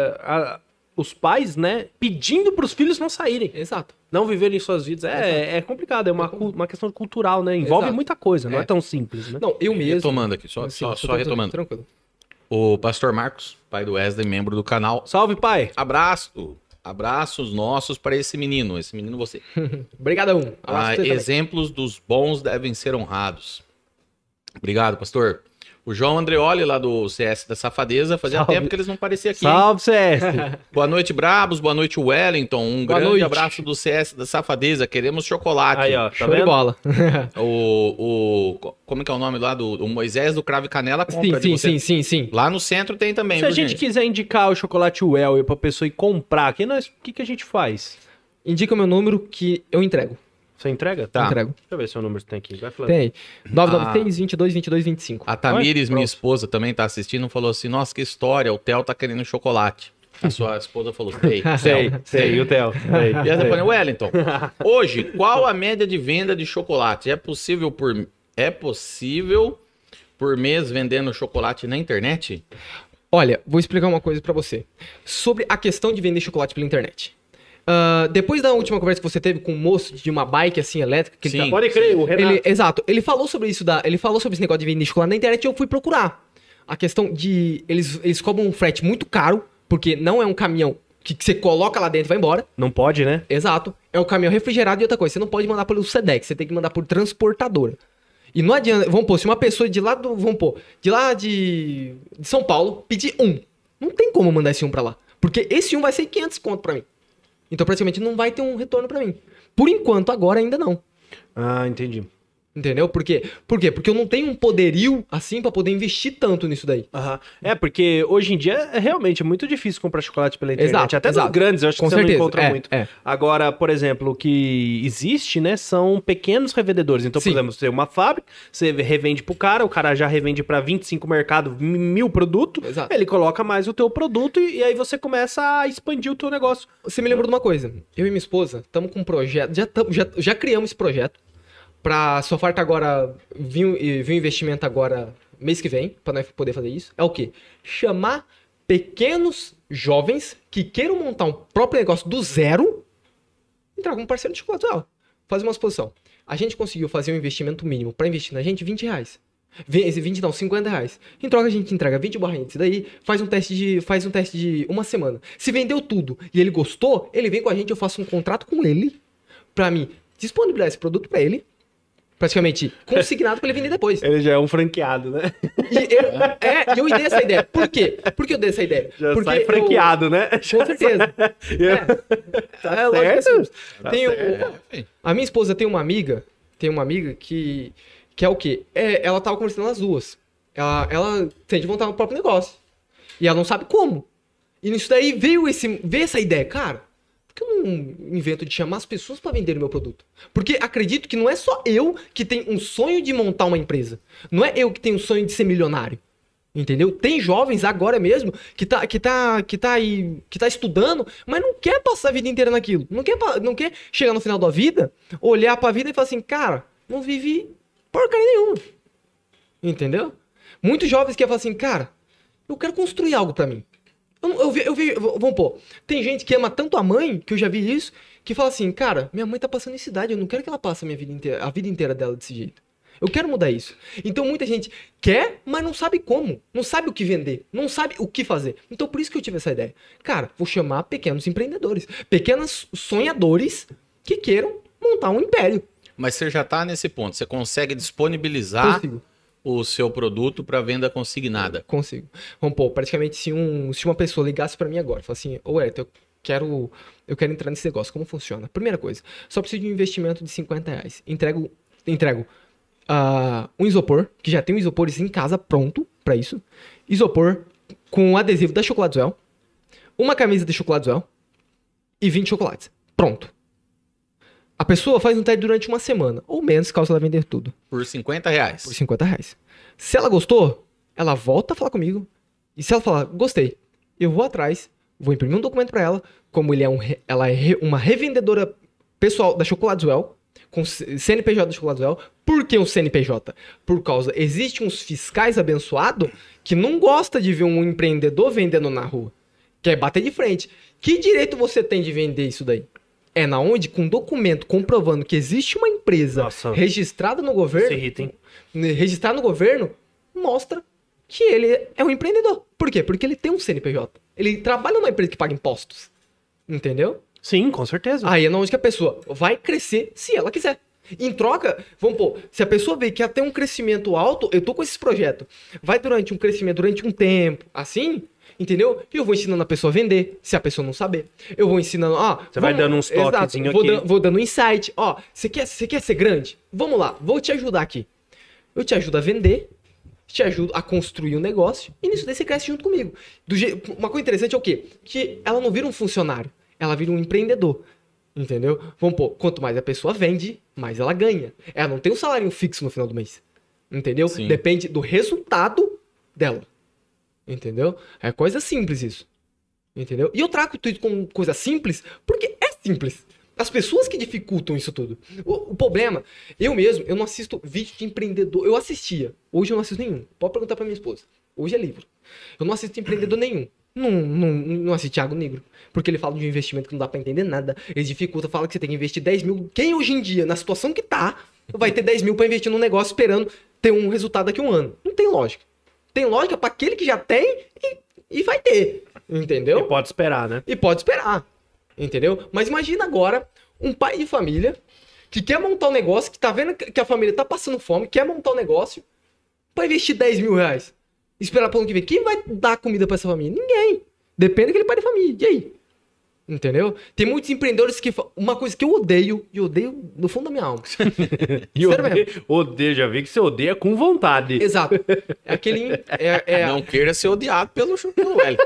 os pais, né, pedindo pros filhos não saírem. Exato. Não viverem suas vidas. É complicado, é uma questão cultural, né? Envolve muita coisa, não é tão simples, né? Não, eu mesmo... Retomando aqui, só retomando. Tranquilo. O pastor Marcos, pai do Wesley, membro do canal. Salve, pai! Abraços nossos para esse menino você. Obrigadão. Exemplos dos bons devem ser honrados. Obrigado, pastor. O João Andreoli, lá do CS da Safadeza, fazia tempo que eles não apareciam aqui. Salve, CS! Boa noite, Brabos. Boa noite, Wellington. Boa Grande noite. Abraço do CS da Safadeza. Queremos chocolate. Aí, ó, tá Show vendo? de bola. Como é que é o nome lá do Moisés do Cravo e Canela? Compra de você. Sim. Lá no centro tem também, Se a viu, gente quiser indicar o chocolate Well pra pessoa ir comprar, o que a gente faz? Indica o meu número que eu entrego. Você entrega? Tá. Entrego. Deixa eu ver se o número tem aqui. Vai falando. Tem aí. 996 22 22 25. A Tamires, Olha, minha pronto. esposa, também tá assistindo, falou assim, nossa, que história, o Theo tá querendo chocolate. A sua esposa falou, Sei, o Theo. E ela falou, Wellington, hoje, qual a média de venda de chocolate? É possível por mês vendendo chocolate na internet? Olha, vou explicar uma coisa pra você. Sobre a questão de vender chocolate pela internet. Depois da última conversa que você teve com um moço de uma bike assim elétrica, que ele Sim. tá- Pode crer, o Renato. Exato. Ele falou sobre isso ele falou sobre esse negócio de vender chocolate na internet e eu fui procurar. A questão de eles cobram um frete muito caro, porque não é um caminhão que você coloca lá dentro e vai embora. Não pode, né? Exato. É um caminhão refrigerado e outra coisa. Você não pode mandar pelo Sedex, você tem que mandar por transportadora. E não adianta, vamos pôr, se uma pessoa de lá de São Paulo pedir não tem como mandar esse pra lá. Porque esse vai ser 500 conto pra mim. Então praticamente não vai ter um retorno pra mim. Por enquanto, agora ainda não. Ah, entendi. Entendeu? Por quê? Por quê? Porque eu não tenho um poderio assim pra poder investir tanto nisso daí. Aham. É, porque hoje em dia é realmente muito difícil comprar chocolate pela internet. Exato, Até exato. dos grandes, eu acho Com que você certeza, não encontra é, muito. é. Agora, por exemplo, o que existe, né, são pequenos revendedores. Então, por Sim. exemplo, você tem uma fábrica, você revende pro cara, o cara já revende pra 25 mercados, 1000 produtos, Exato. ele coloca mais o teu produto e aí você começa a expandir o teu negócio. Você me lembrou de uma coisa. Eu e minha esposa estamos com um projeto. Já criamos esse projeto. Pra sua farta agora. Vir um investimento agora mês que vem. Pra nós poder fazer isso. É o quê? Chamar pequenos jovens que queiram montar um próprio negócio do zero. Entrar como parceiro de chocolate. Ó, fazer uma exposição. A gente conseguiu fazer um investimento mínimo pra investir na gente R$20. 20 não, R$50. Em troca a gente entrega 20 barrinhas disso daí, faz um teste de uma semana. Se vendeu tudo e ele gostou, ele vem com a gente, eu faço um contrato com ele pra mim disponibilizar esse produto pra ele, praticamente consignado pra ele vender depois. Ele já é um franqueado, né? E eu dei essa ideia. Por quê? Por que eu dei essa ideia? Já Porque sai franqueado, né? Com certeza. Tá lógico que é certo? assim. A minha esposa tem uma amiga que é o quê? Ela tava conversando as duas. Ela tem de montar um próprio negócio. E ela não sabe como. E nisso daí veio essa ideia. Cara, por que eu não invento de chamar as pessoas pra vender o meu produto? Porque acredito que não é só eu que tenho um sonho de montar uma empresa. Não é eu que tenho um sonho de ser milionário. Entendeu? Tem jovens agora mesmo que tá estudando, mas não quer passar a vida inteira naquilo. Não quer chegar no final da vida, olhar pra vida e falar assim, cara, não vivi porcaria nenhuma. Entendeu? Muitos jovens que falam assim, cara, eu quero construir algo pra mim. Vamos pôr, tem gente que ama tanto a mãe, que eu já vi isso, que fala assim, cara, minha mãe tá passando essa idade, eu não quero que ela passe a vida inteira dela desse jeito. Eu quero mudar isso. Então muita gente quer, mas não sabe como. Não sabe o que vender. Não sabe o que fazer. Então por isso que eu tive essa ideia. Cara, vou chamar pequenos empreendedores. Pequenos sonhadores que queiram montar um império. Mas você já tá nesse ponto. Você consegue disponibilizar Consigo. o seu produto para venda consignada. Consigo. Vamos pôr, praticamente se uma pessoa ligasse pra mim agora, falasse assim, ô Herto, eu quero entrar nesse negócio, como funciona? Primeira coisa, só preciso de um investimento de R$50. Entrego um isopor, que já tem um isopores em casa pronto pra isso. Isopor com adesivo da Chocolatzwell, uma camisa de Chocolatzwell e 20 chocolates. Pronto. A pessoa faz um teste durante uma semana, ou menos, caso ela vender tudo. Por R$50. Por R$50. Se ela gostou, ela volta a falar comigo. E se ela falar, gostei, eu vou atrás, vou imprimir um documento pra ela, como ela é uma revendedora pessoal da Chocolatzwell, com CNPJ da Chocolatzwell. Por que um CNPJ? Por causa, existe uns fiscais abençoados que não gosta de ver um empreendedor vendendo na rua. Quer bater de frente. Que direito você tem de vender isso daí? É na onde, com documento comprovando que existe uma empresa Nossa. registrada no governo, Se irrita, hein? registrada no governo, mostra que ele é um empreendedor. Por quê? Porque ele tem um CNPJ. Ele trabalha numa empresa que paga impostos. Entendeu? Sim, com certeza. Aí é na onde que a pessoa vai crescer se ela quiser. Em troca, vamos pôr, se a pessoa vê que ela tem um crescimento alto, eu tô com esse projeto, vai durante um crescimento, durante um tempo, assim, entendeu? E eu vou ensinando a pessoa a vender, se a pessoa não saber. Eu vou ensinando, Você vai dando uns toquezinhos aqui. Vou dando um insight. Ó, você quer ser grande? Vamos lá, vou te ajudar aqui. Eu te ajudo a vender, te ajudo a construir um negócio, e nisso daí você cresce junto comigo. Uma coisa interessante é o quê? Que ela não vira um funcionário, ela vira um empreendedor. Entendeu? Vamos pôr, quanto mais a pessoa vende, mais ela ganha. Ela não tem um salário fixo no final do mês. Entendeu? Sim. Depende do resultado dela. Entendeu? É coisa simples isso. Entendeu? E eu trago tudo como coisa simples, porque é simples. As pessoas que dificultam isso tudo. O problema, eu não assisto vídeo de empreendedor. Eu assistia. Hoje eu não assisto nenhum. Pode perguntar pra minha esposa. Hoje é livro. Eu não assisto empreendedor nenhum. Não assisto Thiago Negro. Porque ele fala de um investimento que não dá pra entender nada. Ele dificulta, fala que você tem que investir 10 mil. Quem hoje em dia, na situação que tá, vai ter 10 mil pra investir num negócio esperando ter um resultado daqui a um ano? Não tem lógica. Tem lógica pra aquele que já tem e vai ter. Entendeu? E pode esperar, né? E pode esperar. Entendeu? Mas imagina agora um pai de família que quer montar um negócio, que tá vendo que a família tá passando fome, quer montar um negócio pra investir 10 mil reais. Esperar pro ano que vem. Quem vai dar comida pra essa família? Ninguém. Depende daquele pai de família. E aí? Entendeu? Tem muitos empreendedores que... Uma coisa que eu odeio, e odeio no fundo da minha alma. E Sério mesmo. odeia, já vi que você odeia com vontade. Exato. É aquele... Não queira ser odiado pelo Hélio.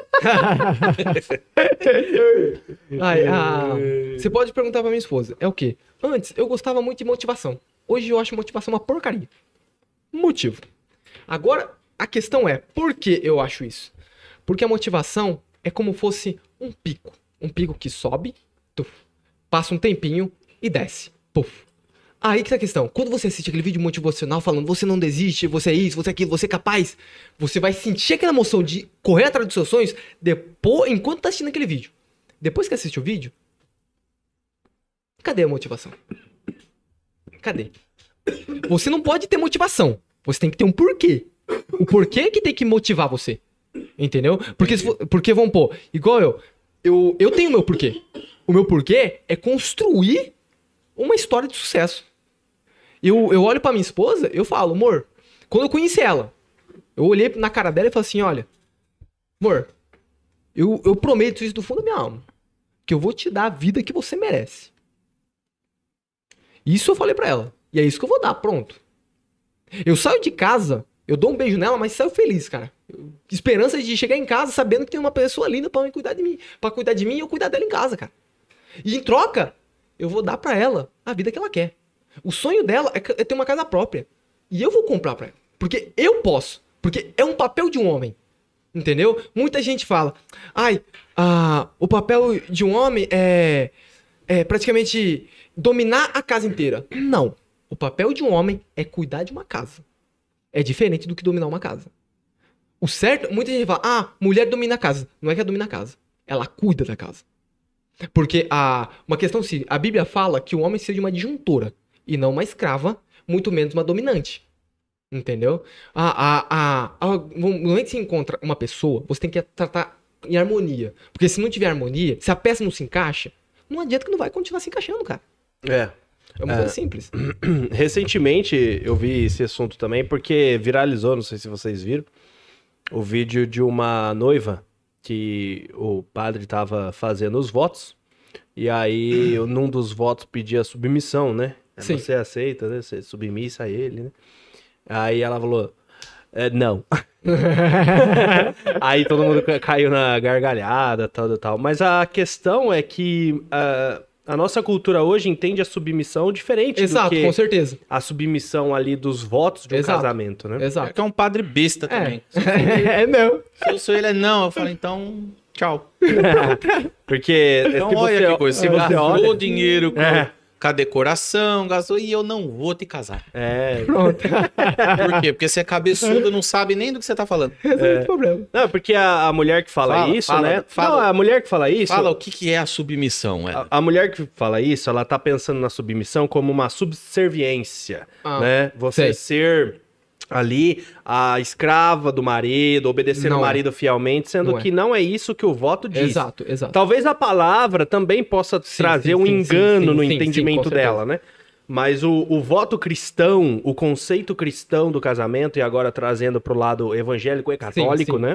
Você pode perguntar pra minha esposa. É o quê? Antes, eu gostava muito de motivação. Hoje eu acho motivação uma porcaria. Motivo. Agora, a questão é, por que eu acho isso? Porque a motivação é como fosse um pico. Um pico que sobe, tuf, passa um tempinho e desce. Puf. Aí que tá a questão. Quando você assiste aquele vídeo motivacional falando você não desiste, você é isso, você é aquilo, você é capaz, você vai sentir aquela emoção de correr atrás dos seus sonhos depois, enquanto tá assistindo aquele vídeo. Depois que assiste o vídeo, cadê a motivação? Cadê? Você não pode ter motivação. Você tem que ter um porquê. O porquê que tem que motivar você. Entendeu? Porque vamos pôr, igual eu tenho o meu porquê. O meu porquê é construir uma história de sucesso. Eu olho pra minha esposa, eu falo, amor, quando eu conheci ela, eu olhei na cara dela e falei assim, olha, amor, eu prometo isso do fundo da minha alma, que eu vou te dar a vida que você merece. Isso eu falei pra ela. E é isso que eu vou dar, pronto. Eu saio de casa, eu dou um beijo nela, mas saio feliz, cara. Esperança de chegar em casa sabendo que tem uma pessoa linda pra cuidar de mim. Pra cuidar de mim e eu cuidar dela em casa, cara. E em troca, eu vou dar pra ela a vida que ela quer. O sonho dela é ter uma casa própria. E eu vou comprar pra ela. Porque eu posso. Porque é um papel de um homem. Entendeu? Muita gente fala, o papel de um homem é praticamente dominar a casa inteira. Não. O papel de um homem é cuidar de uma casa. É diferente do que dominar uma casa. O certo, muita gente fala, mulher domina a casa. Não é que ela domina a casa. Ela cuida da casa. Porque uma questão assim, a Bíblia fala que o homem seja uma disjuntora e não uma escrava, muito menos uma dominante. Entendeu? No momento que você encontra uma pessoa, você tem que tratar em harmonia. Porque se não tiver harmonia, se a peça não se encaixa, não adianta que não vai continuar se encaixando, cara. É uma coisa simples. Recentemente eu vi esse assunto também, porque viralizou, não sei se vocês viram, o vídeo de uma noiva que o padre estava fazendo os votos, e aí num dos votos pedia submissão, né? Sim. Você aceita, né? Você é submissa a ele, né? Aí ela falou, não. Aí todo mundo caiu na gargalhada, tal. Mas a questão é que a nossa cultura hoje entende a submissão diferente Exato, do que com certeza. a submissão ali dos votos de um Exato. casamento, né? É Exato. que é um padre besta também. Não. Se eu sou ele, é não. Eu falo, então, tchau. Porque Então, se olha você, que coisa. se Você você gastou olha... dinheiro com a decoração, gastou, e eu não vou te casar. Pronto. Por quê? Porque você é cabeçudo, não sabe nem do que você tá falando. Esse é o problema. Não, porque a mulher que fala isso, né? Não, a mulher que fala isso... Fala o que é a submissão. A mulher que fala isso, ela tá pensando na submissão como uma subserviência, né? Você ser ali a escrava do marido, obedecer o marido fielmente, sendo que não é isso que o voto diz. Exato. Talvez a palavra também possa trazer um engano no entendimento dela, né? Mas o voto cristão, o conceito cristão do casamento, e agora trazendo pro lado evangélico e católico, né?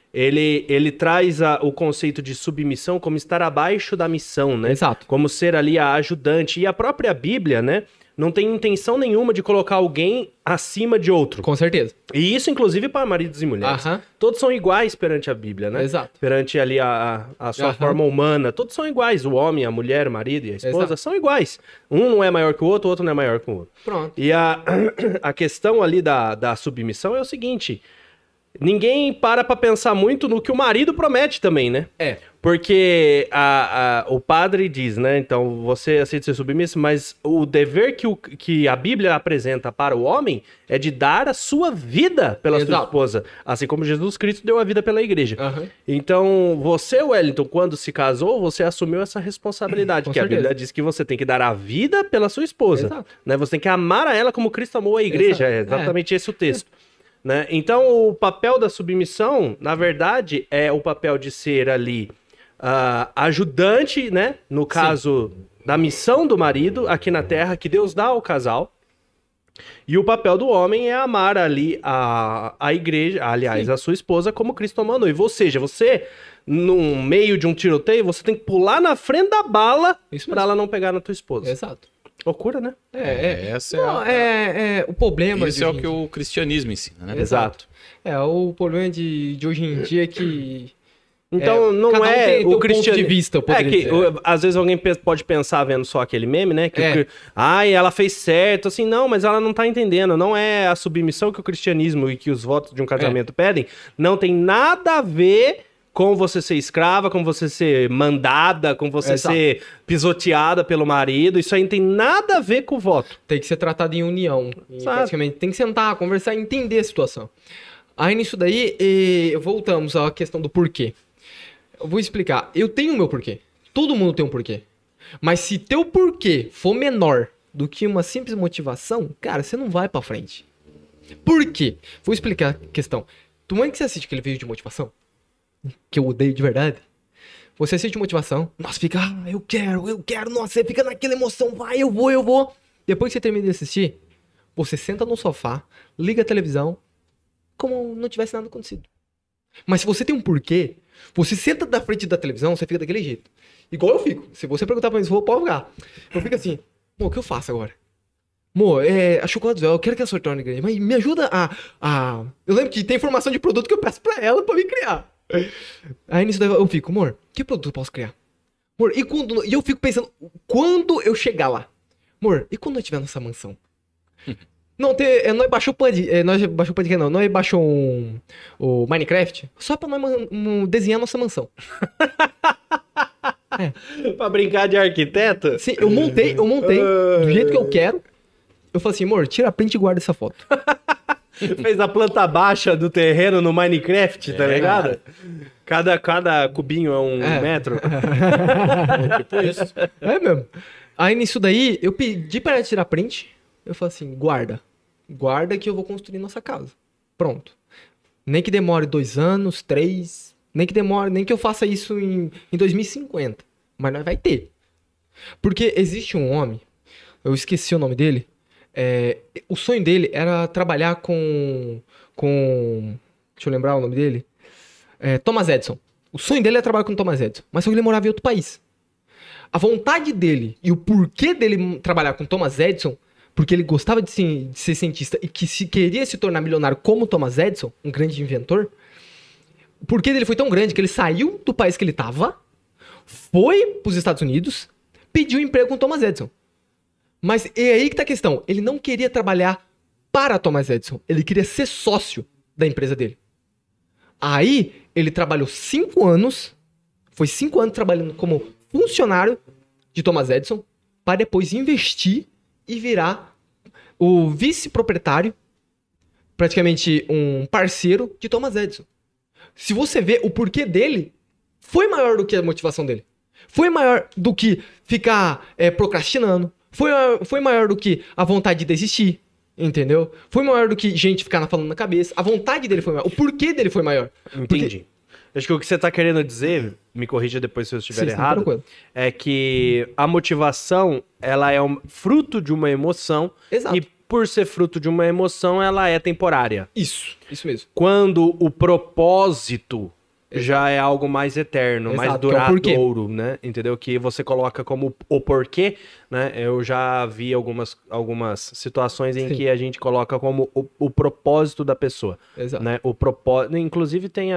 Ele traz o conceito de submissão como estar abaixo da missão, né? Exato. Como ser ali a ajudante. E a própria Bíblia, né? Não tem intenção nenhuma de colocar alguém acima de outro. Com certeza. E isso, inclusive, para maridos e mulheres. Todos são iguais perante a Bíblia, né? Exato. Perante ali a sua forma humana. Todos são iguais. O homem, a mulher, o marido e a esposa são iguais. Um não é maior que o outro não é maior que o outro. Pronto. E a questão ali da submissão é o seguinte... Ninguém para pensar muito no que o marido promete também, né? Porque o padre diz, né? Então, você aceita ser submisso, mas o dever que a Bíblia apresenta para o homem é de dar a sua vida pela sua esposa. Assim como Jesus Cristo deu a vida pela igreja. Então, você, Wellington, quando se casou, você assumiu essa responsabilidade. Que a Bíblia diz que você tem que dar a vida pela sua esposa. Né? Você tem que amar a ela como Cristo amou a igreja. É exatamente esse o texto. Né? Então, o papel da submissão, na verdade, é o papel de ser ali ajudante, né? No caso da missão do marido aqui na terra, que Deus dá ao casal. E o papel do homem é amar ali a igreja, aliás, a sua esposa, como Cristo amou a noiva. Ou seja, você, no meio de um tiroteio, você tem que pular na frente da bala Isso pra mesmo. ela não pegar na tua esposa. Exato. Loucura, né? Essa é Não, o problema... Isso de é o hoje que em o cristianismo ensina, né? Exato. o problema de hoje em dia é que... Então, não cada um é tem o teu cristianismo. ponto de vista, eu É poderia que dizer. às vezes alguém pode pensar vendo só aquele meme, né? Que É. ai, ela fez certo, assim, não, mas ela não tá entendendo. Não é a submissão que o cristianismo e que os votos de um casamento pedem. Não tem nada a ver com você ser escrava, com você ser mandada, com você Exato. ser pisoteada pelo marido. Isso aí não tem nada a ver com o voto. Tem que ser tratado em união. E, Exato. praticamente, tem que sentar, conversar e entender a situação. Aí nisso daí, voltamos à questão do porquê. Eu vou explicar. Eu tenho o meu porquê. Todo mundo tem um porquê. Mas se teu porquê for menor do que uma simples motivação, cara, você não vai pra frente. Por quê? Vou explicar a questão. Tu mãe que você assiste aquele vídeo de motivação? Que eu odeio de verdade. Você assiste motivação, nossa, fica, eu quero, nossa, você fica naquela emoção, vai, eu vou. Depois que você termina de assistir, você senta no sofá, liga a televisão, como não tivesse nada acontecido. Mas se você tem um porquê, você senta da frente da televisão, você fica daquele jeito. Igual eu fico. Se você perguntar pra mim se eu vou, pode ficar. Eu fico assim, o que eu faço agora? Amor, a Chocolate Véu, eu quero que ela se torne grande, mas me ajuda a... Eu lembro que tem informação de produto que eu peço pra ela pra me criar. Aí nisso daí eu fico, amor, que produto eu posso criar? Amor, e eu fico pensando, quando eu chegar lá? Amor, e quando eu estiver nessa mansão? Não, nós baixou o Pud, não. Nós baixou o Minecraft só pra nós desenhar nossa mansão. Pra brincar de arquiteto? Sim, eu montei do jeito que eu quero. Eu falei assim, amor, tira a print e guarda essa foto. Fez a planta baixa do terreno no Minecraft, tá ligado? Cada cubinho é um metro. Tipo isso. É mesmo. Aí nisso daí, eu pedi pra ela tirar print. Eu falei assim, guarda. Guarda que eu vou construir nossa casa. Pronto. Nem que demore 2 anos, 3. Nem que eu faça isso em 2050. Mas nós vai ter. Porque existe um homem, eu esqueci o nome dele. O sonho dele era trabalhar com... Deixa eu lembrar o nome dele. Thomas Edison. O sonho dele era trabalhar com Thomas Edison. Mas só que ele morava em outro país. A vontade dele e o porquê dele trabalhar com Thomas Edison, porque ele gostava de ser cientista e que queria se tornar milionário como Thomas Edison, um grande inventor, o porquê dele foi tão grande que ele saiu do país que ele estava, foi para os Estados Unidos, pediu emprego com Thomas Edison. Mas é aí que tá a questão. Ele não queria trabalhar para Thomas Edison. Ele queria ser sócio da empresa dele. Aí, ele trabalhou 5 anos. Foi 5 anos trabalhando como funcionário de Thomas Edison. Para depois investir e virar o vice-proprietário. Praticamente um parceiro de Thomas Edison. Se você vê o porquê dele, foi maior do que a motivação dele. Foi maior do que ficar procrastinando. Foi maior do que a vontade de desistir, entendeu? Foi maior do que gente ficar falando na cabeça. A vontade dele foi maior. O porquê dele foi maior. Entendi. Acho que o que você tá querendo dizer, me corrija depois se eu estiver errado, tranquilo. é que a motivação, ela é fruto de uma emoção. Exato. E por ser fruto de uma emoção, ela é temporária. Isso mesmo. Quando o propósito já é algo mais eterno, mais Exato, que é o porquê. duradouro, né? Entendeu? Que você coloca como o porquê, né? Eu já vi algumas situações em Sim. que a gente coloca como o propósito da pessoa. Exato. Né? O propósito. Inclusive tem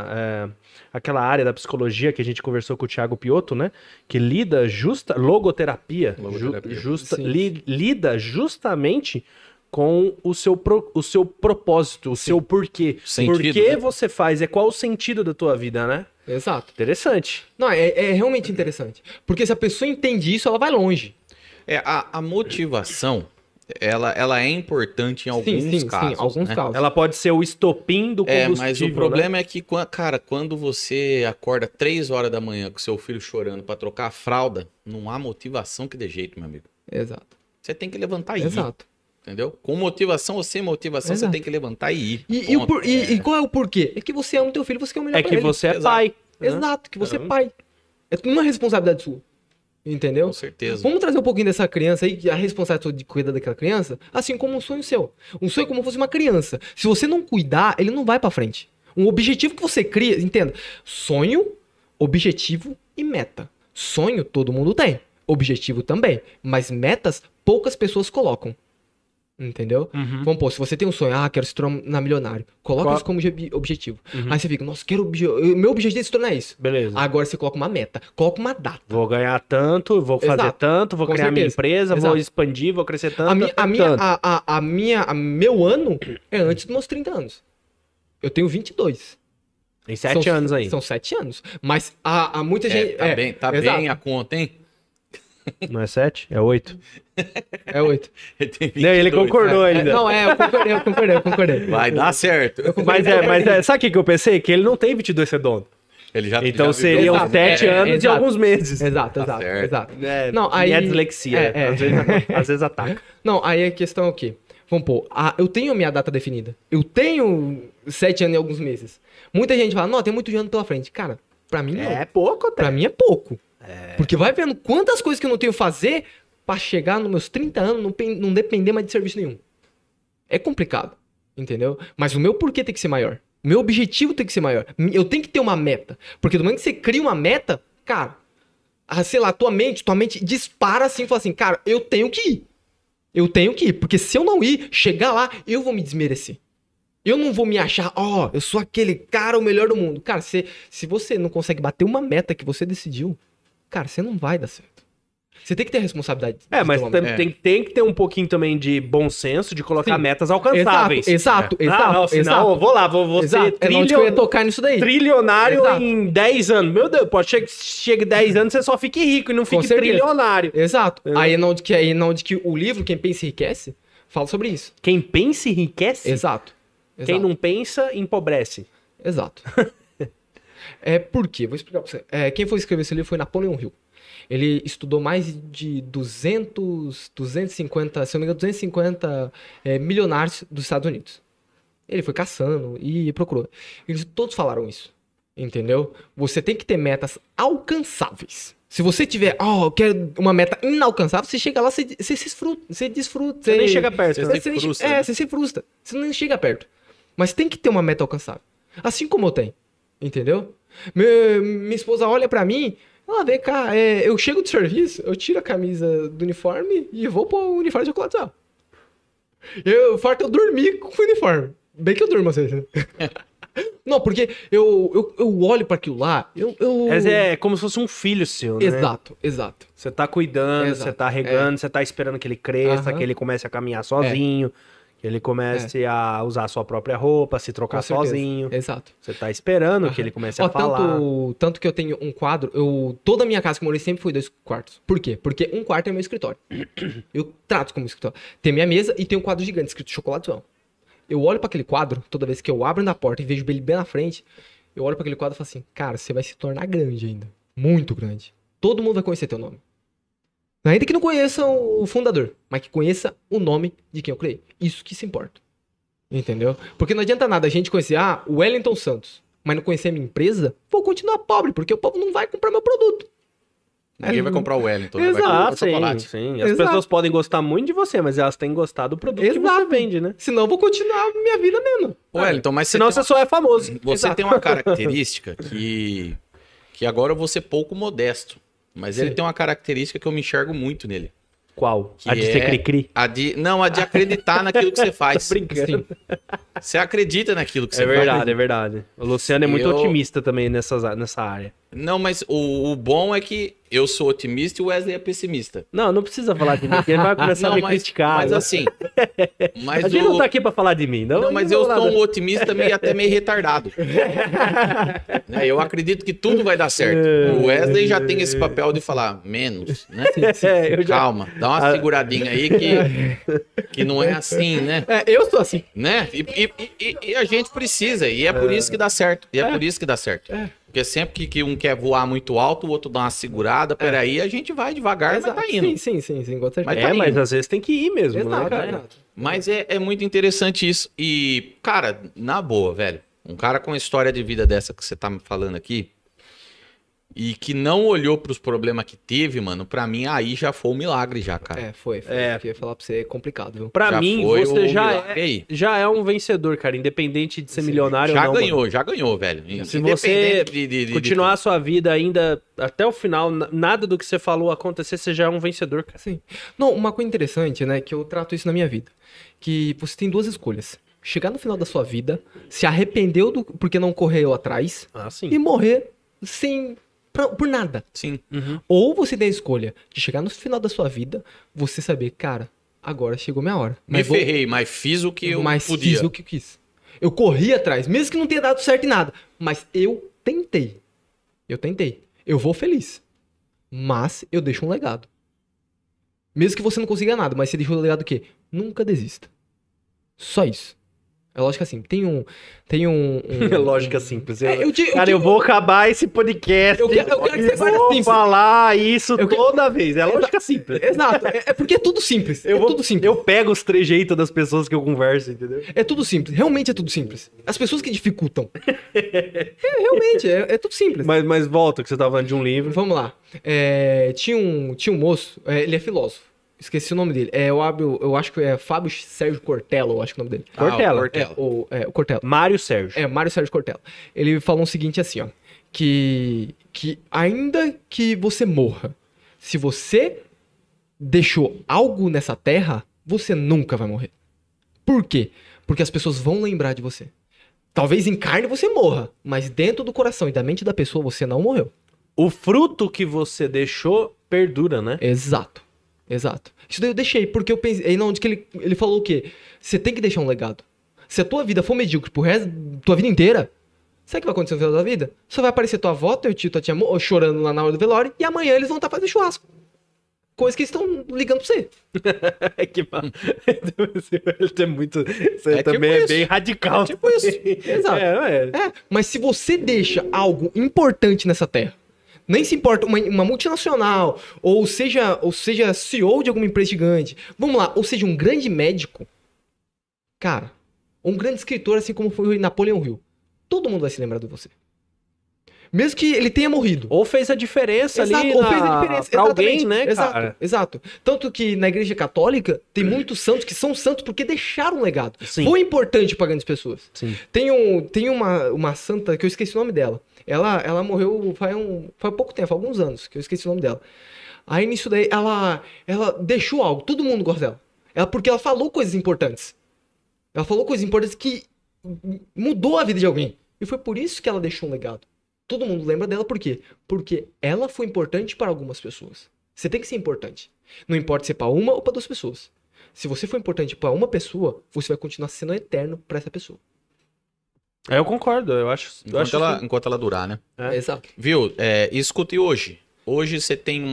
aquela área da psicologia que a gente conversou com o Thiago Piotto, né? Que lida logoterapia. Sim. Lida justamente com o seu propósito, o seu porquê. Sentido, Por que né? você faz? Qual o sentido da tua vida, né? Exato. Interessante. Não, é realmente interessante. Porque se a pessoa entende isso, ela vai longe. A motivação, ela é importante em alguns casos. alguns né? casos. Ela pode ser o estopim do combustível. Mas o problema é que, cara, quando você acorda 3 horas da manhã com seu filho chorando pra trocar a fralda, não há motivação que dê jeito, meu amigo. Exato. Você tem que levantar e ir. Exato. Entendeu? Com motivação ou sem motivação, Exato. você tem que levantar e ir. E qual é o porquê? É que você ama o teu filho, você quer o melhor É pra que ele. você é Exato. pai. né? Exato, que você é pai. É uma responsabilidade sua. Entendeu? Com certeza. Vamos trazer um pouquinho dessa criança aí, que a responsabilidade de cuidar daquela criança, assim como um sonho seu. Um sonho é como se fosse uma criança. Se você não cuidar, ele não vai pra frente. Um objetivo que você cria, entenda, sonho, objetivo e meta. Sonho todo mundo tem, objetivo também, mas metas poucas pessoas colocam. Entendeu? Vamos pôr, se você tem um sonho, quero se tornar milionário, coloca isso como objetivo. Aí você fica, nossa, meu objetivo é se tornar isso. Beleza. Agora você coloca uma meta, coloca uma data. Vou ganhar tanto, vou fazer Exato. tanto, vou Com criar minha certeza. empresa, vou Exato. expandir, vou crescer tanto. Meu ano é antes dos meus 30 anos. Eu tenho 22. Tem 7 anos aí. São 7 anos. Mas há muita gente... Tá exato. bem a conta, hein? Não é 7? É 8. É 8. Ele tem Não, ele 22. concordou ainda. Eu concordei. Vai dar certo. Mas sabe o que eu pensei? Que ele não tem 22 redondo. Ele já Então já seriam viveu. 7 anos e exato. alguns meses. Exato, Tá certo. exato. É, Não, aí... minha dislexia. Às vezes ataca. Não, aí a questão é o quê? Vamos pôr, eu tenho a minha data definida. Eu tenho 7 anos e alguns meses. Muita gente fala, não, tem muito ano pela frente. Cara, pra mim não. É pouco até. Pra mim é pouco. Porque vai vendo quantas coisas que eu não tenho que fazer pra chegar nos meus 30 anos não depender mais de serviço nenhum. É complicado, entendeu? Mas o meu porquê tem que ser maior. O meu objetivo tem que ser maior. Eu tenho que ter uma meta. Porque do momento que você cria uma meta, cara, sei lá, tua mente dispara assim e fala assim, cara, eu tenho que ir. Eu tenho que ir. Porque se eu não ir, chegar lá, eu vou me desmerecer. Eu não vou me achar, eu sou aquele cara, o melhor do mundo. Cara, se você não consegue bater uma meta que você decidiu, cara, você não vai dar certo. Você tem que ter a responsabilidade. Mas de ter uma meta. tem que ter um pouquinho também de bom senso, de colocar Sim. metas alcançáveis. Exato. Não, senão eu vou lá, vou ser Exato. É onde que eu ia tocar nisso daí. trilionário Exato. em 10 anos. Meu Deus, pode chegar 10 anos você só fique rico e não fique certeza. trilionário. Exato. Aí na onde que o livro, Quem Pensa Enriquece, fala sobre isso. Quem pensa enriquece, Exato. quem não pensa empobrece. Exato. Por quê? Vou explicar pra você. Quem foi escrever esse livro foi Napoleon Hill. Ele estudou mais de 250, se eu não me engano, 250 milionários dos Estados Unidos. Ele foi caçando e procurou. Eles todos falaram isso. Entendeu? Você tem que ter metas alcançáveis. Se você tiver, eu quero uma meta inalcançável, você chega lá, você desfruta. Você nem chega perto. Você se frustra, né? Você se frustra. Você nem chega perto. Mas tem que ter uma meta alcançável. Assim como eu tenho. Entendeu? Minha esposa olha pra mim, vem cá, eu chego de serviço, eu tiro a camisa do uniforme e vou pro uniforme de chocolate. Falta eu dormir com o uniforme. Bem que eu durmo às vezes, né? Não, porque eu olho pra aquilo lá, Mas é como se fosse um filho seu, né? Exato. Você tá cuidando, Exato, você tá regando, você tá esperando que ele cresça, Aham. que ele comece a caminhar sozinho, que ele comece a usar a sua própria roupa, se trocar Com certeza. sozinho. Exato. Você tá esperando que Aham. ele comece a falar. Tanto que eu tenho um quadro, toda a minha casa que eu morei sempre foi 2 quartos. Por quê? Porque um quarto é meu escritório. Eu trato como escritório. Tem minha mesa e tem um quadro gigante escrito Chocolatão. Eu olho pra aquele quadro, toda vez que eu abro na porta e vejo ele bem na frente, eu olho pra aquele quadro e falo assim, cara, você vai se tornar grande ainda. Muito grande. Todo mundo vai conhecer teu nome. Ainda que não conheça o fundador, mas que conheça o nome de quem eu criei. Isso que se importa. Entendeu? Porque não adianta nada a gente conhecer, o Wellington Santos, mas não conhecer a minha empresa, vou continuar pobre, porque o povo não vai comprar meu produto. Ninguém vai comprar o Wellington, né? Vai Exato, comprar o sim, chocolate. sim. As Exato. pessoas podem gostar muito de você, mas elas têm que gostar do produto que você vende, né? Senão eu vou continuar a minha vida mesmo. Wellington, mas Senão você você só é famoso. Você Exato. tem uma característica que agora eu vou ser pouco modesto, mas ele Sim. tem uma característica que eu me enxergo muito nele. Qual? Que A de ser cri-cri? A de acreditar naquilo que você faz. Brincando. Sim. Você acredita naquilo que você É verdade, faz. é verdade. O Luciano é muito Eu- otimista também nessa área. Não, mas o bom é que eu sou otimista e o Wesley é pessimista. Não precisa falar de mim, porque ele vai começar a me criticar. mas né? assim, A gente não tá aqui pra falar de mim, não. Não, mas eu sou um otimista até meio retardado. Né, eu acredito que tudo vai dar certo. O Wesley já tem esse papel de falar menos, né? Eu já... Calma, dá uma seguradinha aí que não é assim, né? Eu sou assim. Né? E a gente precisa, e é por isso que dá certo. E é por isso que dá certo. Porque sempre que um quer voar muito alto, o outro dá uma segurada, peraí, a gente vai devagar, mas tá indo. Sim, com certeza. Mas tá mas indo. às vezes tem que ir mesmo, né, Exato, cara? exato. Mas é muito interessante isso. E, cara, na boa, velho, um cara com a história de vida dessa que você tá me falando aqui, e que não olhou pros problemas que teve, mano, pra mim aí já foi um milagre já, cara. Foi. É. Eu ia falar pra você, é complicado, viu? Pra Já mim, foi você o já milagre aí. é um vencedor, cara. Independente de ser milionário Já ou não. ganhou, mano. já ganhou, velho. Se você Independente de continuar a sua vida ainda até o final, nada do que você falou acontecer, você já é um vencedor, cara. Sim. Não, uma coisa interessante, né, que eu trato isso na minha vida, que você tem duas escolhas. Chegar no final da sua vida, se arrependeu porque não correu atrás Ah, sim. e morrer sem por nada. Sim. Ou você tem a escolha de chegar no final da sua vida, você saber, cara, agora chegou minha hora. Me ferrei, mas fiz o que eu mas podia. fiz o que eu quis. Eu corri atrás, mesmo que não tenha dado certo em nada, mas eu tentei. Eu vou feliz. Mas eu deixo um legado. Mesmo que você não consiga nada, mas você deixou um legado o quê? Nunca desista. Só isso. É lógico assim, tem um Lógica simples. Cara, eu vou acabar esse podcast. Eu quero que você guarde vou simples. falar isso Eu quero- toda vez. É lógica simples. Exato, é porque é tudo simples. Tudo simples. Eu pego os trejeitos das pessoas que eu converso, entendeu? É tudo simples, realmente é tudo simples. As pessoas que dificultam. Realmente, é tudo simples. Mas volta, que você tava falando de um livro. Vamos lá. Tinha um moço, ele é filósofo. Esqueci o nome dele. Eu acho que é Fábio Sérgio Cortella, eu acho que é o nome dele. Cortella. o Cortella. O Cortella. Mário Sérgio. Mário Sérgio Cortella. Ele falou o seguinte assim, ó. Que ainda que você morra, se você deixou algo nessa terra, você nunca vai morrer. Por quê? Porque as pessoas vão lembrar de você. Talvez em carne você morra, mas dentro do coração e da mente da pessoa você não morreu. O fruto que você deixou perdura, né? Exato. Isso daí eu deixei, porque eu pensei... Aí onde que ele falou o quê? Você tem que deixar um legado. Se a tua vida for medíocre pro resto da tua vida inteira, sabe o que vai acontecer no final da vida? Só vai aparecer tua avó, teu tio, tua tia chorando lá na hora do velório, e amanhã eles vão estar fazendo churrasco. Coisa que eles estão ligando pra você. Que mal. Ele é muito. Você É também tipo é isso. bem radical. Tipo isso. Exato. Mas se você deixa algo importante nessa terra, nem se importa uma multinacional, ou seja CEO de alguma empresa gigante, vamos lá, ou seja um grande médico, cara, um grande escritor, assim como foi o Napoleão Hill, todo mundo vai se lembrar de você. Mesmo que ele tenha morrido. Ou fez a diferença ali Ou fez a diferença. pra alguém, Exatamente. né, Exato, cara? exato. Tanto que na igreja católica tem muitos santos que são santos porque deixaram um legado. Sim. Foi importante para grandes pessoas. Sim. Tem uma santa que eu esqueci o nome dela. Ela morreu faz pouco tempo, faz alguns anos, que eu esqueci o nome dela. Aí nisso daí, ela deixou algo, todo mundo gosta dela. Porque ela falou coisas importantes. Ela falou coisas importantes que mudou a vida de alguém. E foi por isso que ela deixou um legado. Todo mundo lembra dela por quê? Porque ela foi importante para algumas pessoas. Você tem que ser importante. Não importa se é para uma ou para duas pessoas. Se você for importante para uma pessoa, você vai continuar sendo eterno para essa pessoa. Eu concordo, eu acho. Enquanto ela durar, né? É. Exato. Viu? Escute hoje. Hoje você tem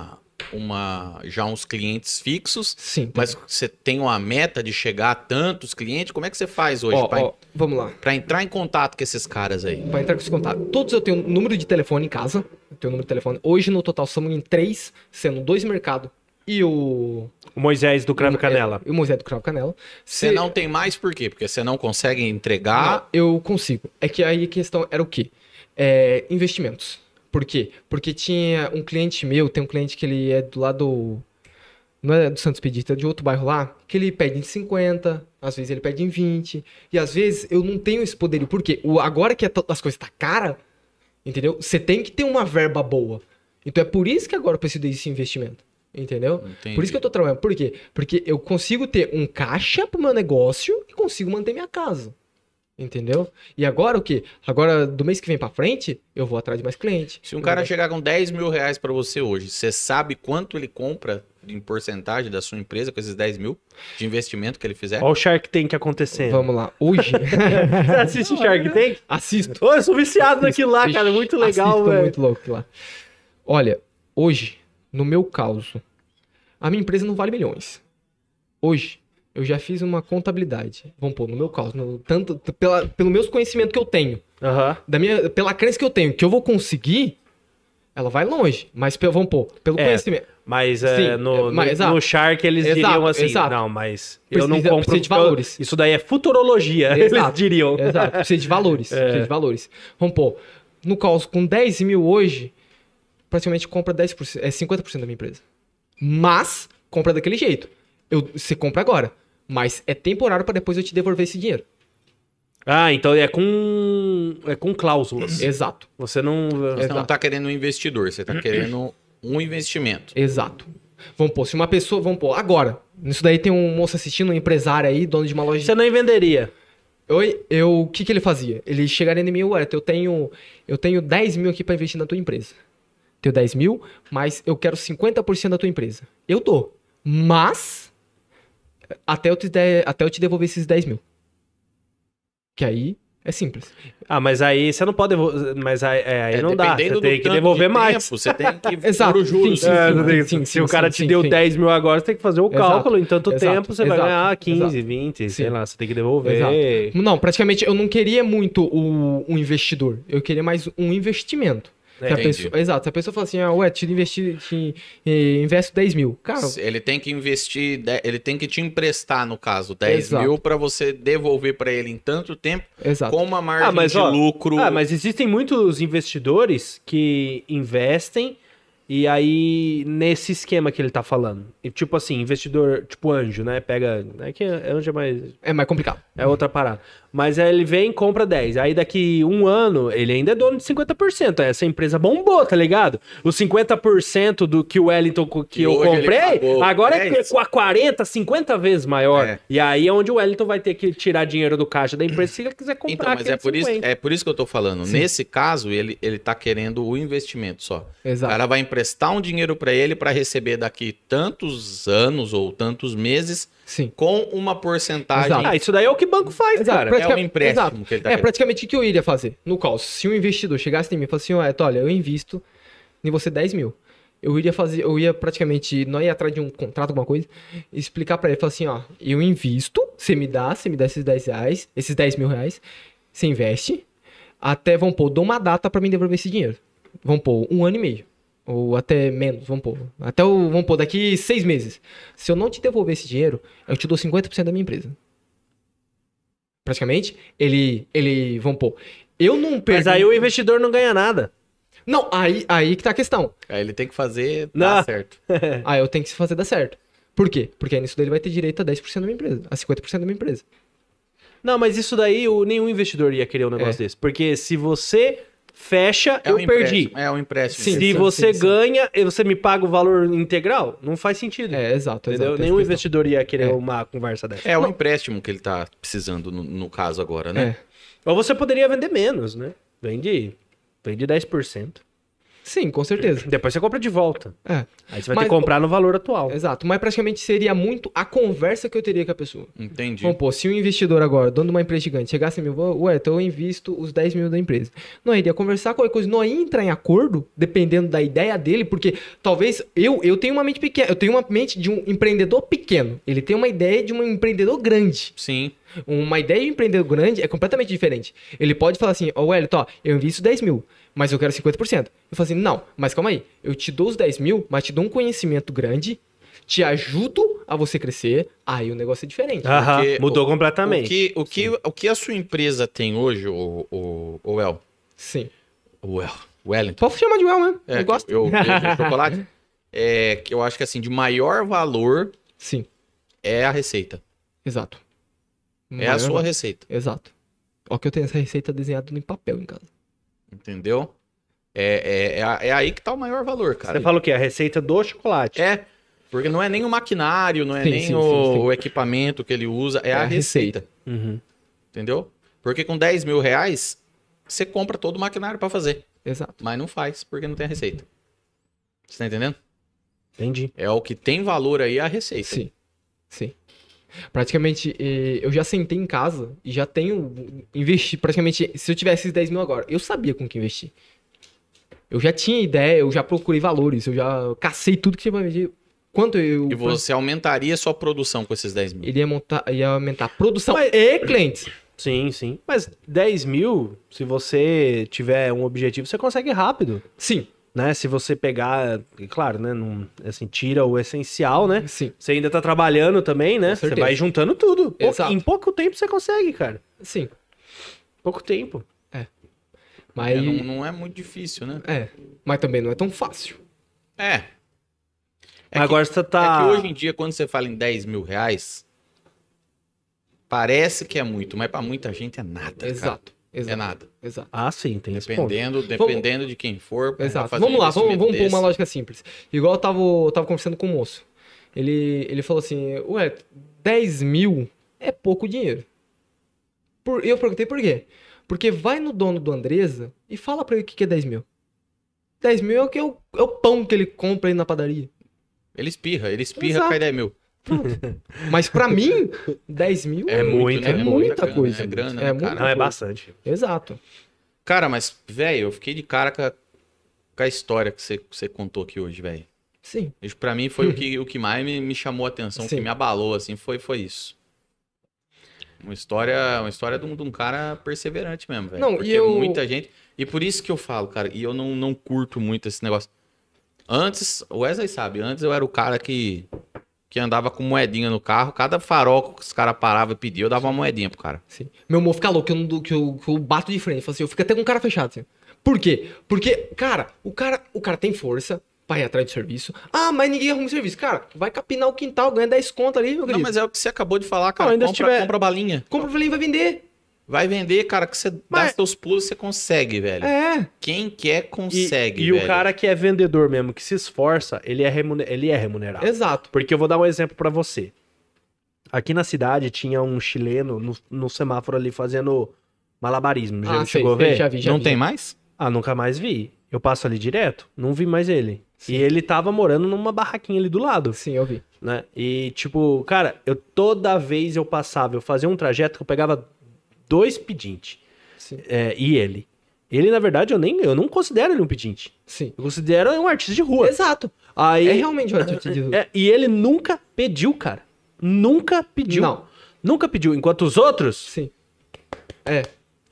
já uns clientes fixos, Sim. mas você tem uma meta de chegar a tantos clientes. Como é que você faz hoje Vamos lá. pra entrar em contato com esses caras aí? Para entrar com esse contato. Todos eu tenho um número de telefone em casa. Eu tenho um número de telefone. Hoje, no total, somos em 3, sendo 2 mercado e o Moisés do Cravo e Canela. E o Moisés do Cravo e Canela. Você não tem mais por quê? Porque você não consegue entregar. Não, eu consigo. É que aí a questão era o quê? Investimentos. Por quê? Porque tinha um cliente meu, tem um cliente que ele é do lado... Não é do Santos Pedista, é de outro bairro lá, que ele pede em 50, às vezes ele pede em 20, e às vezes eu não tenho esse poderio. Por quê? Agora que as coisas tá cara, entendeu? Você tem que ter uma verba boa. Então é por isso que agora eu preciso desse investimento. Entendeu? Entendi. Por isso que eu tô trabalhando. Por quê? Porque eu consigo ter um caixa pro meu negócio e consigo manter minha casa. Entendeu? E agora o quê? Agora, do mês que vem pra frente, eu vou atrás de mais cliente. Se um cara chegar com 10 mil reais pra você hoje, você sabe quanto ele compra em porcentagem da sua empresa com esses 10 mil de investimento que ele fizer? Olha o Shark Tank acontecendo. Vamos lá. Hoje... Você assiste Shark Tank? Assisto. Ô, eu sou viciado naquilo lá, cara. Muito legal, Assisto, velho. muito louco aquilo lá. Olha, hoje, no meu caso, a minha empresa não vale milhões. Hoje, eu já fiz uma contabilidade. Vamos pôr, no meu caso, tanto pelo meus conhecimentos que eu tenho, Aham. pela crença que eu tenho, que eu vou conseguir, ela vai longe. Mas vamos pôr, pelo conhecimento. Mas, Sim, exato. no Shark eles Exato, diriam assim, exato. não, mas eu não Precisa- compro... precisa de valores. Isso daí é futurologia, eles Exato, diriam. Exato, precisa de valores. Precisa de valores. Vamos pôr, no caso, com 10 mil hoje, praticamente compra 10%, 50% da minha empresa. Mas, compra daquele jeito. Você compra agora, mas é temporário para depois eu te devolver esse dinheiro. Ah, então é com cláusulas. Exato. Você não... Você não tá querendo um investidor, você tá querendo um investimento. Exato. Vamos pôr, se uma pessoa, vamos pôr, agora, nisso daí tem um moço assistindo, um empresário aí, dono de uma loja. Você nem venderia. O que ele fazia? Ele chegaria em mim, ué, eu tenho 10 mil aqui pra investir na tua empresa. Tenho 10 mil, mas eu quero 50% da tua empresa. Eu dou. Mas, até eu te devolver esses 10 mil. Que aí é simples. Ah, mas aí você não pode devolver. Mas aí não dá. Você dependendo tem do que tanto devolver de mais. tempo, você tem que Exato, pôr os juros. sim, Você tem que- sim, se sim, o cara te sim, deu sim. 10 mil agora, você tem que fazer o Exato, cálculo. Em tanto exato, tempo, você vai exato, ganhar 15, exato. 20, sei Sim. lá. Você tem que devolver. Exato. Não, praticamente eu não queria muito um investidor. Eu queria mais um investimento. Se a Entendi. pessoa, exato. Se a pessoa fala assim, ué, investo 10 mil. Cara, Ele tem que investir, ele tem que te emprestar, no caso, 10 Exato. mil para você devolver para ele em tanto tempo, exato. com uma margem de lucro. Mas existem muitos investidores que investem e aí nesse esquema que ele tá falando. E, tipo assim, investidor, tipo anjo, né? Pega. É que anjo é mais. É mais complicado. É outra parada. Mas aí ele vem e compra 10. Aí daqui um ano, ele ainda é dono de 50%. Essa empresa bombou, tá ligado? Os 50% do que o Wellington que E eu hoje ele comprei, pagou agora 10. é 40, 50 vezes maior. É. E aí é onde o Wellington vai ter que tirar dinheiro do caixa da empresa se ele quiser comprar Então, mas aquele 50. é por isso que eu tô falando. Nesse caso, ele tá querendo o investimento só. Exato. O cara vai emprestar um dinheiro para ele para receber daqui tantos anos ou tantos meses Sim. com uma porcentagem. Exato. Ah, isso daí é o que o banco faz, Exato, cara. É um empréstimo exato. que ele tá É, querendo. praticamente o que eu iria fazer? No caso, se um investidor chegasse em mim e falasse assim, olha, eu invisto em você 10 mil. Eu ia praticamente, não ia atrás de um contrato, alguma coisa, e explicar pra ele, falar assim, ó, eu invisto, você me dá esses 10 reais, esses 10 mil reais, você investe, até, vamos pôr, dou uma data pra mim devolver esse dinheiro. Vamos pôr, 1 ano e meio. Ou até menos, vamos pôr. Vamos pôr, daqui 6 meses. Se eu não te devolver esse dinheiro, eu te dou 50% da minha empresa. Praticamente, vamos pôr. Eu não Mas perco. aí o investidor não ganha nada. Não, aí que tá a questão. Aí ele tem que fazer Não. dar certo. Aí eu tenho que fazer dar certo. Por quê? Porque aí nisso daí ele vai ter direito a 10% da minha empresa, a 50% da minha empresa. Não, mas isso daí nenhum investidor ia querer um negócio desse. Porque se você fecha, eu perdi. É um empréstimo. Sim, Se você sim. ganha e você me paga o valor integral, não faz sentido. É, exato. Entendeu? exato, Nenhum essa questão. investidor ia querer É. uma conversa dessa. É um empréstimo que ele tá precisando no caso agora, né? É. Ou você poderia vender menos, né? Vende 10%. Sim, com certeza. Depois você compra de volta. É. Aí você vai ter Mas- que comprar no valor atual. Exato. Mas praticamente seria muito a conversa que eu teria com a pessoa. Entendi. Vamos pôr, se um investidor agora, dono de uma empresa gigante, chegasse em mim, ué, então eu invisto os 10 mil da empresa. Não iria conversar qualquer coisa, não ia entrar em acordo, dependendo da ideia dele, porque talvez eu tenho uma mente pequena, eu tenho uma mente de um empreendedor pequeno, ele tem uma ideia de um empreendedor grande. Sim. Uma ideia de um empreendedor grande é completamente diferente. Ele pode falar assim, ó, Wellington, ó, eu invisto 10 mil, mas eu quero 50%. Eu falo assim, não, mas calma aí, eu te dou os 10 mil, mas te dou um conhecimento grande, te ajudo a você crescer, aí o negócio é diferente. Aham, Porque mudou completamente. O que a sua empresa tem hoje, o El? Sim. O Wellington. Pode chamar de Well mesmo, eu gosto. Chocolate. É que eu acho que assim, de maior valor Sim, é a receita. exato. É a sua receita. Exato. Ó que eu tenho essa receita desenhada em papel em casa. Entendeu? É aí que tá o maior valor, cara. Você fala o quê? A receita do chocolate. É, porque não é nem o maquinário, não é Sim, nem sim, sim, o sim. equipamento que ele usa, é a a receita. Uhum. Entendeu? Porque com 10 mil reais, você compra todo o maquinário pra fazer. Exato. Mas não faz, porque não tem a receita. Você tá entendendo? Entendi. É o que tem valor aí, a receita. Sim. Sim. Praticamente, eu já sentei em casa e já tenho investi. Praticamente, se eu tivesse esses 10 mil agora, eu sabia com que investir. Eu já tinha ideia, eu já procurei valores, eu já cacei tudo que tinha pra vender. Quanto eu. E você aumentaria sua produção com esses 10 mil. Ele ia aumentar a produção Mas- e clientes. Sim, sim. Mas 10 mil, se você tiver um objetivo, você consegue rápido. Sim, Né? Se você pegar, e claro, né? Não, assim, tira o essencial, né? sim, Você ainda tá trabalhando também, né? Com Você certeza. vai juntando tudo. Exato. Em pouco tempo você consegue, cara. sim. Pouco tempo. Mas. Não é muito difícil, né? mas também não é tão fácil. É. Agora você É tá... que hoje em dia, quando você fala em 10 mil reais, parece que é muito, mas pra muita gente é nada, cara. Exato. É nada. Exato. Ah, sim, tem esse ponto. Dependendo de quem for. pra Exato. fazer um Vamos lá, vamos investimento pôr uma desse. lógica simples. Igual eu tava conversando com um moço. Ele falou assim, ué, 10 mil é pouco dinheiro. Eu perguntei por quê? Porque vai no dono do Andresa e fala pra ele o que é 10 mil. 10 mil é o pão que ele compra aí na padaria. Ele espirra, Exato. cai 10 mil. Mas pra mim, 10 mil É muito, é muita grana, coisa. É grana, É né, muita cara? Não, é coisa. bastante. Exato. Cara, mas, velho, eu fiquei de cara com a história que você contou aqui hoje, velho. Sim. Isso pra mim foi o que mais me chamou a atenção, o que Sim. me abalou, assim, foi isso. Uma história de um cara perseverante mesmo, velho. Não, Porque muita gente... E por isso que eu falo, cara, e eu não curto muito esse negócio. Antes, o Wesley sabe, antes eu era o cara que andava com moedinha no carro, cada farol que os caras paravam e pediam, eu dava uma moedinha pro cara. Sim. Meu humor fica louco, que eu bato de frente. Assim, eu fico até com o cara fechado. Assim. Por quê? Porque, cara, o cara tem força pra ir atrás do serviço. Ah, mas ninguém arruma serviço. Cara, vai capinar o quintal, ganha 10 conto ali, meu Não, querido. mas é o que você acabou de falar, cara. Não, ainda Compra balinha. Compra o e vai vender. Vai vender, cara, que você dá Mas- seus pulos, você consegue, velho. É. Quem quer, consegue, E velho. o cara que é vendedor mesmo, que se esforça, ele é remunerado. Exato. Porque eu vou dar um exemplo pra você. Aqui na cidade tinha um chileno no semáforo ali fazendo malabarismo. Já chegou a ver? Já vi, já Não vi. tem mais? Ah, nunca mais vi. Eu passo ali direto, não vi mais ele. Sim. E ele tava morando numa barraquinha ali do lado, Sim, eu vi. né? E tipo, cara, toda vez eu passava, eu fazia um trajeto que eu pegava 2 pedintes. Sim. E ele. Ele, na verdade, eu não considero ele um pedinte. Sim. Eu considero um artista de rua. Exato. Aí, É realmente uma atitude de... e ele nunca pediu, cara. Nunca pediu. Não. Nunca pediu. Enquanto os outros... Sim. É.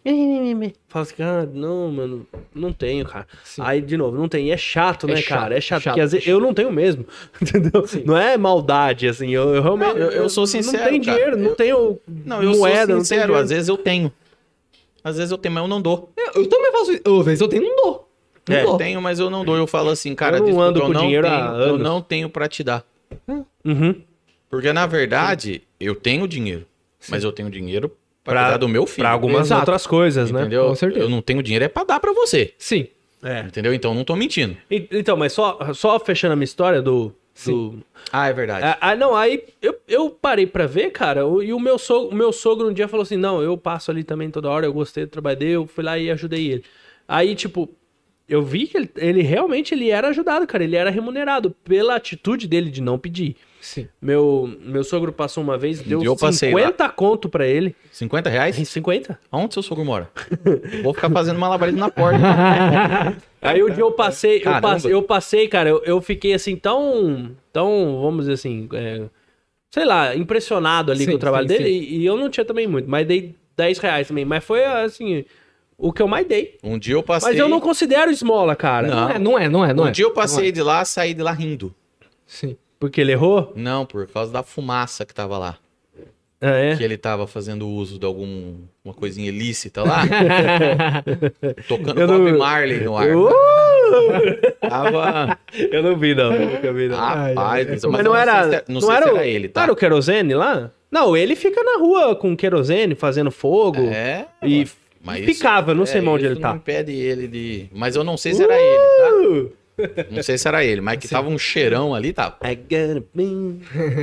Fala assim, cara, não, mano, não tenho, cara. Sim. Aí, de novo, não tem. E é chato, né, chato, cara? É chato, chato, porque às vezes eu não tenho mesmo, entendeu? Sim. Não é maldade, assim, eu realmente... Não, eu sou sincero, Não tenho cara. dinheiro, não tenho Não, eu moeda, sou sincero, não tenho às vezes eu tenho. Às vezes eu tenho, mas eu não dou. Eu também faço isso. Às vezes eu tenho, não dou. Não É, dou. Eu tenho, mas eu não dou. Eu falo assim, cara, Eu não desculpa, ando eu com não dinheiro há tenho, eu anos. não tenho pra te dar. Uhum. Porque, na verdade, eu tenho dinheiro. Mas eu tenho dinheiro pra cuidar do meu filho. Pra algumas Exato. outras coisas, né? Entendeu? Com certeza. Eu não tenho dinheiro é pra dar pra você. Sim. É. Entendeu? Então eu não tô mentindo. Então, mas só fechando a minha história do... Ah, é verdade. Não, aí eu parei pra ver, cara, e o meu sogro um dia falou assim, não, eu passo ali também toda hora, eu gostei do trabalho dele, eu fui lá e ajudei ele. Aí, tipo, eu vi que ele realmente ele era ajudado, cara, ele era remunerado pela atitude dele de não pedir. Sim. Meu sogro passou uma vez, deu Eu passei 50 conto pra ele. 50 reais? 50? Onde seu sogro mora? Vou ficar fazendo malabarismo na porta. Aí o dia eu passei, Caramba. eu passei, cara, eu fiquei assim tão, vamos dizer assim, sei lá, impressionado ali Sim, com o trabalho sim, dele, e eu não tinha também muito, mas dei 10 reais também, mas foi assim, o que eu mais dei. Um dia eu passei... Mas eu não considero esmola, cara. Não. Um dia eu Não passei é. de lá, saí de lá rindo. Sim. Porque ele errou? Não, por causa da fumaça que tava lá. Ah, é? Que ele tava fazendo uso de uma coisinha ilícita lá. Tocando Eu Bob não- Marley no ar. Tava... Eu não vi, não. Nunca vi, não. Rapaz, Mas eu não era. sei se- não não sei era, se o- era ele, não tá? era o querosene lá? Não, ele fica na rua com querosene, fazendo fogo. É, E mas ficava, não sei mais onde isso ele tá. Não impede ele de... Mas eu não sei se era ele, tá? Não sei se era ele, mas que tava um cheirão ali, tá? I gotta be-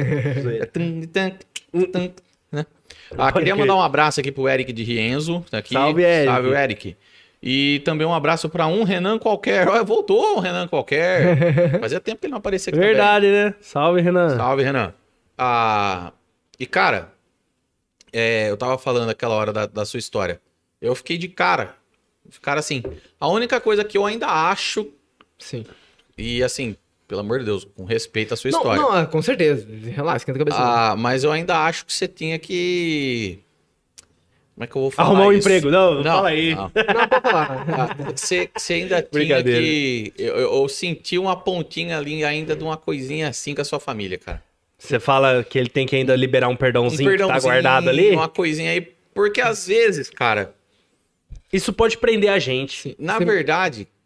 Né? Pode Queria crer. mandar um abraço aqui pro Eric de Rienzo. Tá aqui. Salve, Eric. Salve, Eric. E também um abraço pra um Renan qualquer. Olha, voltou um Renan qualquer. Fazia tempo que ele não aparecia aqui Verdade, né? Salve, Renan. também. Salve, Renan. E, cara, eu tava falando aquela hora da sua história. Eu fiquei de cara. Cara, assim, a única coisa que eu ainda acho, Sim. e assim, pelo amor de Deus, com respeito à sua Não, história. não, com certeza. Relaxa, esquenta a cabeça. Mas eu ainda acho que você tinha que... Como é que eu vou falar Arrumar um isso? emprego. Não, fala aí. Não. Não, pode falar. Você ainda tinha Brincadeira. que... Eu senti uma pontinha ali ainda de uma coisinha assim com a sua família, cara. Você fala que ele tem que ainda liberar um perdãozinho, que tá perdãozinho, guardado ali? uma coisinha aí. Porque às vezes, cara, Isso pode prender a gente. Sim. na Sim. verdade,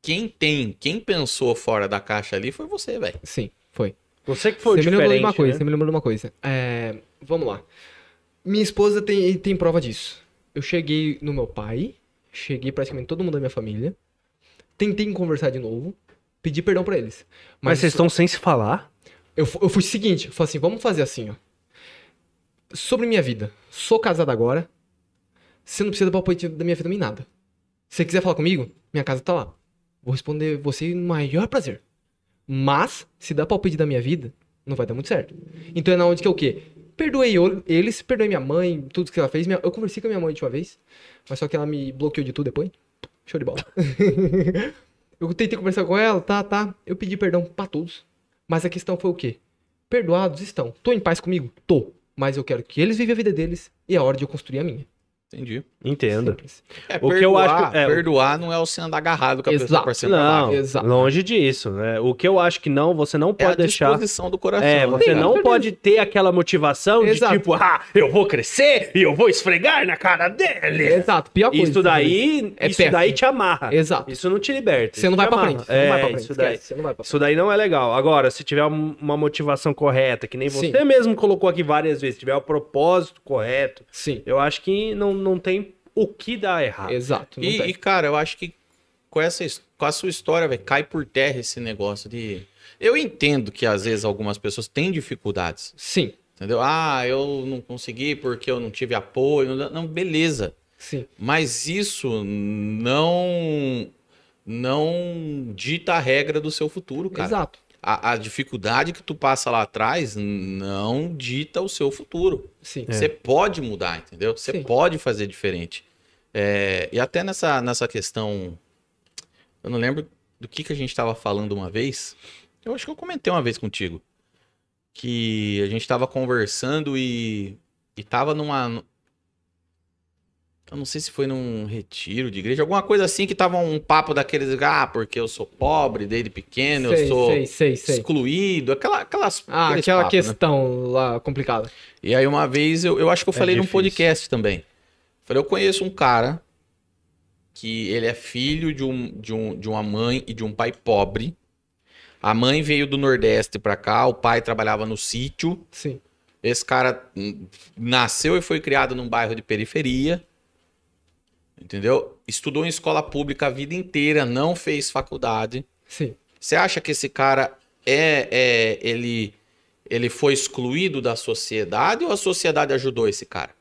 quem pensou fora da caixa ali foi você, velho. Sim, foi. Você que foi o Você me lembrou de diferente, uma coisa, né? você me lembrou de uma coisa. Vamos lá. Minha esposa tem prova disso. Eu cheguei no meu pai, cheguei praticamente todo mundo da minha família, tentei conversar de novo, pedi perdão pra eles. Mas vocês estão sem se falar? Eu fui o seguinte, eu falei assim, vamos fazer assim, ó. Sobre minha vida, sou casado agora, você não precisa dar palpite da minha vida nem nada. Se você quiser falar comigo, minha casa tá lá. Vou responder você no maior prazer. Mas, se dá palpite da minha vida, não vai dar muito certo. Então é na onde que é o quê? Perdoei eles, perdoei minha mãe, tudo que ela fez. Eu conversei com a minha mãe a última vez, mas só que ela me bloqueou de tudo depois. Show de bola. Eu tentei conversar com ela, tá. Eu pedi perdão pra todos. Mas a questão foi o quê? Perdoados estão. Tô em paz comigo? Tô. Mas eu quero que eles vivem a vida deles e é hora de eu construir a minha. Entendi. Entendo. Simples. O que eu acho que- perdoar não é você andar agarrado com a pessoa Exato. pra cima e pra Não, baixo. Exato. longe disso, né? O que eu acho que não, você não É a pode deixar. disposição do coração. Você né, não cara? pode ter aquela motivação de Exato. tipo, eu vou crescer e eu vou esfregar na cara dele. Exato. Pior coisa. Isso daí, É isso péssimo. daí te amarra. Exato. Isso não te liberta. Você não isso vai te pra amarra. frente. Você não vai pra frente. Isso daí. Esquece, você não vai pra Isso daí não é legal. Agora, se tiver uma motivação correta, que nem Sim. você mesmo colocou aqui várias vezes, tiver o propósito correto, Sim. eu acho que não tem o que dar errado. Exato. Não tem. E, cara, eu acho que com a sua história, velho, cai por terra esse negócio de... Eu entendo que às vezes algumas pessoas têm dificuldades, Sim. entendeu? Eu não consegui porque eu não tive apoio. Não, beleza. Sim. Mas isso não dita a regra do seu futuro, cara. Exato. A dificuldade que tu passa lá atrás não dita o seu futuro. Sim. Você pode mudar, entendeu? Você Sim. pode fazer diferente. E até nessa questão, eu não lembro do que a gente estava falando uma vez. Eu acho que eu comentei uma vez contigo. Que a gente estava conversando e tava numa... Eu não sei se foi num retiro de igreja, alguma coisa assim, que tava um papo daqueles, porque eu sou pobre desde pequeno, eu sou sei. excluído, aquelas Ah, aqueles aquela papos, né? questão lá complicada. E aí uma vez, eu acho que eu falei num difícil. podcast também. Falei, eu conheço um cara que ele é filho de uma mãe e de um pai pobre. A mãe veio do Nordeste pra cá, o pai trabalhava no sítio. Sim. Esse cara nasceu e foi criado num bairro de periferia. Entendeu? Estudou em escola pública a vida inteira, não fez faculdade. Sim. Você acha que esse cara ele foi excluído da sociedade ou a sociedade ajudou esse cara?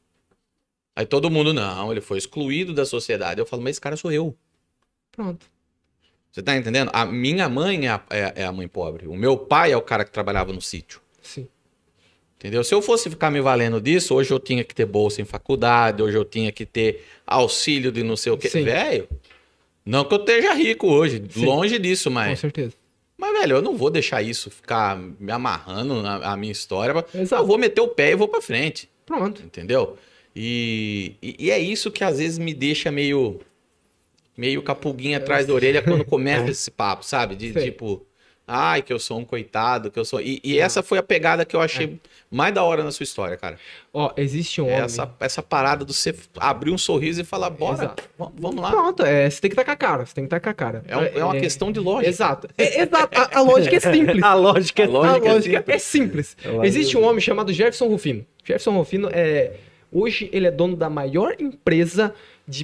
Aí todo mundo, não, ele foi excluído da sociedade. Eu falo, mas esse cara sou eu. Pronto. Você tá entendendo? A minha mãe é a mãe pobre. O meu pai é o cara que trabalhava no sítio. Sim. Entendeu? Se eu fosse ficar me valendo disso, hoje eu tinha que ter bolsa em faculdade, hoje eu tinha que ter auxílio de não sei o quê. Sim. Velho, não que eu esteja rico hoje, Sim. longe disso, Com mas... certeza. Mas, velho, eu não vou deixar isso ficar me amarrando na minha história. Exato. Eu vou meter o pé e vou pra frente, Pronto. entendeu? E é isso que às vezes me deixa meio com a pulguinha atrás da orelha quando começa esse papo, sabe? De Sei. tipo, ai, que eu sou um coitado, que eu sou... E essa foi a pegada que eu achei mais da hora na sua história, cara. Ó, existe um homem... Essa parada de você abrir um sorriso e falar, bora, Exato. vamos lá. Pronto, você tem que estar com a cara. Você tem que estar com a cara. É uma questão de lógica. Exato. Exato. A lógica é simples. A lógica é A lógica é simples. lógica Existe um homem chamado Jefferson Rufino. Jefferson Rufino hoje ele é dono da maior empresa de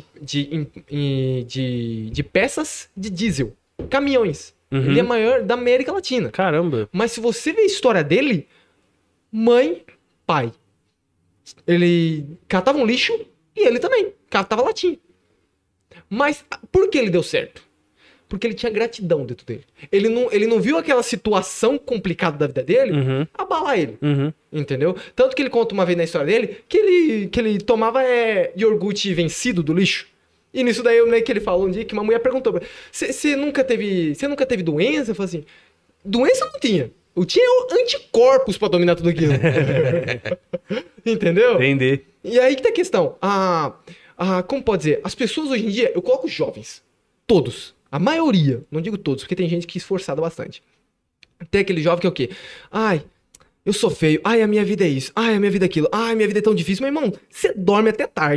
peças de diesel. Caminhões. Uhum. Ele é maior da América Latina. Caramba. Mas se você ver a história dele, mãe, pai. Ele catava um lixo e ele também catava latinha. Mas por que ele deu certo? Porque ele tinha gratidão dentro dele. Ele não viu aquela situação complicada da vida dele Uhum. abalar ele. Uhum. Entendeu? Tanto que ele conta uma vez na história dele que ele tomava iogurte vencido do lixo. E nisso daí eu que ele falou um dia que uma mulher perguntou pra ele: Você nunca teve doença? Eu falei assim: doença eu não tinha. Eu tinha anticorpos pra dominar tudo aquilo. Entendeu? Entendi. E aí que tá a questão. Como pode dizer? As pessoas hoje em dia, eu coloco jovens. Todos. A maioria. Não digo todos, porque tem gente que é esforçada bastante. Tem aquele jovem que é o quê? Ai, eu sou feio. Ai, a minha vida é isso. Ai, a minha vida é aquilo. Ai, a minha vida é tão difícil. Meu irmão, você dorme até tarde.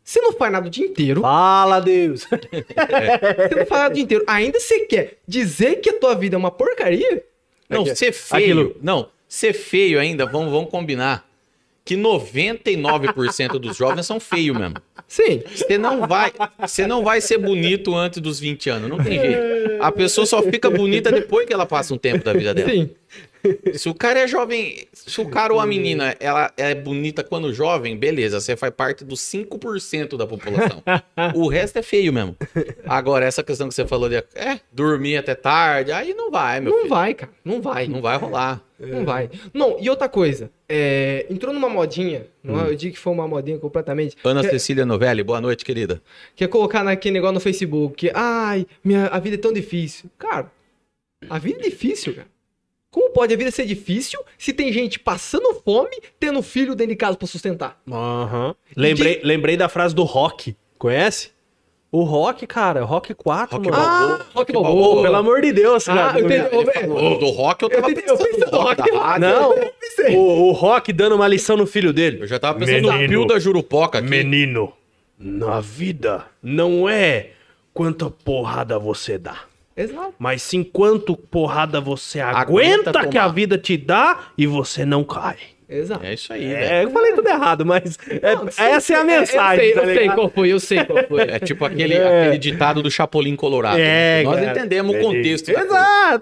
Você não faz nada o dia inteiro. Fala, Deus. Você não faz nada o dia inteiro. Ainda você quer dizer que a tua vida é uma porcaria? Não, Aqui- ser feio. aquilo- Não, ser feio ainda, vamos combinar. Que 99% dos jovens são feios mesmo. Sim. Você não vai ser bonito antes dos 20 anos, não tem jeito. A pessoa só fica bonita depois que ela passa um tempo da vida dela. Sim. Se o cara é jovem, se o cara ou a menina, ela é bonita quando jovem, beleza, você faz parte dos 5% da população. O resto é feio mesmo. Agora, essa questão que você falou de dormir até tarde, aí não vai, meu Não filho. vai, cara. Não vai. Não vai rolar. Não vai. Não, e outra coisa. Entrou numa modinha. Não, eu digo que foi uma modinha completamente. Ana que, Cecília Novelli, boa noite, querida. que é colocar naquele negócio no Facebook. Que, a vida é tão difícil. Cara, a vida é difícil, cara. Como pode a vida ser difícil se tem gente passando fome, tendo filho dentro de casa pra sustentar? Aham. Lembrei da frase do Rock. Conhece? O Rock, cara. Rock 4, Rock mano. Balboa. Rock Balboa. Balboa. Pô, pelo amor de Deus, cara. eu entendi. Ele falou do rock, eu tava Eu pensando pensei no no rock rock. da rádio. Não, pensei. o Rock dando uma lição no filho dele. Eu já tava pensando no Menino. pio da Jurupoca aqui. Menino, na vida não é quanta porrada você dá, Exato. mas sim quanto porrada você Aguenta aguenta que a tomar. vida te dá e você não cai. Exato. É isso aí, velho. Eu falei tudo errado, mas essa é a mensagem, Eu tá sei, ligado? qual foi, eu sei qual foi. É tipo aquele ditado do Chapolin Colorado. É, né? Nós cara. entendemos o contexto. da Exato.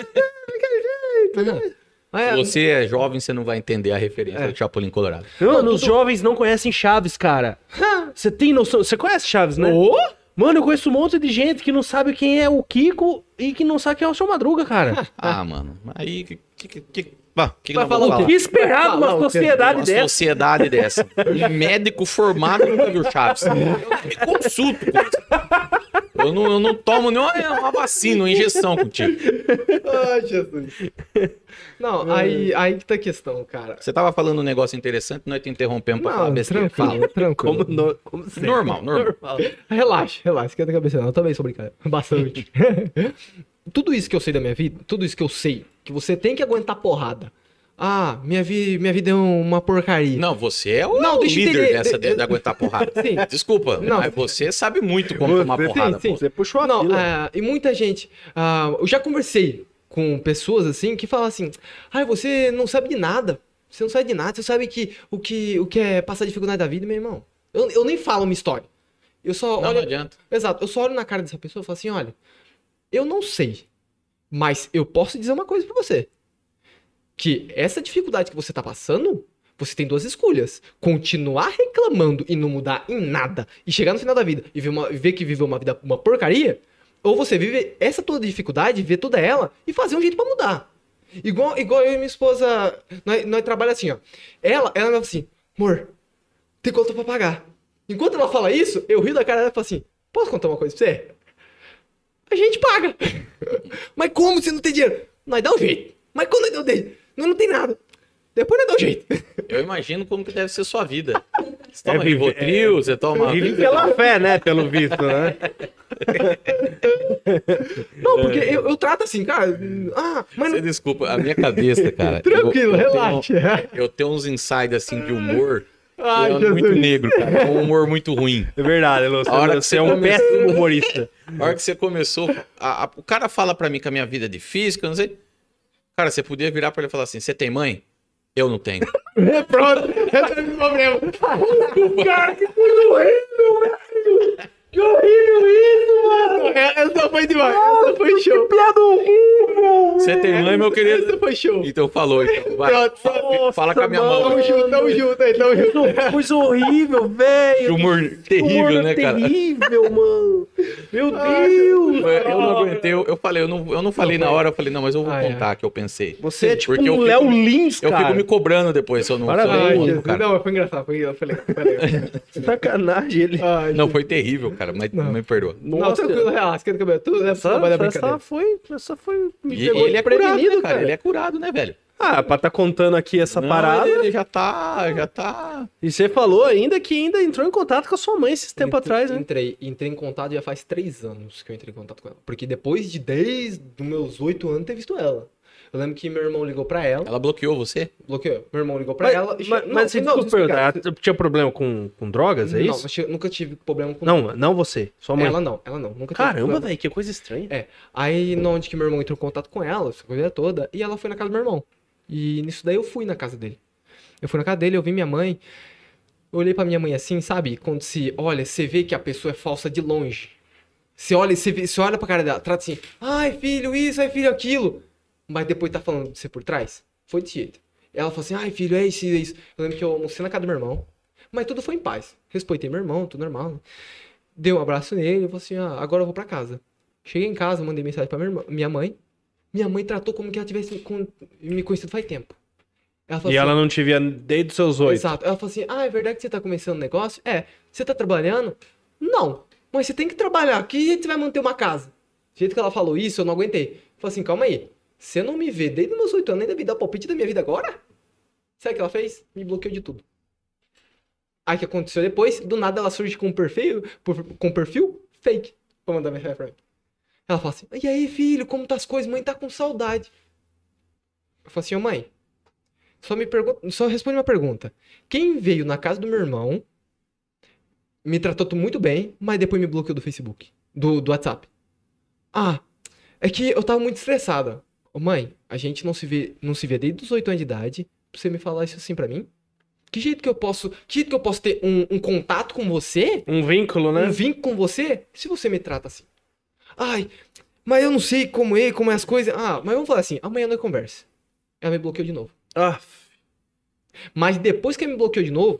Mas, coisa. Você é jovem, você não vai entender a referência do Chapolin Colorado. Mano, os jovens não conhecem Chaves, cara. Você tem noção? Você conhece Chaves, né? Ô! Mano, eu conheço um monte de gente que não sabe quem é o Kiko e que não sabe quem é o Seu Madruga, cara. Mano, aí que Vai nós falar vamos o O que esperar Vai numa falar o quê? sociedade Uma dessa? sociedade dessa. Um médico formado nunca viu Chaves. Eu me consulto com isso. Eu não tomo nenhuma vacina, uma injeção contigo. Ai, Jesus. Não, aí que tá a questão, cara. Você tava falando um negócio interessante, nós te interrompemos pra falar Não, besteira. tranquilo, tranquilo. Como sempre. Normal. Relaxa, esquenta a cabeça não, eu também sou brincadeira, bastante. Tudo isso que eu sei da minha vida, tudo isso que eu sei, que você tem que aguentar porrada. Minha vida é uma porcaria. Não, você é o Não, deixa eu líder entender. dessa de aguentar porrada. Sim. Desculpa, Não. mas você sabe muito como tomar porrada. sim. pô. Você puxou a Não, fila. e muita gente, eu já conversei com pessoas assim, que falam assim, você não sabe de nada, você não sabe de nada, você sabe o que é passar dificuldade da vida, meu irmão. Eu nem falo uma história. Eu só Não, olho... não adianta. Exato, eu só olho na cara dessa pessoa e falo assim, olha, eu não sei, mas eu posso dizer uma coisa pra você. Que essa dificuldade que você tá passando, você tem duas escolhas. Continuar reclamando e não mudar em nada, e chegar no final da vida e ver que viveu uma vida uma porcaria, ou você vive essa toda dificuldade, ver toda ela e fazer um jeito pra mudar. Igual eu e minha esposa, nós trabalhamos assim, ó. Ela me fala assim, amor, tem conta pra pagar. Enquanto ela fala isso, eu rio da cara dela e falo assim, posso contar uma coisa pra você? A gente paga. Mas como você não tem dinheiro? Nós dá um jeito. Mas quando nós dá um jeito? Nós não tem nada. Depois nós dá um jeito. Eu imagino como que deve ser sua vida. Você toma vive- Rivotril, você toma... Vive pela fé, né? Pelo visto, né? Não, porque eu trato assim, cara. Mas Você não... desculpa, a minha cabeça, cara. Tranquilo, eu relaxa. Eu tenho uns insights assim de humor que Ai, é muito Jesus. negro, cara. É um humor muito ruim. É verdade, Lúcio. A hora que Você é você um começou- péssimo humorista. A hora que você começou, o cara fala pra mim que a minha vida é difícil, que eu não sei. Cara, você podia virar pra ele e falar assim: você tem mãe? Eu não tenho. Pronto, resolve o problema. Cara, que coisa horrível, velho. Que horrível isso, mano. Essa foi demais. Essa foi show. Piada horrível! Você tem mãe, meu querido? Essa foi show. Então falou, então. Vai. Pronto, Fala com a minha Nossa, mão. Tamo junto aí, tamo junto. Coisa horrível, velho. Que humor terrível, Humor né, cara? terrível, mano. Meu Deus. Eu não aguentei, eu falei, eu não falei na hora, eu falei, não, mas eu vou contar que eu pensei. Você é tipo Porque um eu Léo fico- Lins, Eu cara. fico me cobrando depois se eu não Parabéns, sou Ai, louco, Jesus. cara. Não, foi engraçado. Foi legal. Sacanagem ele. Ai, Não, foi terrível, cara, mas me perdoa. Não, tranquilo, relaxa. Esquenta o cabelo. Tudo é trabalhar brincadeira. Essa foi... Me E pegou ele é curado, desprevenido, né, cara? Ele é curado, né, velho? Ah, pra tá contando aqui essa Não, parada. Ele já tá. E você falou ainda que ainda entrou em contato com a sua mãe esses tempos atrás, né? Entrei em contato já faz 3 anos que eu entrei em contato com ela. Porque desde os meus 8 anos ter visto ela. Eu lembro que meu irmão ligou pra ela, Ela bloqueou você? bloqueou. Meu irmão ligou pra ela. Mas não, desculpa, deixa eu explicar. ela tinha problema com drogas, é Não, isso? nunca tive problema com Não você, sua mãe. ela não, nunca tive Caramba, problema. velho, que coisa estranha. É. Aí, onde que meu irmão entrou em contato com ela, essa coisa toda, e ela foi na casa do meu irmão. E nisso daí eu fui na casa dele. Eu fui na casa dele, eu vi minha mãe. Eu olhei pra minha mãe assim, sabe? Quando você vê que a pessoa é falsa de longe. Você olha pra cara dela, trata assim, ai filho isso, ai filho aquilo. Mas depois tá falando de você por trás. Foi desse jeito. Ela falou assim, ai filho, é isso, é isso. Eu lembro que eu almocei na casa do meu irmão. Mas tudo foi em paz. Respeitei meu irmão, tudo normal. Dei um abraço nele, eu falei assim, agora eu vou pra casa. Cheguei em casa, mandei mensagem pra minha mãe. Minha mãe tratou como que ela tivesse me conhecido faz tempo. Ela falou E assim, ela não te via desde os seus 8. exato. Ela falou assim, é verdade que você tá começando um negócio? É. Você tá trabalhando? Não. Mas você tem que trabalhar. Que jeito você vai manter uma casa? Do jeito que ela falou isso, eu não aguentei. Falei assim, calma aí. Você não me vê desde meus 8 anos, ainda me dá palpite da minha vida agora? Sabe o que ela fez? Me bloqueou de tudo. Aí o que aconteceu depois? Do nada ela surge com um perfil fake pra mandar mensagem pra mim. Ela fala assim, e aí filho, como tá as coisas? Mãe tá com saudade. Eu falei assim, mãe, só responde uma pergunta. Quem veio na casa do meu irmão, me tratou muito bem, mas depois me bloqueou do Facebook, do WhatsApp. Ah, é que eu tava muito estressada. Ô mãe, a gente não se vê desde os 8 anos de idade, pra você me falar isso assim pra mim? Que jeito que eu posso ter um contato com você? Um vínculo, né? Um vínculo com você? Se você me trata assim. Ai, mas eu não sei como é as coisas. Ah, mas vamos falar assim, amanhã nós conversa. Ela me bloqueou de novo. Ah, Mas depois que ela me bloqueou de novo,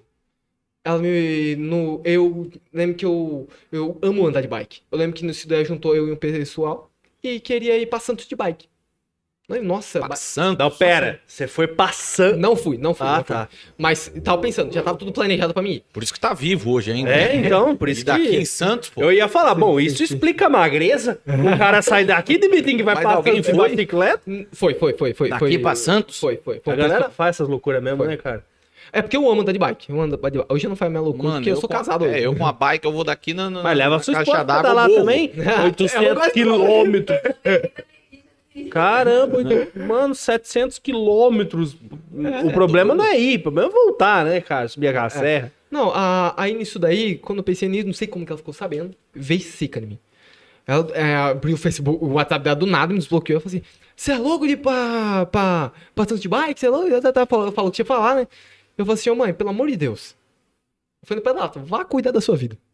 eu lembro que eu amo andar de bike. Eu lembro que nesse daí juntou eu e um pessoal e queria ir pra Santos de bike. Nossa, Passando. não, pera. Você foi passando. não fui. Ah, Não fui. tá. Mas tava pensando, já tava tudo planejado pra mim ir. Por isso que tá vivo hoje ainda. É, então, por E isso daqui que... em Santos, pô. Eu ia falar, bom, isso explica a magreza. O cara sai daqui de Biting que vai Mas passando alguém de foi? bicicleta. Foi. Daqui pra Santos? Foi. A galera faz essas loucuras mesmo, Foi. né, cara? É porque eu amo andar de bike. Hoje não faz minha loucura, porque eu sou casado hoje. Eu com a bike, eu vou daqui na Mas leva a sua caixa esposa pra d'água, lá morro. também. Eu 800 gosto quilômetros. Caramba, mano, 700 quilômetros. O problema não é ir, o problema é voltar, né, cara? Subir aquela serra. Não, aí nisso daí, quando eu pensei nisso, não sei como que ela ficou sabendo, veio seca em mim. Ela abriu o Facebook, o WhatsApp dela do nada, me desbloqueou. Eu falei assim, você é louco de ir pra Santos de bike? Você é louco? Ela falou que tinha que falar, né? Eu falei assim, mãe, pelo amor de Deus. Eu falei pra ela, vá cuidar da sua vida.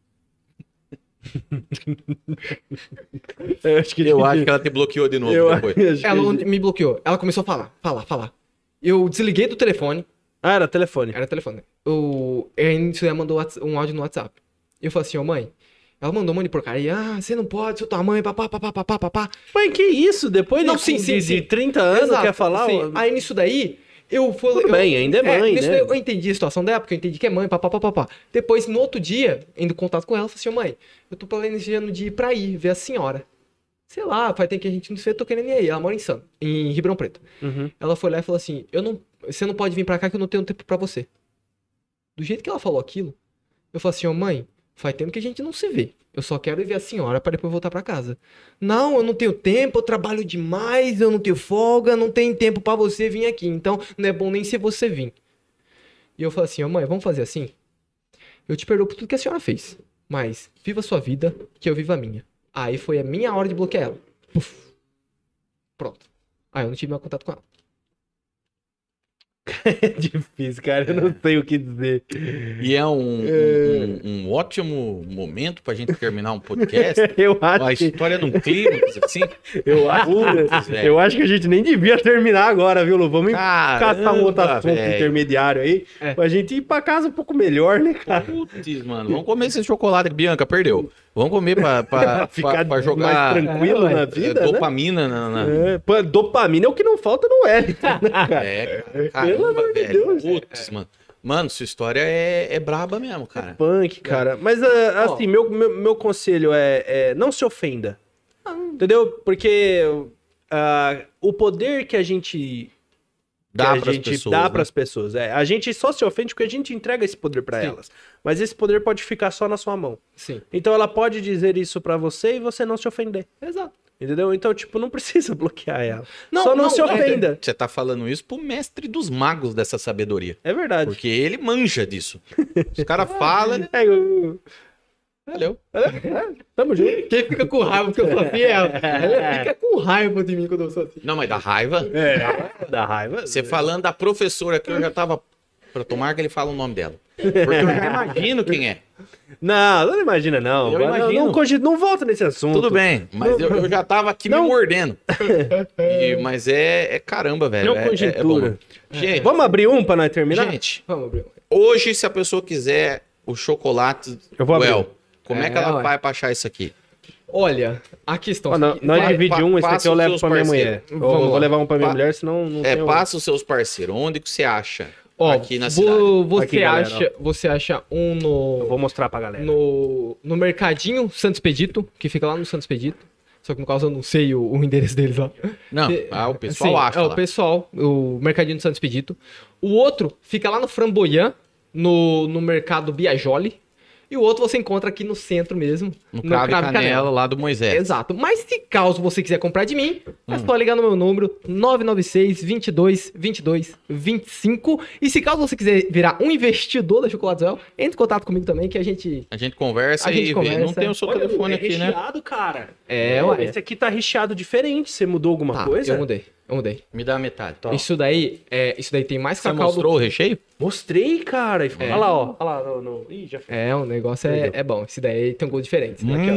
Eu acho que ela te bloqueou de novo depois. Ela me bloqueou. Ela começou a falar. Eu desliguei do telefone. Ah, era telefone. Era telefone. Ela mandou um áudio no WhatsApp. Eu falei assim, mãe. Ela mandou um monte de porcaria. Você não pode, sou tua mãe, papá. Mas que isso? Depois Não, de, sim, sim, de sim. 30 anos Exato, quer falar? sim. Aí nisso daí, eu falei. Tudo bem, ainda é mãe, nisso né? daí eu entendi a situação dela, porque eu entendi que é mãe, papá. Depois, no outro dia, indo em contato com ela, eu falei assim, mãe, eu tô planejando de ir pra ir, ver a senhora. Sei lá, faz tempo que a gente não se vê, tô querendo ir aí. Ela mora em Ribeirão Preto. Uhum. Ela foi lá e falou assim, você não pode vir pra cá que eu não tenho tempo pra você. Do jeito que ela falou aquilo, eu falei assim, mãe, faz tempo que a gente não se vê. Eu só quero ir ver a senhora para depois voltar pra casa. Não, eu não tenho tempo, eu trabalho demais, eu não tenho folga, não tenho tempo pra você vir aqui. Então, não é bom nem se você vir. E eu falei assim, mãe, vamos fazer assim? Eu te perdoo por tudo que a senhora fez. Mas, viva a sua vida, que eu vivo a minha. Aí foi a minha hora de bloquear ela. Puf. Pronto. Aí eu não tive mais contato com ela. É difícil, cara. Eu não sei o que dizer. E é um ótimo momento pra gente terminar um podcast. Eu acho A que... história num clímax, assim. Eu acho que a gente nem devia terminar agora, viu, Lu? Vamos caçar um outro assunto velho. intermediário aí, pra gente ir pra casa um pouco melhor, né, cara? Putz, mano. Vamos comer esse chocolate. Bianca, perdeu. Vamos comer pra Ficar pra jogar mais tranquilo na vida, né? dopamina na... Pô, dopamina é o que não falta no Wellington, né, cara? Pelo Caramba, amor de velho. Deus. Putz, mano. Mano, sua história é braba mesmo, cara. Punk, cara. Mas, assim, meu conselho é não se ofenda. Entendeu? Porque o poder que a gente Dá que pras a gente pessoas, dá né? pras pessoas. A gente só se ofende porque a gente entrega esse poder pra Sim. elas. Mas esse poder pode ficar só na sua mão. Sim. Então ela pode dizer isso pra você e você não se ofender. Exato. Entendeu? Então, tipo, não precisa bloquear ela. Não, Só não não, se ofenda. Você tá falando isso pro mestre dos magos dessa sabedoria. É verdade. Porque ele manja disso. Os caras falam, É, valeu. tamo junto. Quem fica com raiva porque eu sou assim é ela. Ela fica com raiva de mim quando eu sou assim. Não, mas da raiva. Dá raiva. Você falando da professora aqui, eu já tava. Pra tomar que ele fala o nome dela. Porque eu já imagino quem é. Não imagina, não. Eu imagino. Não volta nesse assunto. Tudo bem, mas eu já tava aqui Não. me mordendo. Mas é caramba, velho. Não É conjuntura. bom. Gente, Vamos abrir um pra nós terminar? gente, Vamos, Bruno. hoje, se a pessoa quiser o chocolate Eu vou abrir. como é que É, ela ué. vai pra achar isso aqui? Olha, a questão... Ó, nós dividimos um, esse aqui passa eu os levo seus pra minha parceiros. mulher. Vamos Eu vou lá. levar um pra minha Pa- mulher, senão não tem... Passa os seus parceiros. Onde que você acha Ó, aqui na cidade? você, Aqui, galera, você acha um Eu vou mostrar pra galera. no Mercadinho Santos Expedito, que fica lá no Santos Expedito. Só que no caso eu não sei o endereço deles lá. Não, Te- o pessoal Sim, acha é lá. o pessoal, o Mercadinho do Santos Expedito. O outro fica lá no Framboyant, no Mercado Biajoli. E o outro você encontra aqui no centro mesmo. No Cravo e Canela, lá do Moisés. Exato. Mas se caso você quiser comprar de mim, é só ligar no meu número 996 22 22 25. E se caso você quiser virar um investidor da Chocolate entre em contato comigo também que a gente... A gente conversa A gente e vê. conversa. Não tem o seu telefone aqui, né? recheado, cara. É, ué. Esse aqui tá recheado diferente. Você mudou alguma Tá, coisa? eu mudei. Me dá a metade. Isso daí tem mais Você cacau mostrou o recheio? Mostrei, cara. É. Olha lá, ó. Olha lá. Ih, já foi. É, o negócio é bom. Esse daí tem um gosto diferente. Esse daqui,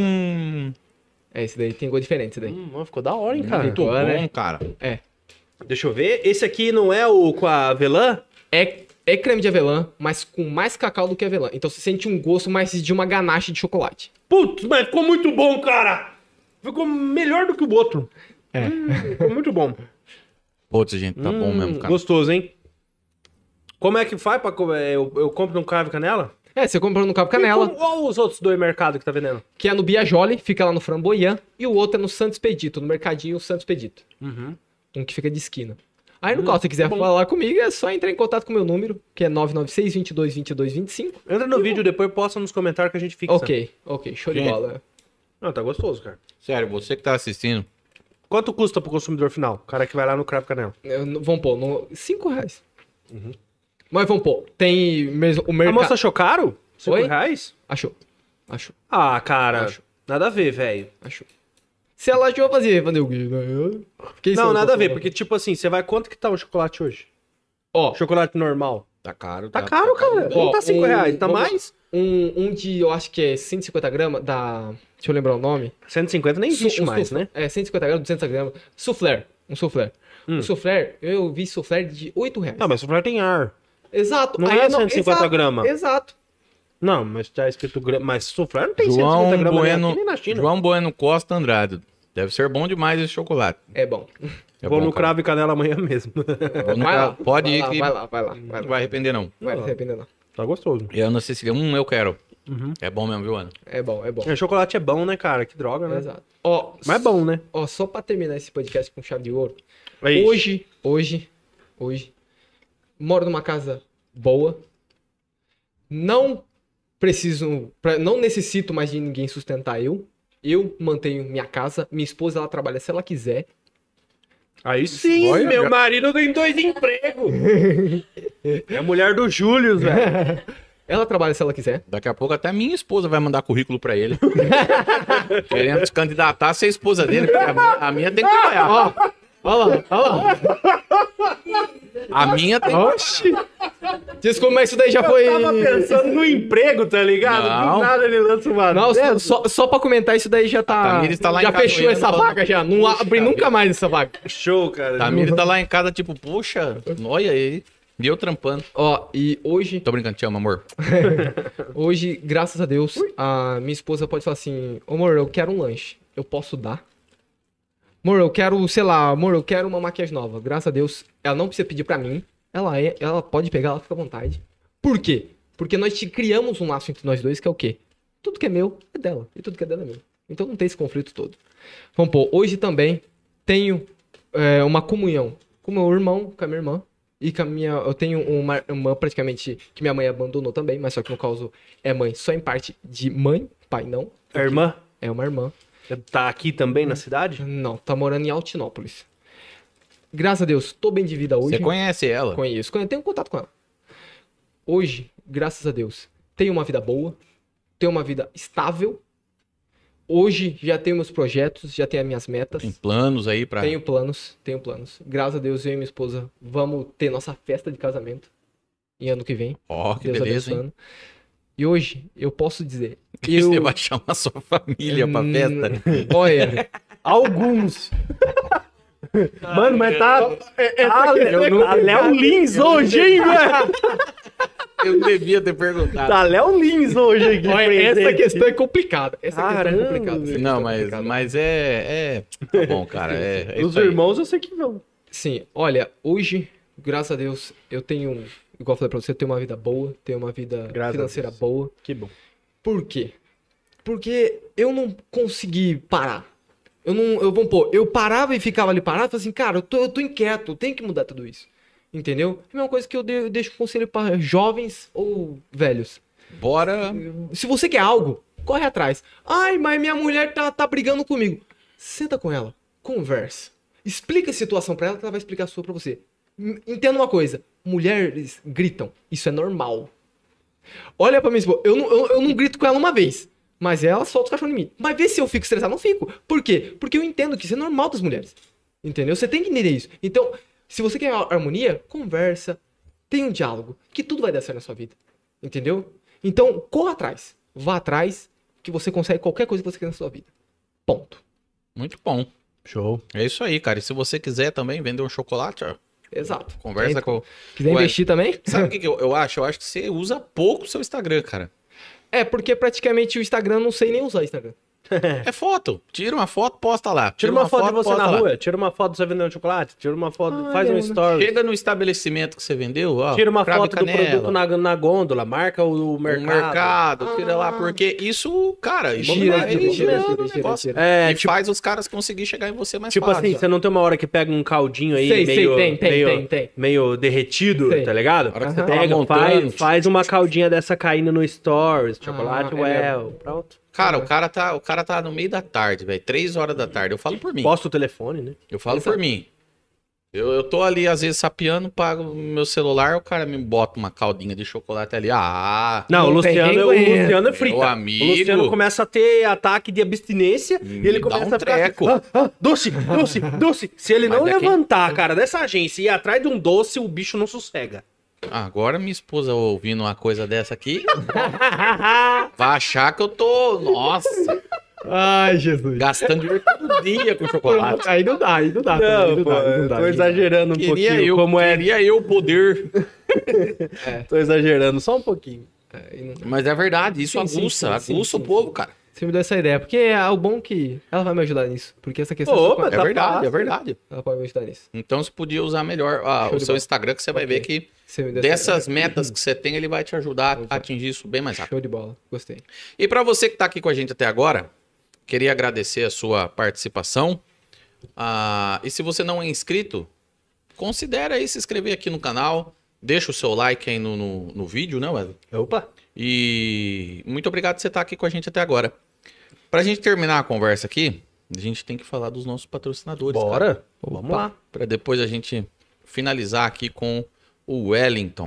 ó. Esse daí tem um gosto diferente, esse daí. Ficou da hora, hein, cara. Muito agora, bom, né? cara. Deixa eu ver. Esse aqui não é o com a avelã? É creme de avelã, mas com mais cacau do que avelã. Então você sente um gosto mais de uma ganache de chocolate. Putz, mas ficou muito bom, cara. Ficou melhor do que o outro. Ficou muito bom. Putz, gente, tá bom mesmo, cara. Gostoso, hein? Como é que faz pra comer? Eu compro no Cravo e Canela? É, você comprou no Cabo Canela, Ou os outros dois mercados que tá vendendo? que é no Biajoli, fica lá no Framboyant, e o outro é no Santos Expedito, no Mercadinho Santos Expedito. Um que fica de esquina. Aí, no caso, se você quiser falar comigo, é só entrar em contato com o meu número, que é 996 22 22 25. Entra no vídeo, depois posta nos comentários que a gente fixa. Ok, show de Gente. bola. Não, tá gostoso, cara. Sério, você que tá assistindo, Quanto custa pro consumidor final? O cara que vai lá no Cravo e Canela. Vamos pôr, R$5. Mas vamos pôr, tem mesmo o A mercado... moça achou caro? Oi? R$5? Achou. Ah, cara. Acho. Nada a ver, velho. Se ela achou, fazer o quê? Eu fiquei Não, sem nada a ver, noção. porque, tipo assim, você vai... Quanto que tá o chocolate hoje? Ó, Chocolate normal. tá caro. Tá caro, cara. Ó, Não tá R$5, tá vamos- mais? um de, eu acho que é 150 gramas, da... Deixa eu lembrar o nome. 150 nem existe Um mais, soufflé. né? É, 150 gramas, 200 gramas. Soufflé. Um soufflé. Um soufflé, eu vi soufflé de R$8. Não, mas o tem ar. Exato. Não Aí é eu 150 exato, gramas. Exato. Não, mas tá escrito grama. Mas soufflé não tem João 150 gramas nem Bueno, aqui nem na China. João Bueno Costa Andrade. Deve ser bom demais esse chocolate. É bom. É Vou bom, no cara. Cravo e Canela amanhã mesmo. Vou no Vai lá, Cravo. Pode vai ir lá, que vai lá. não vai arrepender, não. Vai se arrepender, não. Tá gostoso. E a Ana Cecília, eu quero. É bom mesmo, viu, Ana? É bom. É, chocolate é bom, né, cara? Que droga, né? Exato. Ó, Mas é bom, né? Ó, só pra terminar esse podcast com chave de ouro. Ixi. Hoje, moro numa casa boa. Não não necessito mais de ninguém sustentar eu. Eu mantenho minha casa. Minha esposa, ela trabalha se ela quiser. Aí sim, Olha, meu já- marido tem 2 empregos. É a mulher do Júlio, velho. Ela trabalha se ela quiser. Daqui a pouco até minha esposa vai mandar currículo pra ele. Querendo se candidatar a ser esposa dele, porque a minha tem que trabalhar. Ó, olha lá. A minha tem que Oxi. Desculpa, mas isso daí já foi... Tava pensando no emprego, tá ligado? Não. Do nada ele lança uma Não, dessa. só pra comentar, isso daí já tá... A Tamires tá lá já em casa fechou olhando, essa falando, vaga já. Não "Puxa abre nunca vida." mais essa vaga. Show, cara. Tamires tá lá em casa, tipo, puxa, olha aí. E eu trampando. Ó, e hoje... Tô brincando, te amo, amor. Hoje, graças a Deus, a minha esposa pode falar assim: Ô, amor, eu quero um lanche. Eu posso dar? Amor, eu quero, sei lá, amor, eu quero uma maquiagem nova. Graças a Deus, ela não precisa pedir pra mim. Ela pode pegar, ela fica à vontade. Por quê? Porque nós criamos um laço entre nós dois, que é o quê? Tudo que é meu é dela. E tudo que é dela é meu. Então não tem esse conflito todo. Vamos pôr, hoje também tenho uma comunhão com meu irmão, com a minha irmã. E com a minha. Eu tenho uma irmã praticamente que minha mãe abandonou também, mas só que no caso é mãe só em parte de mãe, pai não. A irmã? É uma irmã. Tá aqui também na cidade? Não, tá morando em Altinópolis. Graças a Deus, tô bem de vida hoje. Você conhece ela? Conheço, tenho contato com ela. Hoje, graças a Deus, tenho uma vida boa, tenho uma vida estável. Hoje já tenho meus projetos, já tenho as minhas metas. Tem planos aí pra... Tenho planos. Graças a Deus, eu e minha esposa vamos ter nossa festa de casamento em ano que vem. Ó, que Deus beleza, hein? abençoando. E hoje, eu posso dizer... E você vai chamar sua família pra festa? Olha, Alguns. Mano, mas tá. questão Tá Léo Lins hoje, hein, velho? Eu devia ter perguntado. Tá Léo Lins hoje aqui. olha, essa presente. questão é complicada. Essa questão Caramba, é complicada. essa Não, questão é mas, complicada. mas é... Tá bom, cara. É Os isso aí. irmãos eu sei que vão. Sim, olha, hoje, graças a Deus, eu tenho, igual eu falei pra você, eu tenho uma vida boa, tenho uma vida Graças a financeira Deus. boa. Que bom. Por quê? Porque eu não consegui parar. Vamos pôr, eu parava e ficava ali parado, falava assim, cara, eu tô inquieto, eu tenho que mudar tudo isso. Entendeu? É a mesma coisa que eu deixo conselho para jovens ou velhos. Bora... Se você quer algo, corre atrás. Ai, mas minha mulher tá brigando comigo. Senta com ela, conversa. Explica a situação pra ela que ela vai explicar a sua pra você. Entenda uma coisa, mulheres gritam, isso é normal. Olha pra minha esposa, eu não grito com ela uma vez, mas ela solta o cachorro em mim. Mas vê se eu fico estressado, não fico. Por quê? Porque eu entendo que isso é normal das mulheres. Entendeu? Você tem que entender isso. Então, se você quer harmonia, conversa, tem um diálogo, que tudo vai dar certo na sua vida. Entendeu? Então, corra atrás, vá atrás, que você consegue qualquer coisa que você quer na sua vida. Ponto. Muito bom. Show. É isso aí, cara. E se você quiser também vender um chocolate, ó, Exato. conversa com... Quiser Ué, investir também? Sabe o que eu acho? Eu acho que você usa pouco o seu Instagram, cara. É, porque praticamente o Instagram, não sei nem usar o Instagram. É foto. Tira uma foto, posta lá. Tira uma foto de você posta na lá. rua, tira uma foto de você vendendo chocolate, tira uma foto, Ah, faz um não. story. Chega no estabelecimento que você vendeu, ó. Tira uma cravo e foto do canela, produto na gôndola, marca o no mercado. mercado, tira lá, porque isso, cara, isso Gira, vai gira, gira, gerando gira, um gira, negócio. gira. É, E tipo, faz os caras conseguir chegar em você mais tipo fácil. assim, você não tem uma hora que pega um caldinho aí Sei, meio, tem. meio derretido, Sei. tá ligado? A hora que você Aham. tá lá Pega, montando. faz uma caldinha dessa caindo no stories, chocolate é well, pronto. Cara, o cara tá no meio da tarde, velho. 3 horas da tarde. Eu falo por mim. Posta o telefone, né? Eu falo por mim. Eu tô ali, às vezes, sapeando, pago meu celular, o cara me bota uma caldinha de chocolate ali. Ah, Não, Não o tem Luciano, quem o aguenta. Luciano é frita. Meu amigo. O Luciano começa a ter ataque de abstinência e ele dá começa um a ficar treco. doce. Se ele Mas não é quem- levantar, cara, dessa agência e ir atrás de um doce, o bicho não sossega. agora minha esposa ouvindo uma coisa dessa aqui, vai achar que eu tô, nossa, Ai, Jesus. gastando dinheiro todo dia com chocolate. Aí não dá, Não, pô, eu tô exagerando um pouquinho. Como é, Queria eu poder. tô exagerando só um pouquinho. Mas é verdade, isso Sim, sim, aguça, sim, aguça sim, o povo, cara. Você me deu essa ideia, porque é o bom que ela vai me ajudar nisso. Porque essa questão... Opa, É tá verdade, fácil. é verdade. Ela pode me ajudar nisso. Então você podia usar melhor Show o de seu bola. Instagram, que você vai Ok. ver que Você me deu essa dessas ideia. metas que você tem, ele vai te ajudar a atingir isso bem mais rápido. Show de bola, gostei. E para você que está aqui com a gente até agora, queria agradecer a sua participação. E se você não é inscrito, considere aí se inscrever aqui no canal. Deixa o seu like aí no vídeo, né, Wesley? Opa. E muito obrigado por você estar aqui com a gente até agora. Para a gente terminar a conversa aqui, a gente tem que falar dos nossos patrocinadores. Bora. Vamos lá. Para depois a gente finalizar aqui com o Wellington.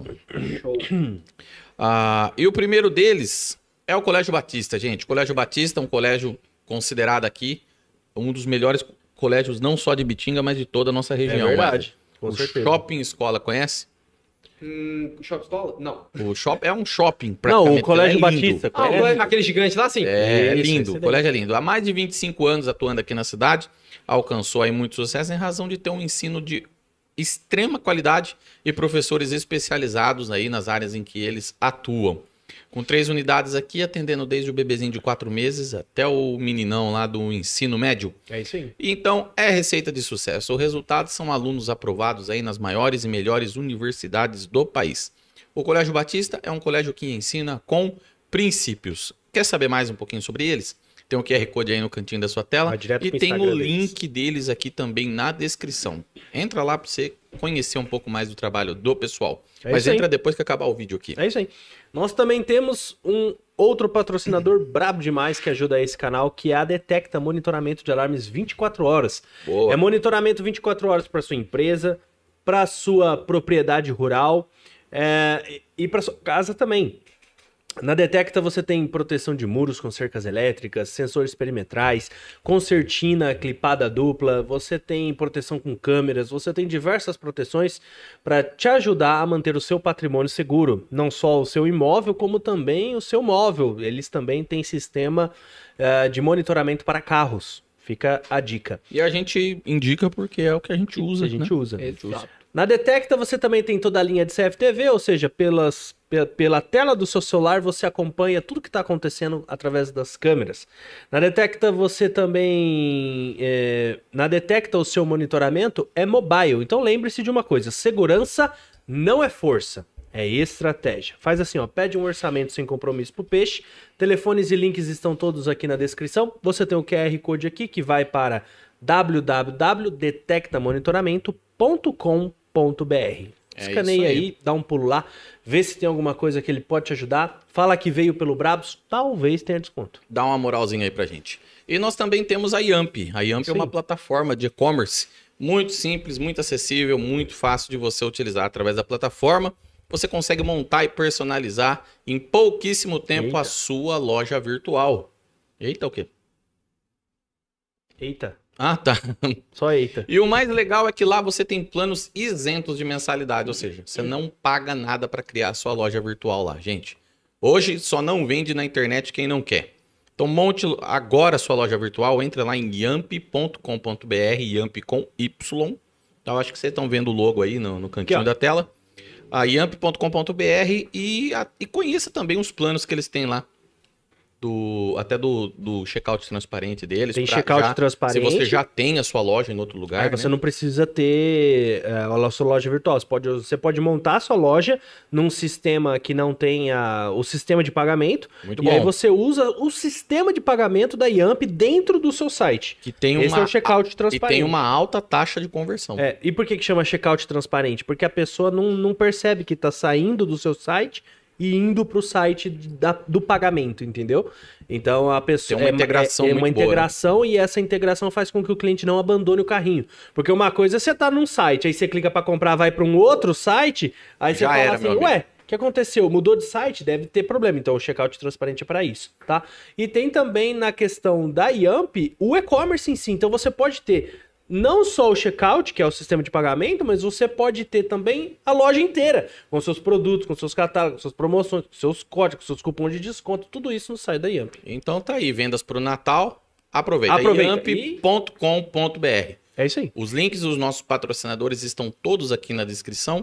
E o primeiro deles é o Colégio Batista, gente. O Colégio Batista é um colégio considerado aqui um dos melhores colégios, não só de Bitinga, mas de toda a nossa região. É verdade. Wesley. Com O certeza. Shopping Escola, conhece? Shop Escola? Não. O shopping é um shopping, Não, praticamente. o Colégio Ele é lindo. Batista. Ah, aquele gigante lá, sim? É Isso, lindo, esse o daí. colégio é lindo. Há mais de 25 anos atuando aqui na cidade, alcançou aí muito sucesso em razão de ter um ensino de extrema qualidade e professores especializados aí nas áreas em que eles atuam. Com 3 unidades aqui, atendendo desde o bebezinho de 4 meses até o meninão lá do ensino médio. É isso aí. Então, é receita de sucesso. O resultado são alunos aprovados aí nas maiores e melhores universidades do país. O Colégio Batista é um colégio que ensina com princípios. Quer saber mais um pouquinho sobre eles? Tem o QR Code aí no cantinho da sua tela. Vai direto E pro tem o Instagram link deles aqui também na descrição. Entra lá pra você conhecer um pouco mais do trabalho do pessoal. É Mas isso aí. entra depois que acabar o vídeo aqui. É isso aí. Nós também temos um outro patrocinador brabo demais que ajuda esse canal, que é a Detecta Monitoramento de Alarmes 24 horas. Boa. É monitoramento 24 horas para sua empresa, para sua propriedade rural e para sua casa também. Na Detecta você tem proteção de muros com cercas elétricas, sensores perimetrais, concertina clipada dupla, você tem proteção com câmeras, você tem diversas proteções para te ajudar a manter o seu patrimônio seguro. Não só o seu imóvel, como também o seu móvel. Eles também têm sistema de monitoramento para carros. Fica a dica. E a gente indica porque é o que a gente usa. A gente né? usa. Exato. Na Detecta você também tem toda a linha de CFTV, ou seja, pela tela do seu celular você acompanha tudo que está acontecendo através das câmeras. Na Detecta você também... Na Detecta o seu monitoramento é mobile, então lembre-se de uma coisa, segurança não é força, é estratégia. Faz assim, ó, pede um orçamento sem compromisso pro peixe, telefones e links estão todos aqui na descrição, você tem o QR Code aqui que vai para www.detectamonitoramento.com.br. Escaneia isso aí. aí, dá um pulo lá, vê se tem alguma coisa que ele pode te ajudar. Fala que veio pelo Brabos, talvez tenha desconto. Dá uma moralzinha aí pra gente. E nós também temos a Yamp. A Yamp é uma Sim. plataforma de e-commerce muito simples, muito acessível, muito fácil de você utilizar através da plataforma. Você consegue montar e personalizar em pouquíssimo tempo Eita. a sua loja virtual. Eita, o quê? Eita, Ah, tá. só eita. E o mais legal é que lá você tem planos isentos de mensalidade, ou seja, você não paga nada para criar a sua loja virtual lá, gente. Hoje só não vende na internet quem não quer. Então monte agora a sua loja virtual, entra lá em yamp.com.br, Yamp com Y. Então acho que vocês estão vendo o logo aí no cantinho Aqui, ó. da tela. A yamp.com.br e conheça também os planos que eles têm lá. Até do checkout transparente deles. Tem pra checkout já- transparente. Se você já tem a sua loja em outro lugar, Aí você né? não precisa ter a sua loja virtual. Você pode montar a sua loja num sistema que não tenha o sistema de pagamento. Muito E bom. aí você usa o sistema de pagamento da Yamp dentro do seu site. Que tem Esse é o checkout E transparente. tem uma alta taxa de conversão. E por que chama checkout transparente? Porque a pessoa não percebe que está saindo do seu site e indo para o site do pagamento, entendeu? Então a pessoa Tem uma integração uma muito boa, integração e essa integração faz com que o cliente não abandone o carrinho. Porque uma coisa é você tá num site, aí você clica para comprar, vai para um outro site, aí você Já fala era, assim, meu amigo. ué, o que aconteceu? Mudou de site? Deve ter problema. Então o checkout transparente é para isso, tá? E tem também na questão da Yamp o e-commerce em si. Então você pode ter não só o checkout, que é o sistema de pagamento, mas você pode ter também a loja inteira, com seus produtos, com seus catálogos, com suas promoções, com seus códigos, com seus cupons de desconto, tudo isso no site da Yamp. Então tá aí, vendas pro Natal. Aproveita. Aproveita. Yamp.com.br. É isso aí. Os links dos nossos patrocinadores estão todos aqui na descrição.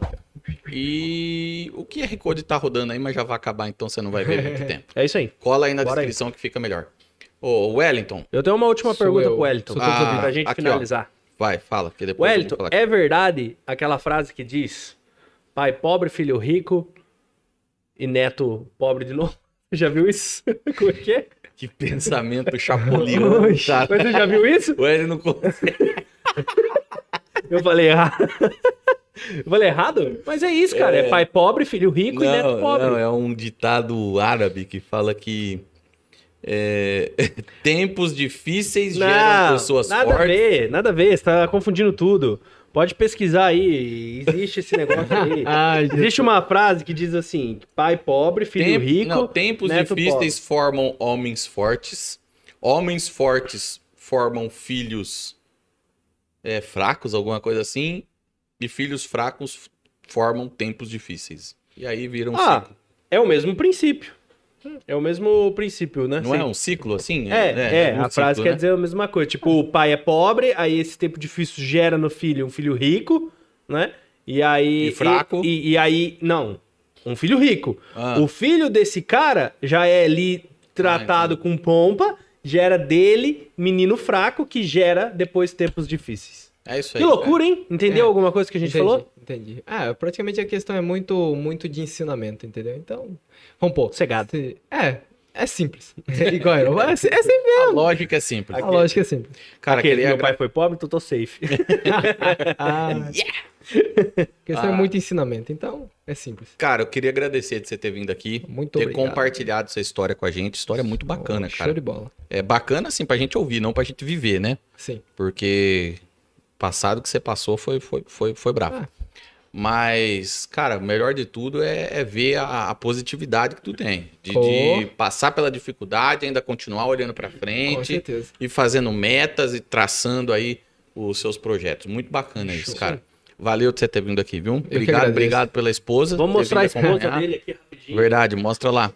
E o QR Code tá rodando aí, mas já vai acabar, então você não vai ver muito tempo. É isso aí. Cola aí na Bora aí. descrição que fica melhor. Ô, Wellington, Eu tenho uma última Sou pergunta eu. pro Wellington, Sou todo ouvido. pra gente Aqui, ó. finalizar. vai, fala, que depois eu vou Wellington, falar. é verdade aquela frase que diz pai pobre, filho rico e neto pobre de novo? Já viu isso? Como é que é? Que pensamento chapoliano, cara. Mas você já viu isso? O Ele não consegue. Eu falei errado. Eu falei errado? Mas é isso, cara. É pai pobre, filho rico e neto pobre. Não, é um ditado árabe que fala que tempos difíceis geram pessoas nada fortes. a ver, nada a ver. Você tá confundindo tudo. Pode pesquisar aí. Existe esse negócio aí. Ai, Existe uma frase que diz assim: pai pobre, filho rico. Tempos neto difíceis formam homens fortes. Homens fortes formam filhos fracos, alguma coisa assim. E filhos fracos formam tempos difíceis. E aí vira um Ah, ciclo. é o mesmo princípio. É o mesmo princípio, né? Não é um ciclo assim? A frase quer dizer a mesma coisa. Tipo, o pai é pobre, aí esse tempo difícil gera no filho um filho rico, né? E aí. E fraco. E aí. Não. Um filho rico. Ah. O filho desse cara já é ali tratado com pompa, gera dele menino fraco, que gera depois tempos difíceis. É isso aí. Que loucura, hein? Entendeu alguma coisa que a gente falou? Entendi. Praticamente a questão é muito de ensinamento, entendeu? Então, vamos pôr. Cegado. É simples. Igual, é simples. A lógica é simples. A lógica é simples. Cara, Porque queria meu pai foi pobre, então tô safe. Porque isso é muito ensinamento, então é simples. Cara, eu queria agradecer de você ter vindo aqui, Muito ter obrigado. compartilhado essa história com a gente. História muito bacana, Show cara. de bola. É bacana, assim, pra gente ouvir, não pra gente viver, né? Sim. Porque passado que você passou foi bravo. Ah. Mas, cara, o melhor de tudo é ver a positividade que tu tem. De Oh. passar pela dificuldade, ainda continuar olhando pra Com frente certeza. e fazendo metas e traçando aí os seus projetos. Muito bacana isso, Show. cara. Valeu de você ter vindo aqui, viu? que agradeço. Obrigado pela esposa. Vamos ter mostrar a vindo esposa acompanhar. dele aqui rapidinho. Verdade, mostra lá.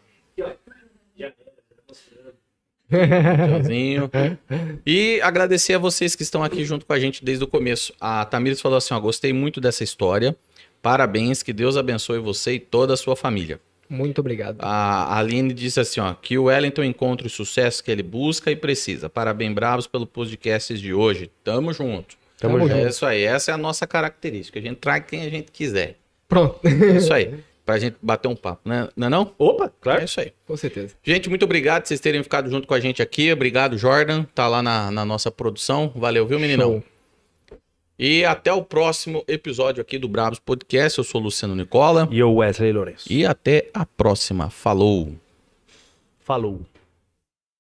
Tchauzinho. E agradecer a vocês que estão aqui junto com a gente desde o começo. A Tamires falou assim, ó, gostei muito dessa história. Parabéns, que Deus abençoe você e toda a sua família. Muito obrigado. A Aline disse assim, ó, que o Wellington encontre o sucesso que ele busca e precisa. Parabéns, bravos, pelo podcast de hoje. Tamo junto. Tamo É junto. isso aí, essa é a nossa característica. A gente traz quem a gente quiser. Pronto. É isso aí. Pra gente bater um papo, né? Não é não? Opa, claro. É isso aí. Com certeza. Gente, muito obrigado por vocês terem ficado junto com a gente aqui. Obrigado, Jordan. Tá lá na nossa produção. Valeu, viu, meninão? Show. E até o próximo episódio aqui do Bravos Podcast. Eu sou o Luciano Nicola. E eu, Wesley Lourenço. E até a próxima. Falou! Falou.